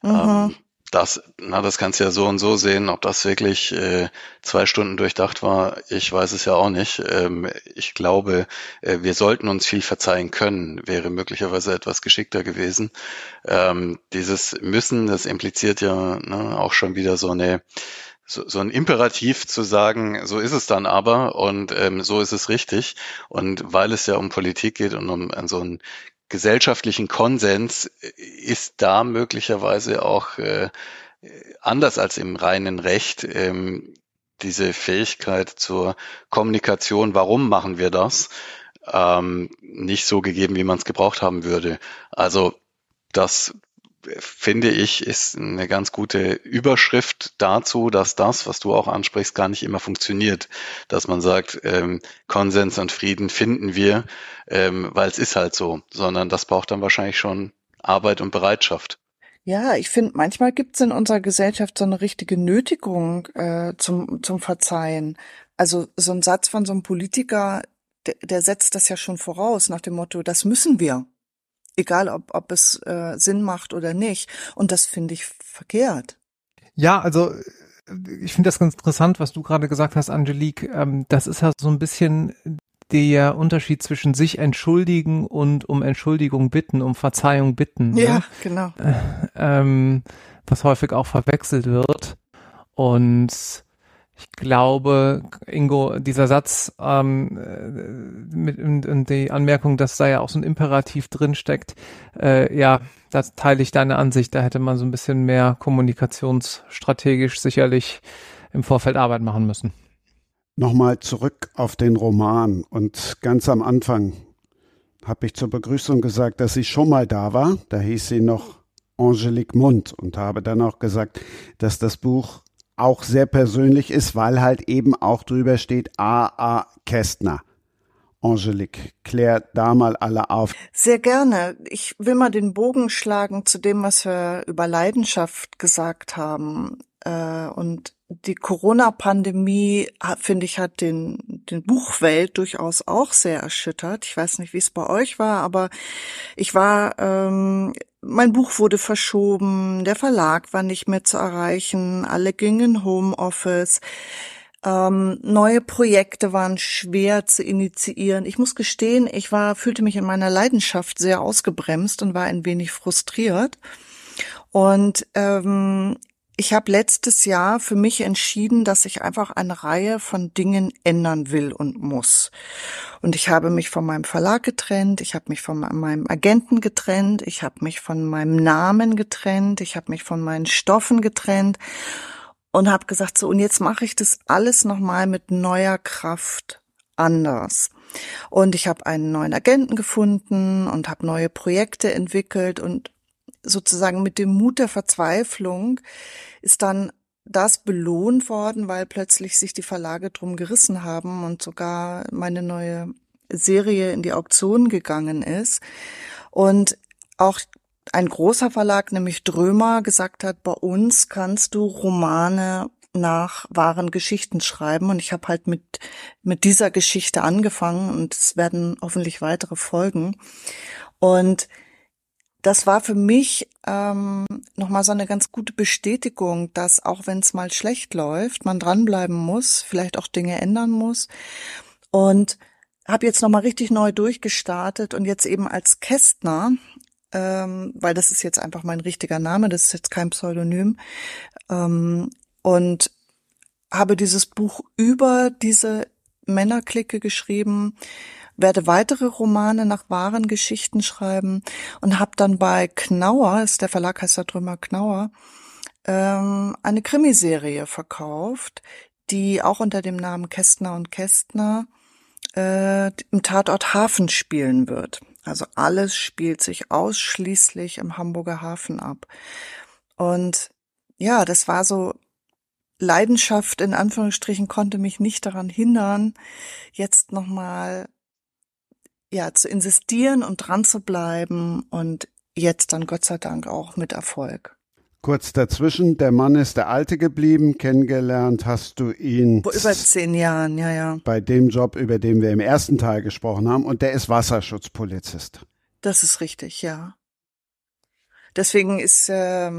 Das kannst du ja so und so sehen, ob das wirklich 2 Stunden durchdacht war, ich weiß es ja auch nicht. Ich glaube, wir sollten uns viel verzeihen können, wäre möglicherweise etwas geschickter gewesen. Dieses Müssen, das impliziert ja auch schon wieder so ein Imperativ zu sagen, so ist es dann aber und so ist es richtig. Und weil es ja um Politik geht und um so einen gesellschaftlichen Konsens, ist da möglicherweise auch anders als im reinen Recht diese Fähigkeit zur Kommunikation, warum machen wir das, nicht so gegeben, wie man es gebraucht haben würde. Also das finde ich, ist eine ganz gute Überschrift dazu, dass das, was du auch ansprichst, gar nicht immer funktioniert. Dass man sagt, Konsens und Frieden finden wir, weil es ist halt so, sondern das braucht dann wahrscheinlich schon Arbeit und Bereitschaft. Ja, ich finde, manchmal gibt es in unserer Gesellschaft so eine richtige Nötigung zum Verzeihen. Also so ein Satz von so einem Politiker, der setzt das ja schon voraus, nach dem Motto, das müssen wir. Egal, ob es Sinn macht oder nicht. Und das finde ich verkehrt. Ja, also ich finde das ganz interessant, was du gerade gesagt hast, Angelique. Das ist ja so ein bisschen der Unterschied zwischen sich entschuldigen und um Entschuldigung bitten, um Verzeihung bitten. Ja, genau. Was häufig auch verwechselt wird. Und ich glaube, Ingo, dieser Satz mit die Anmerkung, dass da ja auch so ein Imperativ drinsteckt, ja, da teile ich deine Ansicht. Da hätte man so ein bisschen mehr kommunikationsstrategisch sicherlich im Vorfeld Arbeit machen müssen. Nochmal zurück auf den Roman und ganz am Anfang habe ich zur Begrüßung gesagt, dass sie schon mal da war. Da hieß sie noch Angelique Mund und habe dann auch gesagt, dass das Buch auch sehr persönlich ist, weil halt eben auch drüber steht A.A. Kästner. Angelique, klär da mal alle auf. Sehr gerne. Ich will mal den Bogen schlagen zu dem, was wir über Leidenschaft gesagt haben. Und die Corona-Pandemie, finde ich, hat den Buchwelt durchaus auch sehr erschüttert. Ich weiß nicht, wie es bei euch war, aber mein Buch wurde verschoben, der Verlag war nicht mehr zu erreichen, alle gingen in Homeoffice. Neue Projekte waren schwer zu initiieren. Ich muss gestehen, fühlte mich in meiner Leidenschaft sehr ausgebremst und war ein wenig frustriert. Und ich habe letztes Jahr für mich entschieden, dass ich einfach eine Reihe von Dingen ändern will und muss. Und ich habe mich von meinem Verlag getrennt, ich habe mich von meinem Agenten getrennt, ich habe mich von meinem Namen getrennt, ich habe mich von meinen Stoffen getrennt. Und habe gesagt, so, und jetzt mache ich das alles nochmal mit neuer Kraft anders. Und ich habe einen neuen Agenten gefunden und habe neue Projekte entwickelt und sozusagen mit dem Mut der Verzweiflung ist dann das belohnt worden, weil plötzlich sich die Verlage drum gerissen haben und sogar meine neue Serie in die Auktion gegangen ist. Und auch ein großer Verlag, nämlich Drömer, gesagt hat, bei uns kannst du Romane nach wahren Geschichten schreiben. Und ich habe halt mit dieser Geschichte angefangen und es werden hoffentlich weitere folgen. Und das war für mich nochmal so eine ganz gute Bestätigung, dass auch wenn es mal schlecht läuft, man dranbleiben muss, vielleicht auch Dinge ändern muss. Und habe jetzt nochmal richtig neu durchgestartet und jetzt eben als Kästner, weil das ist jetzt einfach mein richtiger Name, das ist jetzt kein Pseudonym, und habe dieses Buch über diese Männerclique geschrieben, werde weitere Romane nach wahren Geschichten schreiben und habe dann bei Knauer, der Verlag heißt ja Drömer Knauer, eine Krimiserie verkauft, die auch unter dem Namen Kästner und Kästner im Tatort Hafen spielen wird. Also alles spielt sich ausschließlich im Hamburger Hafen ab. Und ja, das war so, Leidenschaft in Anführungsstrichen konnte mich nicht daran hindern, jetzt nochmal zu insistieren und dran zu bleiben und jetzt dann Gott sei Dank auch mit Erfolg. Kurz dazwischen, der Mann ist der Alte geblieben, kennengelernt hast du ihn vor über 10 Jahren, ja. Bei dem Job, über den wir im ersten Teil gesprochen haben, und der ist Wasserschutzpolizist. Das ist richtig, ja. Deswegen ist, da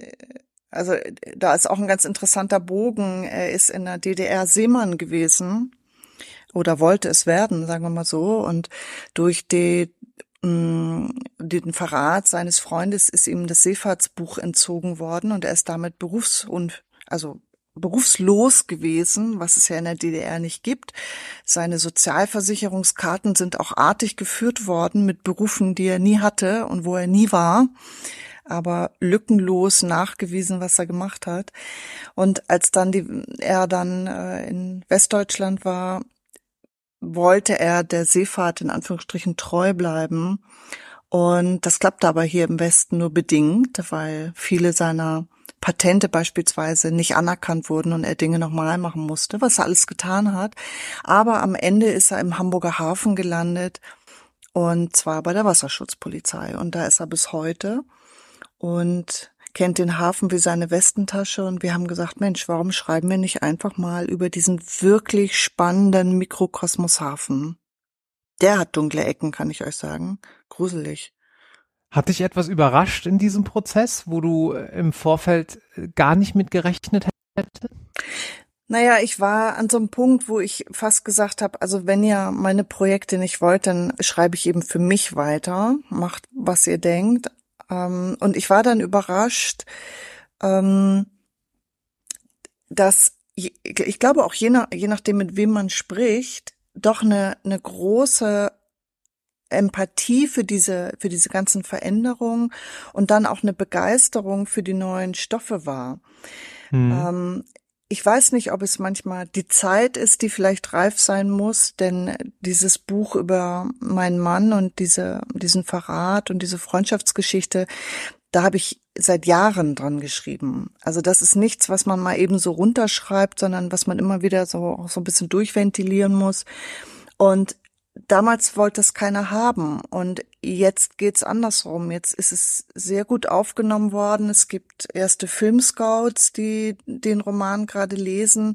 ist auch ein ganz interessanter Bogen. Er ist in der DDR Seemann gewesen oder wollte es werden, sagen wir mal so, und durch den Verrat seines Freundes ist ihm das Seefahrtsbuch entzogen worden und er ist damit berufslos gewesen, was es ja in der DDR nicht gibt. Seine Sozialversicherungskarten sind auch artig geführt worden mit Berufen, die er nie hatte und wo er nie war, aber lückenlos nachgewiesen, was er gemacht hat. Und als er dann in Westdeutschland war, wollte er der Seefahrt in Anführungsstrichen treu bleiben. Und das klappte aber hier im Westen nur bedingt, weil viele seiner Patente beispielsweise nicht anerkannt wurden und er Dinge nochmal machen musste, was er alles getan hat. Aber am Ende ist er im Hamburger Hafen gelandet und zwar bei der Wasserschutzpolizei. Und da ist er bis heute und kennt den Hafen wie seine Westentasche. Und wir haben gesagt, Mensch, warum schreiben wir nicht einfach mal über diesen wirklich spannenden Mikrokosmos Hafen? Der hat dunkle Ecken, kann ich euch sagen. Gruselig. Hat dich etwas überrascht in diesem Prozess, wo du im Vorfeld gar nicht mit gerechnet hättest? Naja, ich war an so einem Punkt, wo ich fast gesagt habe, also wenn ihr meine Projekte nicht wollt, dann schreibe ich eben für mich weiter, macht, was ihr denkt. Und ich war dann überrascht, dass ich glaube auch je nachdem, mit wem man spricht, doch eine große Empathie für diese ganzen Veränderungen und dann auch eine Begeisterung für die neuen Stoffe war. ich weiß nicht, ob es manchmal die Zeit ist, die vielleicht reif sein muss, denn dieses Buch über meinen Mann und diesen Verrat und diese Freundschaftsgeschichte, da habe ich seit Jahren dran geschrieben. Also das ist nichts, was man mal eben so runterschreibt, sondern was man immer wieder so ein bisschen durchventilieren muss. Und damals wollte es keiner haben und jetzt geht's andersrum. Jetzt ist es sehr gut aufgenommen worden. Es gibt erste Filmscouts, die den Roman gerade lesen.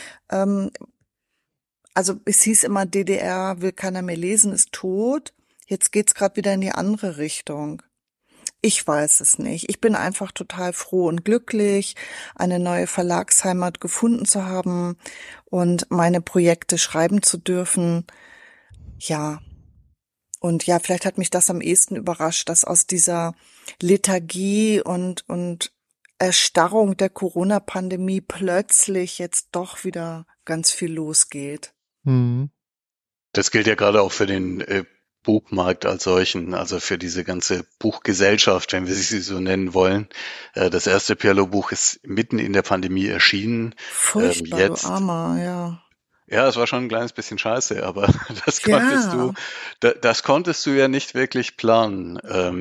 Also es hieß immer, DDR will keiner mehr lesen, ist tot. Jetzt geht's gerade wieder in die andere Richtung. Ich weiß es nicht. Ich bin einfach total froh und glücklich, eine neue Verlagsheimat gefunden zu haben und meine Projekte schreiben zu dürfen. Ja, und ja, vielleicht hat mich das am ehesten überrascht, dass aus dieser Lethargie und Erstarrung der Corona-Pandemie plötzlich jetzt doch wieder ganz viel losgeht. Das gilt ja gerade auch für den Buchmarkt als solchen, also für diese ganze Buchgesellschaft, wenn wir sie so nennen wollen. Das erste Pirlo-Buch ist mitten in der Pandemie erschienen. Furchtbar, Jetzt, du Armer, ja. Ja, es war schon ein kleines bisschen scheiße, aber das konntest du ja nicht wirklich planen.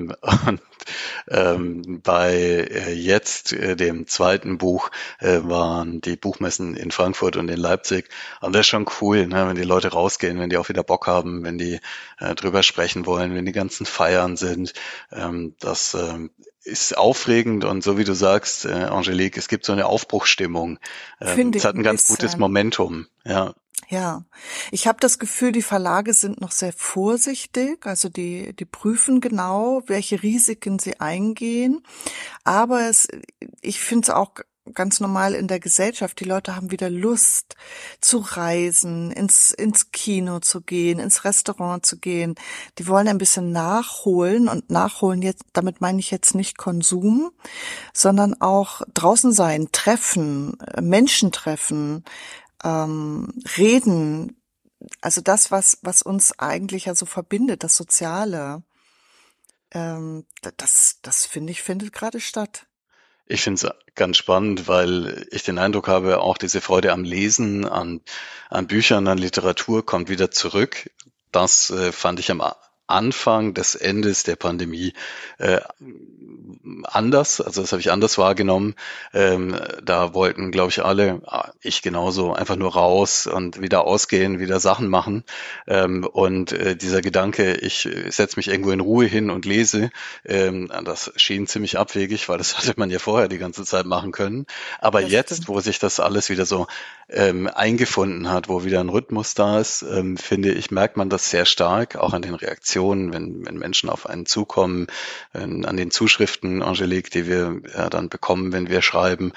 Bei jetzt dem zweiten Buch waren die Buchmessen in Frankfurt und in Leipzig. Und das ist schon cool, ne, wenn die Leute rausgehen, wenn die auch wieder Bock haben, wenn die drüber sprechen wollen, wenn die ganzen Feiern sind. Das ist aufregend und so wie du sagst, Angelique, es gibt so eine Aufbruchsstimmung. Es hat ein ganz gutes Momentum, ja. Ja, ich habe das Gefühl, die Verlage sind noch sehr vorsichtig, also die prüfen genau, welche Risiken sie eingehen, aber ich finde es auch ganz normal in der Gesellschaft, die Leute haben wieder Lust zu reisen, ins Kino zu gehen, ins Restaurant zu gehen. Die wollen ein bisschen nachholen und nachholen jetzt, damit meine ich jetzt nicht Konsum, sondern auch draußen sein, treffen, Menschen treffen, reden, also das, was uns eigentlich ja so verbindet, das Soziale, das finde ich, findet gerade statt. Ich finde es ganz spannend, weil ich den Eindruck habe, auch diese Freude am Lesen, an Büchern, an Literatur kommt wieder zurück. Das fand ich am Anfang des Endes der Pandemie anders, also das habe ich anders wahrgenommen. Da wollten, glaube ich, alle, ich genauso, einfach nur raus und wieder ausgehen, wieder Sachen machen. Und dieser Gedanke, ich setze mich irgendwo in Ruhe hin und lese, das schien ziemlich abwegig, weil das hatte man ja vorher die ganze Zeit machen können. Aber das jetzt, stimmt, wo sich das alles wieder so eingefunden hat, wo wieder ein Rhythmus da ist, finde ich, merkt man das sehr stark, auch an den Reaktionen, wenn Menschen auf einen zukommen, an den Zuschriften, Angelique, die wir dann bekommen, wenn wir schreiben,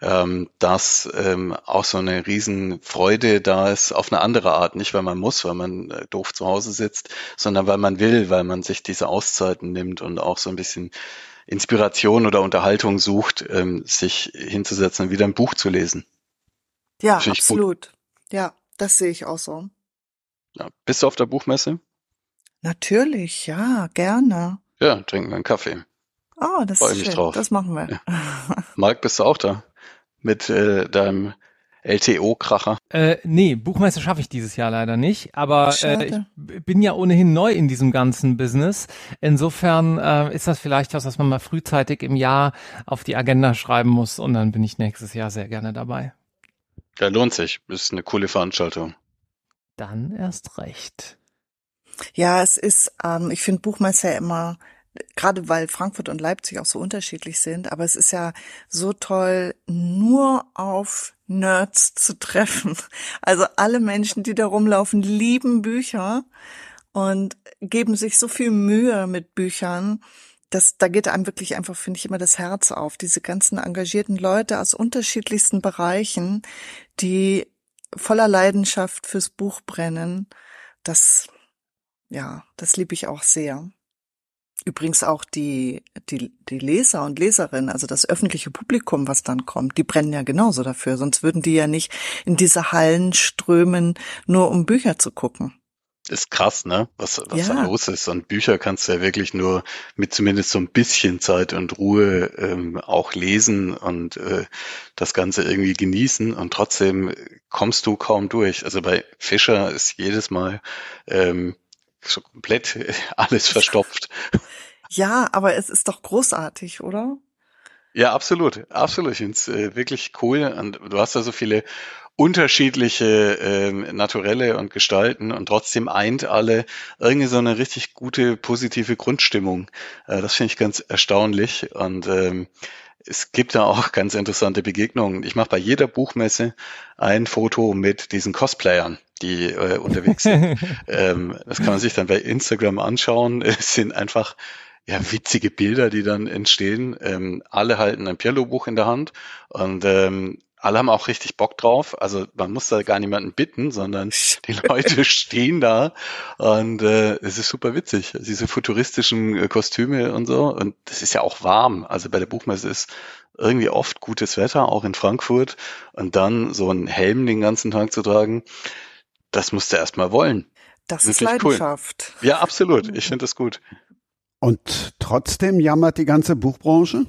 dass auch so eine Riesenfreude da ist, auf eine andere Art, nicht weil man muss, weil man doof zu Hause sitzt, sondern weil man will, weil man sich diese Auszeiten nimmt und auch so ein bisschen Inspiration oder Unterhaltung sucht, sich hinzusetzen und wieder ein Buch zu lesen. Ja, absolut. Ja, das sehe ich auch so. Ja, bist du auf der Buchmesse? Natürlich, ja, gerne. Ja, trinken wir einen Kaffee. Oh, das ist schön. Drauf. Das machen wir. Ja. Marc, bist du auch da? Mit deinem LTO-Kracher? Nee, Buchmesse schaffe ich dieses Jahr leider nicht, aber ich bin ja ohnehin neu in diesem ganzen Business. Insofern ist das vielleicht was man mal frühzeitig im Jahr auf die Agenda schreiben muss und dann bin ich nächstes Jahr sehr gerne dabei. Ja, lohnt sich. Ist eine coole Veranstaltung. Dann erst recht. Ja, es ist, ich finde Buchmesse ja immer, gerade weil Frankfurt und Leipzig auch so unterschiedlich sind, aber es ist ja so toll, nur auf Nerds zu treffen. Also alle Menschen, die da rumlaufen, lieben Bücher und geben sich so viel Mühe mit Büchern. Da geht einem wirklich einfach, finde ich, immer das Herz auf. Diese ganzen engagierten Leute aus unterschiedlichsten Bereichen, die voller Leidenschaft fürs Buch brennen. Das liebe ich auch sehr. Übrigens auch die Leser und Leserinnen, also das öffentliche Publikum, was dann kommt, die brennen ja genauso dafür. Sonst würden die ja nicht in diese Hallen strömen, nur um Bücher zu gucken. Ist krass, ne? Was da los ist. Und Bücher kannst du ja wirklich nur mit zumindest so ein bisschen Zeit und Ruhe auch lesen und das Ganze irgendwie genießen. Und trotzdem kommst du kaum durch. Also bei Fischer ist jedes Mal so komplett alles verstopft. Ja, aber es ist doch großartig, oder? Ja, absolut. Absolut. Ich finde es wirklich cool. Und du hast da so viele unterschiedliche Naturelle und Gestalten und trotzdem eint alle irgendwie so eine richtig gute, positive Grundstimmung. Das finde ich ganz erstaunlich und es gibt da auch ganz interessante Begegnungen. Ich mache bei jeder Buchmesse ein Foto mit diesen Cosplayern, die unterwegs sind. Das kann man sich dann bei Instagram anschauen. Es sind einfach witzige Bilder, die dann entstehen. Alle halten ein Pirlo-Buch in der Hand und alle haben auch richtig Bock drauf. Also man muss da gar niemanden bitten, sondern die Leute stehen da und es ist super witzig. Diese futuristischen Kostüme und so. Und das ist ja auch warm. Also bei der Buchmesse ist irgendwie oft gutes Wetter, auch in Frankfurt. Und dann so einen Helm den ganzen Tag zu tragen, das musst du erst mal wollen. Das ist Leidenschaft. Cool. Ja, absolut. Ich finde das gut. Und trotzdem jammert die ganze Buchbranche?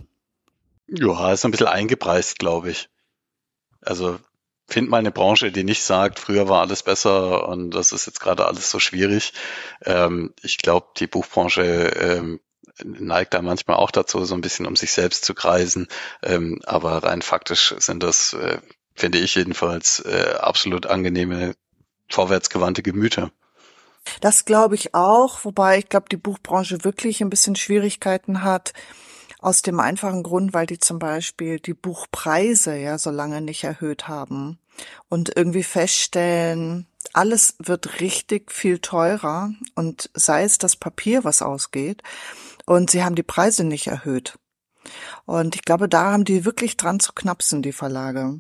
Ja, ist ein bisschen eingepreist, glaube ich. Also find mal eine Branche, die nicht sagt, früher war alles besser und das ist jetzt gerade alles so schwierig. Ich glaube, die Buchbranche neigt da manchmal auch dazu, so ein bisschen um sich selbst zu kreisen. Aber rein faktisch sind das, finde ich jedenfalls, absolut angenehme, vorwärtsgewandte Gemüter. Das glaube ich auch, wobei ich glaube, die Buchbranche wirklich ein bisschen Schwierigkeiten hat, aus dem einfachen Grund, weil die zum Beispiel die Buchpreise ja so lange nicht erhöht haben und irgendwie feststellen, alles wird richtig viel teurer und sei es das Papier, was ausgeht, und sie haben die Preise nicht erhöht. Und ich glaube, da haben die wirklich dran zu knapsen, die Verlage,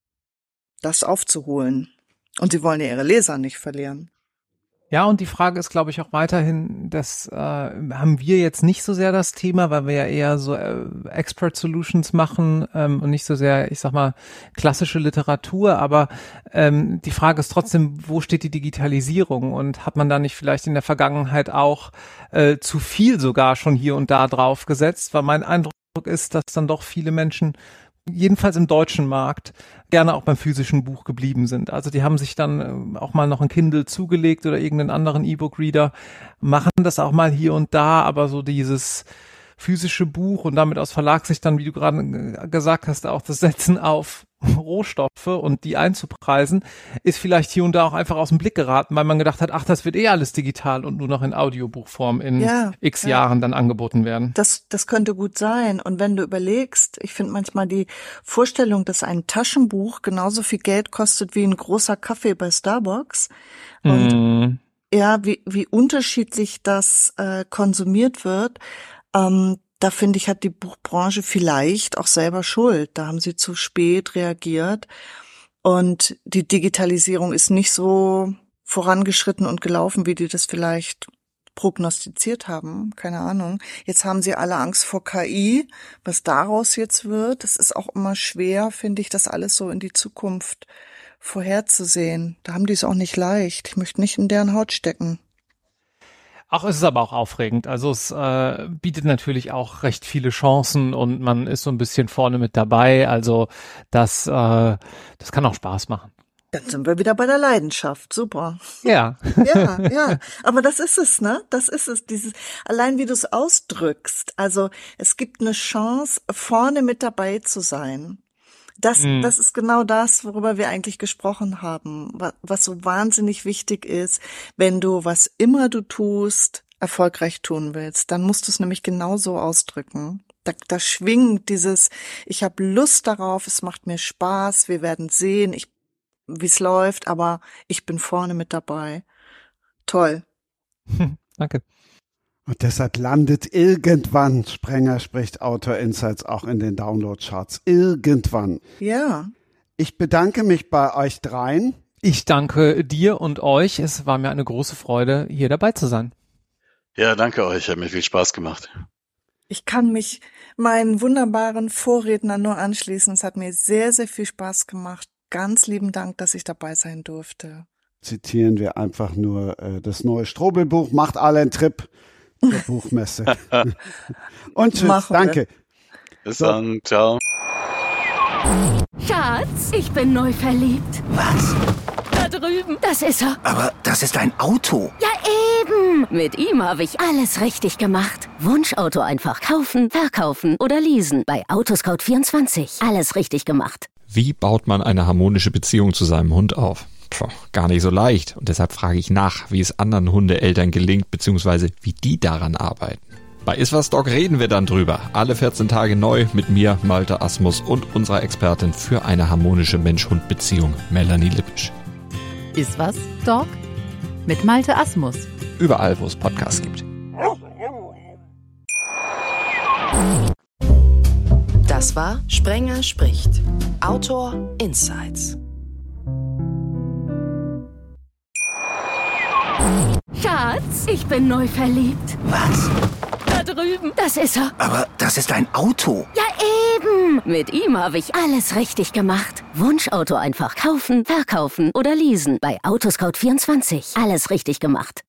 das aufzuholen. Und sie wollen ja ihre Leser nicht verlieren. Ja, und die Frage ist, glaube ich, auch weiterhin, das haben wir jetzt nicht so sehr das Thema, weil wir ja eher so Expert Solutions machen und nicht so sehr, ich sag mal, klassische Literatur, aber die Frage ist trotzdem, wo steht die Digitalisierung und hat man da nicht vielleicht in der Vergangenheit auch zu viel sogar schon hier und da drauf gesetzt, weil mein Eindruck ist, dass dann doch viele Menschen jedenfalls im deutschen Markt gerne auch beim physischen Buch geblieben sind. Also die haben sich dann auch mal noch ein Kindle zugelegt oder irgendeinen anderen E-Book-Reader, machen das auch mal hier und da, aber so dieses physische Buch und damit aus Verlagssicht dann, wie du gerade gesagt hast, auch das Setzen auf Rohstoffe und die einzupreisen, ist vielleicht hier und da auch einfach aus dem Blick geraten, weil man gedacht hat, ach, das wird alles digital und nur noch in Audiobuchform in x Jahren dann angeboten werden. Das könnte gut sein. Und wenn du überlegst, ich finde manchmal die Vorstellung, dass ein Taschenbuch genauso viel Geld kostet wie ein großer Kaffee bei Starbucks und wie unterschiedlich das konsumiert wird, da finde ich, hat die Buchbranche vielleicht auch selber Schuld. Da haben sie zu spät reagiert und die Digitalisierung ist nicht so vorangeschritten und gelaufen, wie die das vielleicht prognostiziert haben. Keine Ahnung. Jetzt haben sie alle Angst vor KI, was daraus jetzt wird. Es ist auch immer schwer, finde ich, das alles so in die Zukunft vorherzusehen. Da haben die es auch nicht leicht. Ich möchte nicht in deren Haut stecken. Auch ist es aber auch aufregend. Also es bietet natürlich auch recht viele Chancen und man ist so ein bisschen vorne mit dabei. Also das kann auch Spaß machen. Dann sind wir wieder bei der Leidenschaft. Super. Ja. Ja. Aber das ist es, ne? Das ist es. Allein wie du es ausdrückst. Also es gibt eine Chance, vorne mit dabei zu sein. Das ist genau das, worüber wir eigentlich gesprochen haben, was so wahnsinnig wichtig ist, wenn du, was immer du tust, erfolgreich tun willst, dann musst du es nämlich genauso ausdrücken. Da schwingt dieses, ich habe Lust darauf, es macht mir Spaß, wir werden sehen, wie es läuft, aber ich bin vorne mit dabei. Toll. Danke. Und deshalb landet irgendwann, Sprenger spricht Autor Insights, auch in den Download-Charts. Irgendwann. Ja. Ich bedanke mich bei euch dreien. Ich danke dir und euch. Es war mir eine große Freude, hier dabei zu sein. Ja, danke euch. Hat mir viel Spaß gemacht. Ich kann mich meinen wunderbaren Vorrednern nur anschließen. Es hat mir sehr, sehr viel Spaß gemacht. Ganz lieben Dank, dass ich dabei sein durfte. zitieren wir einfach nur das neue Strobel-Buch. Macht alle einen Trip zur Buchmesse. Und tschüss, danke. Bis dann, ciao. Schatz, ich bin neu verliebt. Was? Da drüben. Das ist er. Aber das ist ein Auto. Ja, eben. Mit ihm habe ich alles richtig gemacht. Wunschauto einfach kaufen, verkaufen oder leasen. Bei Autoscout24. Alles richtig gemacht. Wie baut man eine harmonische Beziehung zu seinem Hund auf? Gar nicht so leicht. Und deshalb frage ich nach, wie es anderen Hundeeltern gelingt, beziehungsweise wie die daran arbeiten. Bei Iswas Dog reden wir dann drüber. Alle 14 Tage neu mit mir, Malte Asmus, und unserer Expertin für eine harmonische Mensch-Hund-Beziehung, Melanie Lippisch. Iswas Dog? Mit Malte Asmus. Überall, wo es Podcasts gibt. Das war Sprenger spricht. Autor Insights. Schatz, ich bin neu verliebt. Was? Da drüben. Das ist er. Aber das ist ein Auto. Ja, eben. Mit ihm habe ich alles richtig gemacht. Wunschauto einfach kaufen, verkaufen oder leasen. Bei Autoscout24. Alles richtig gemacht.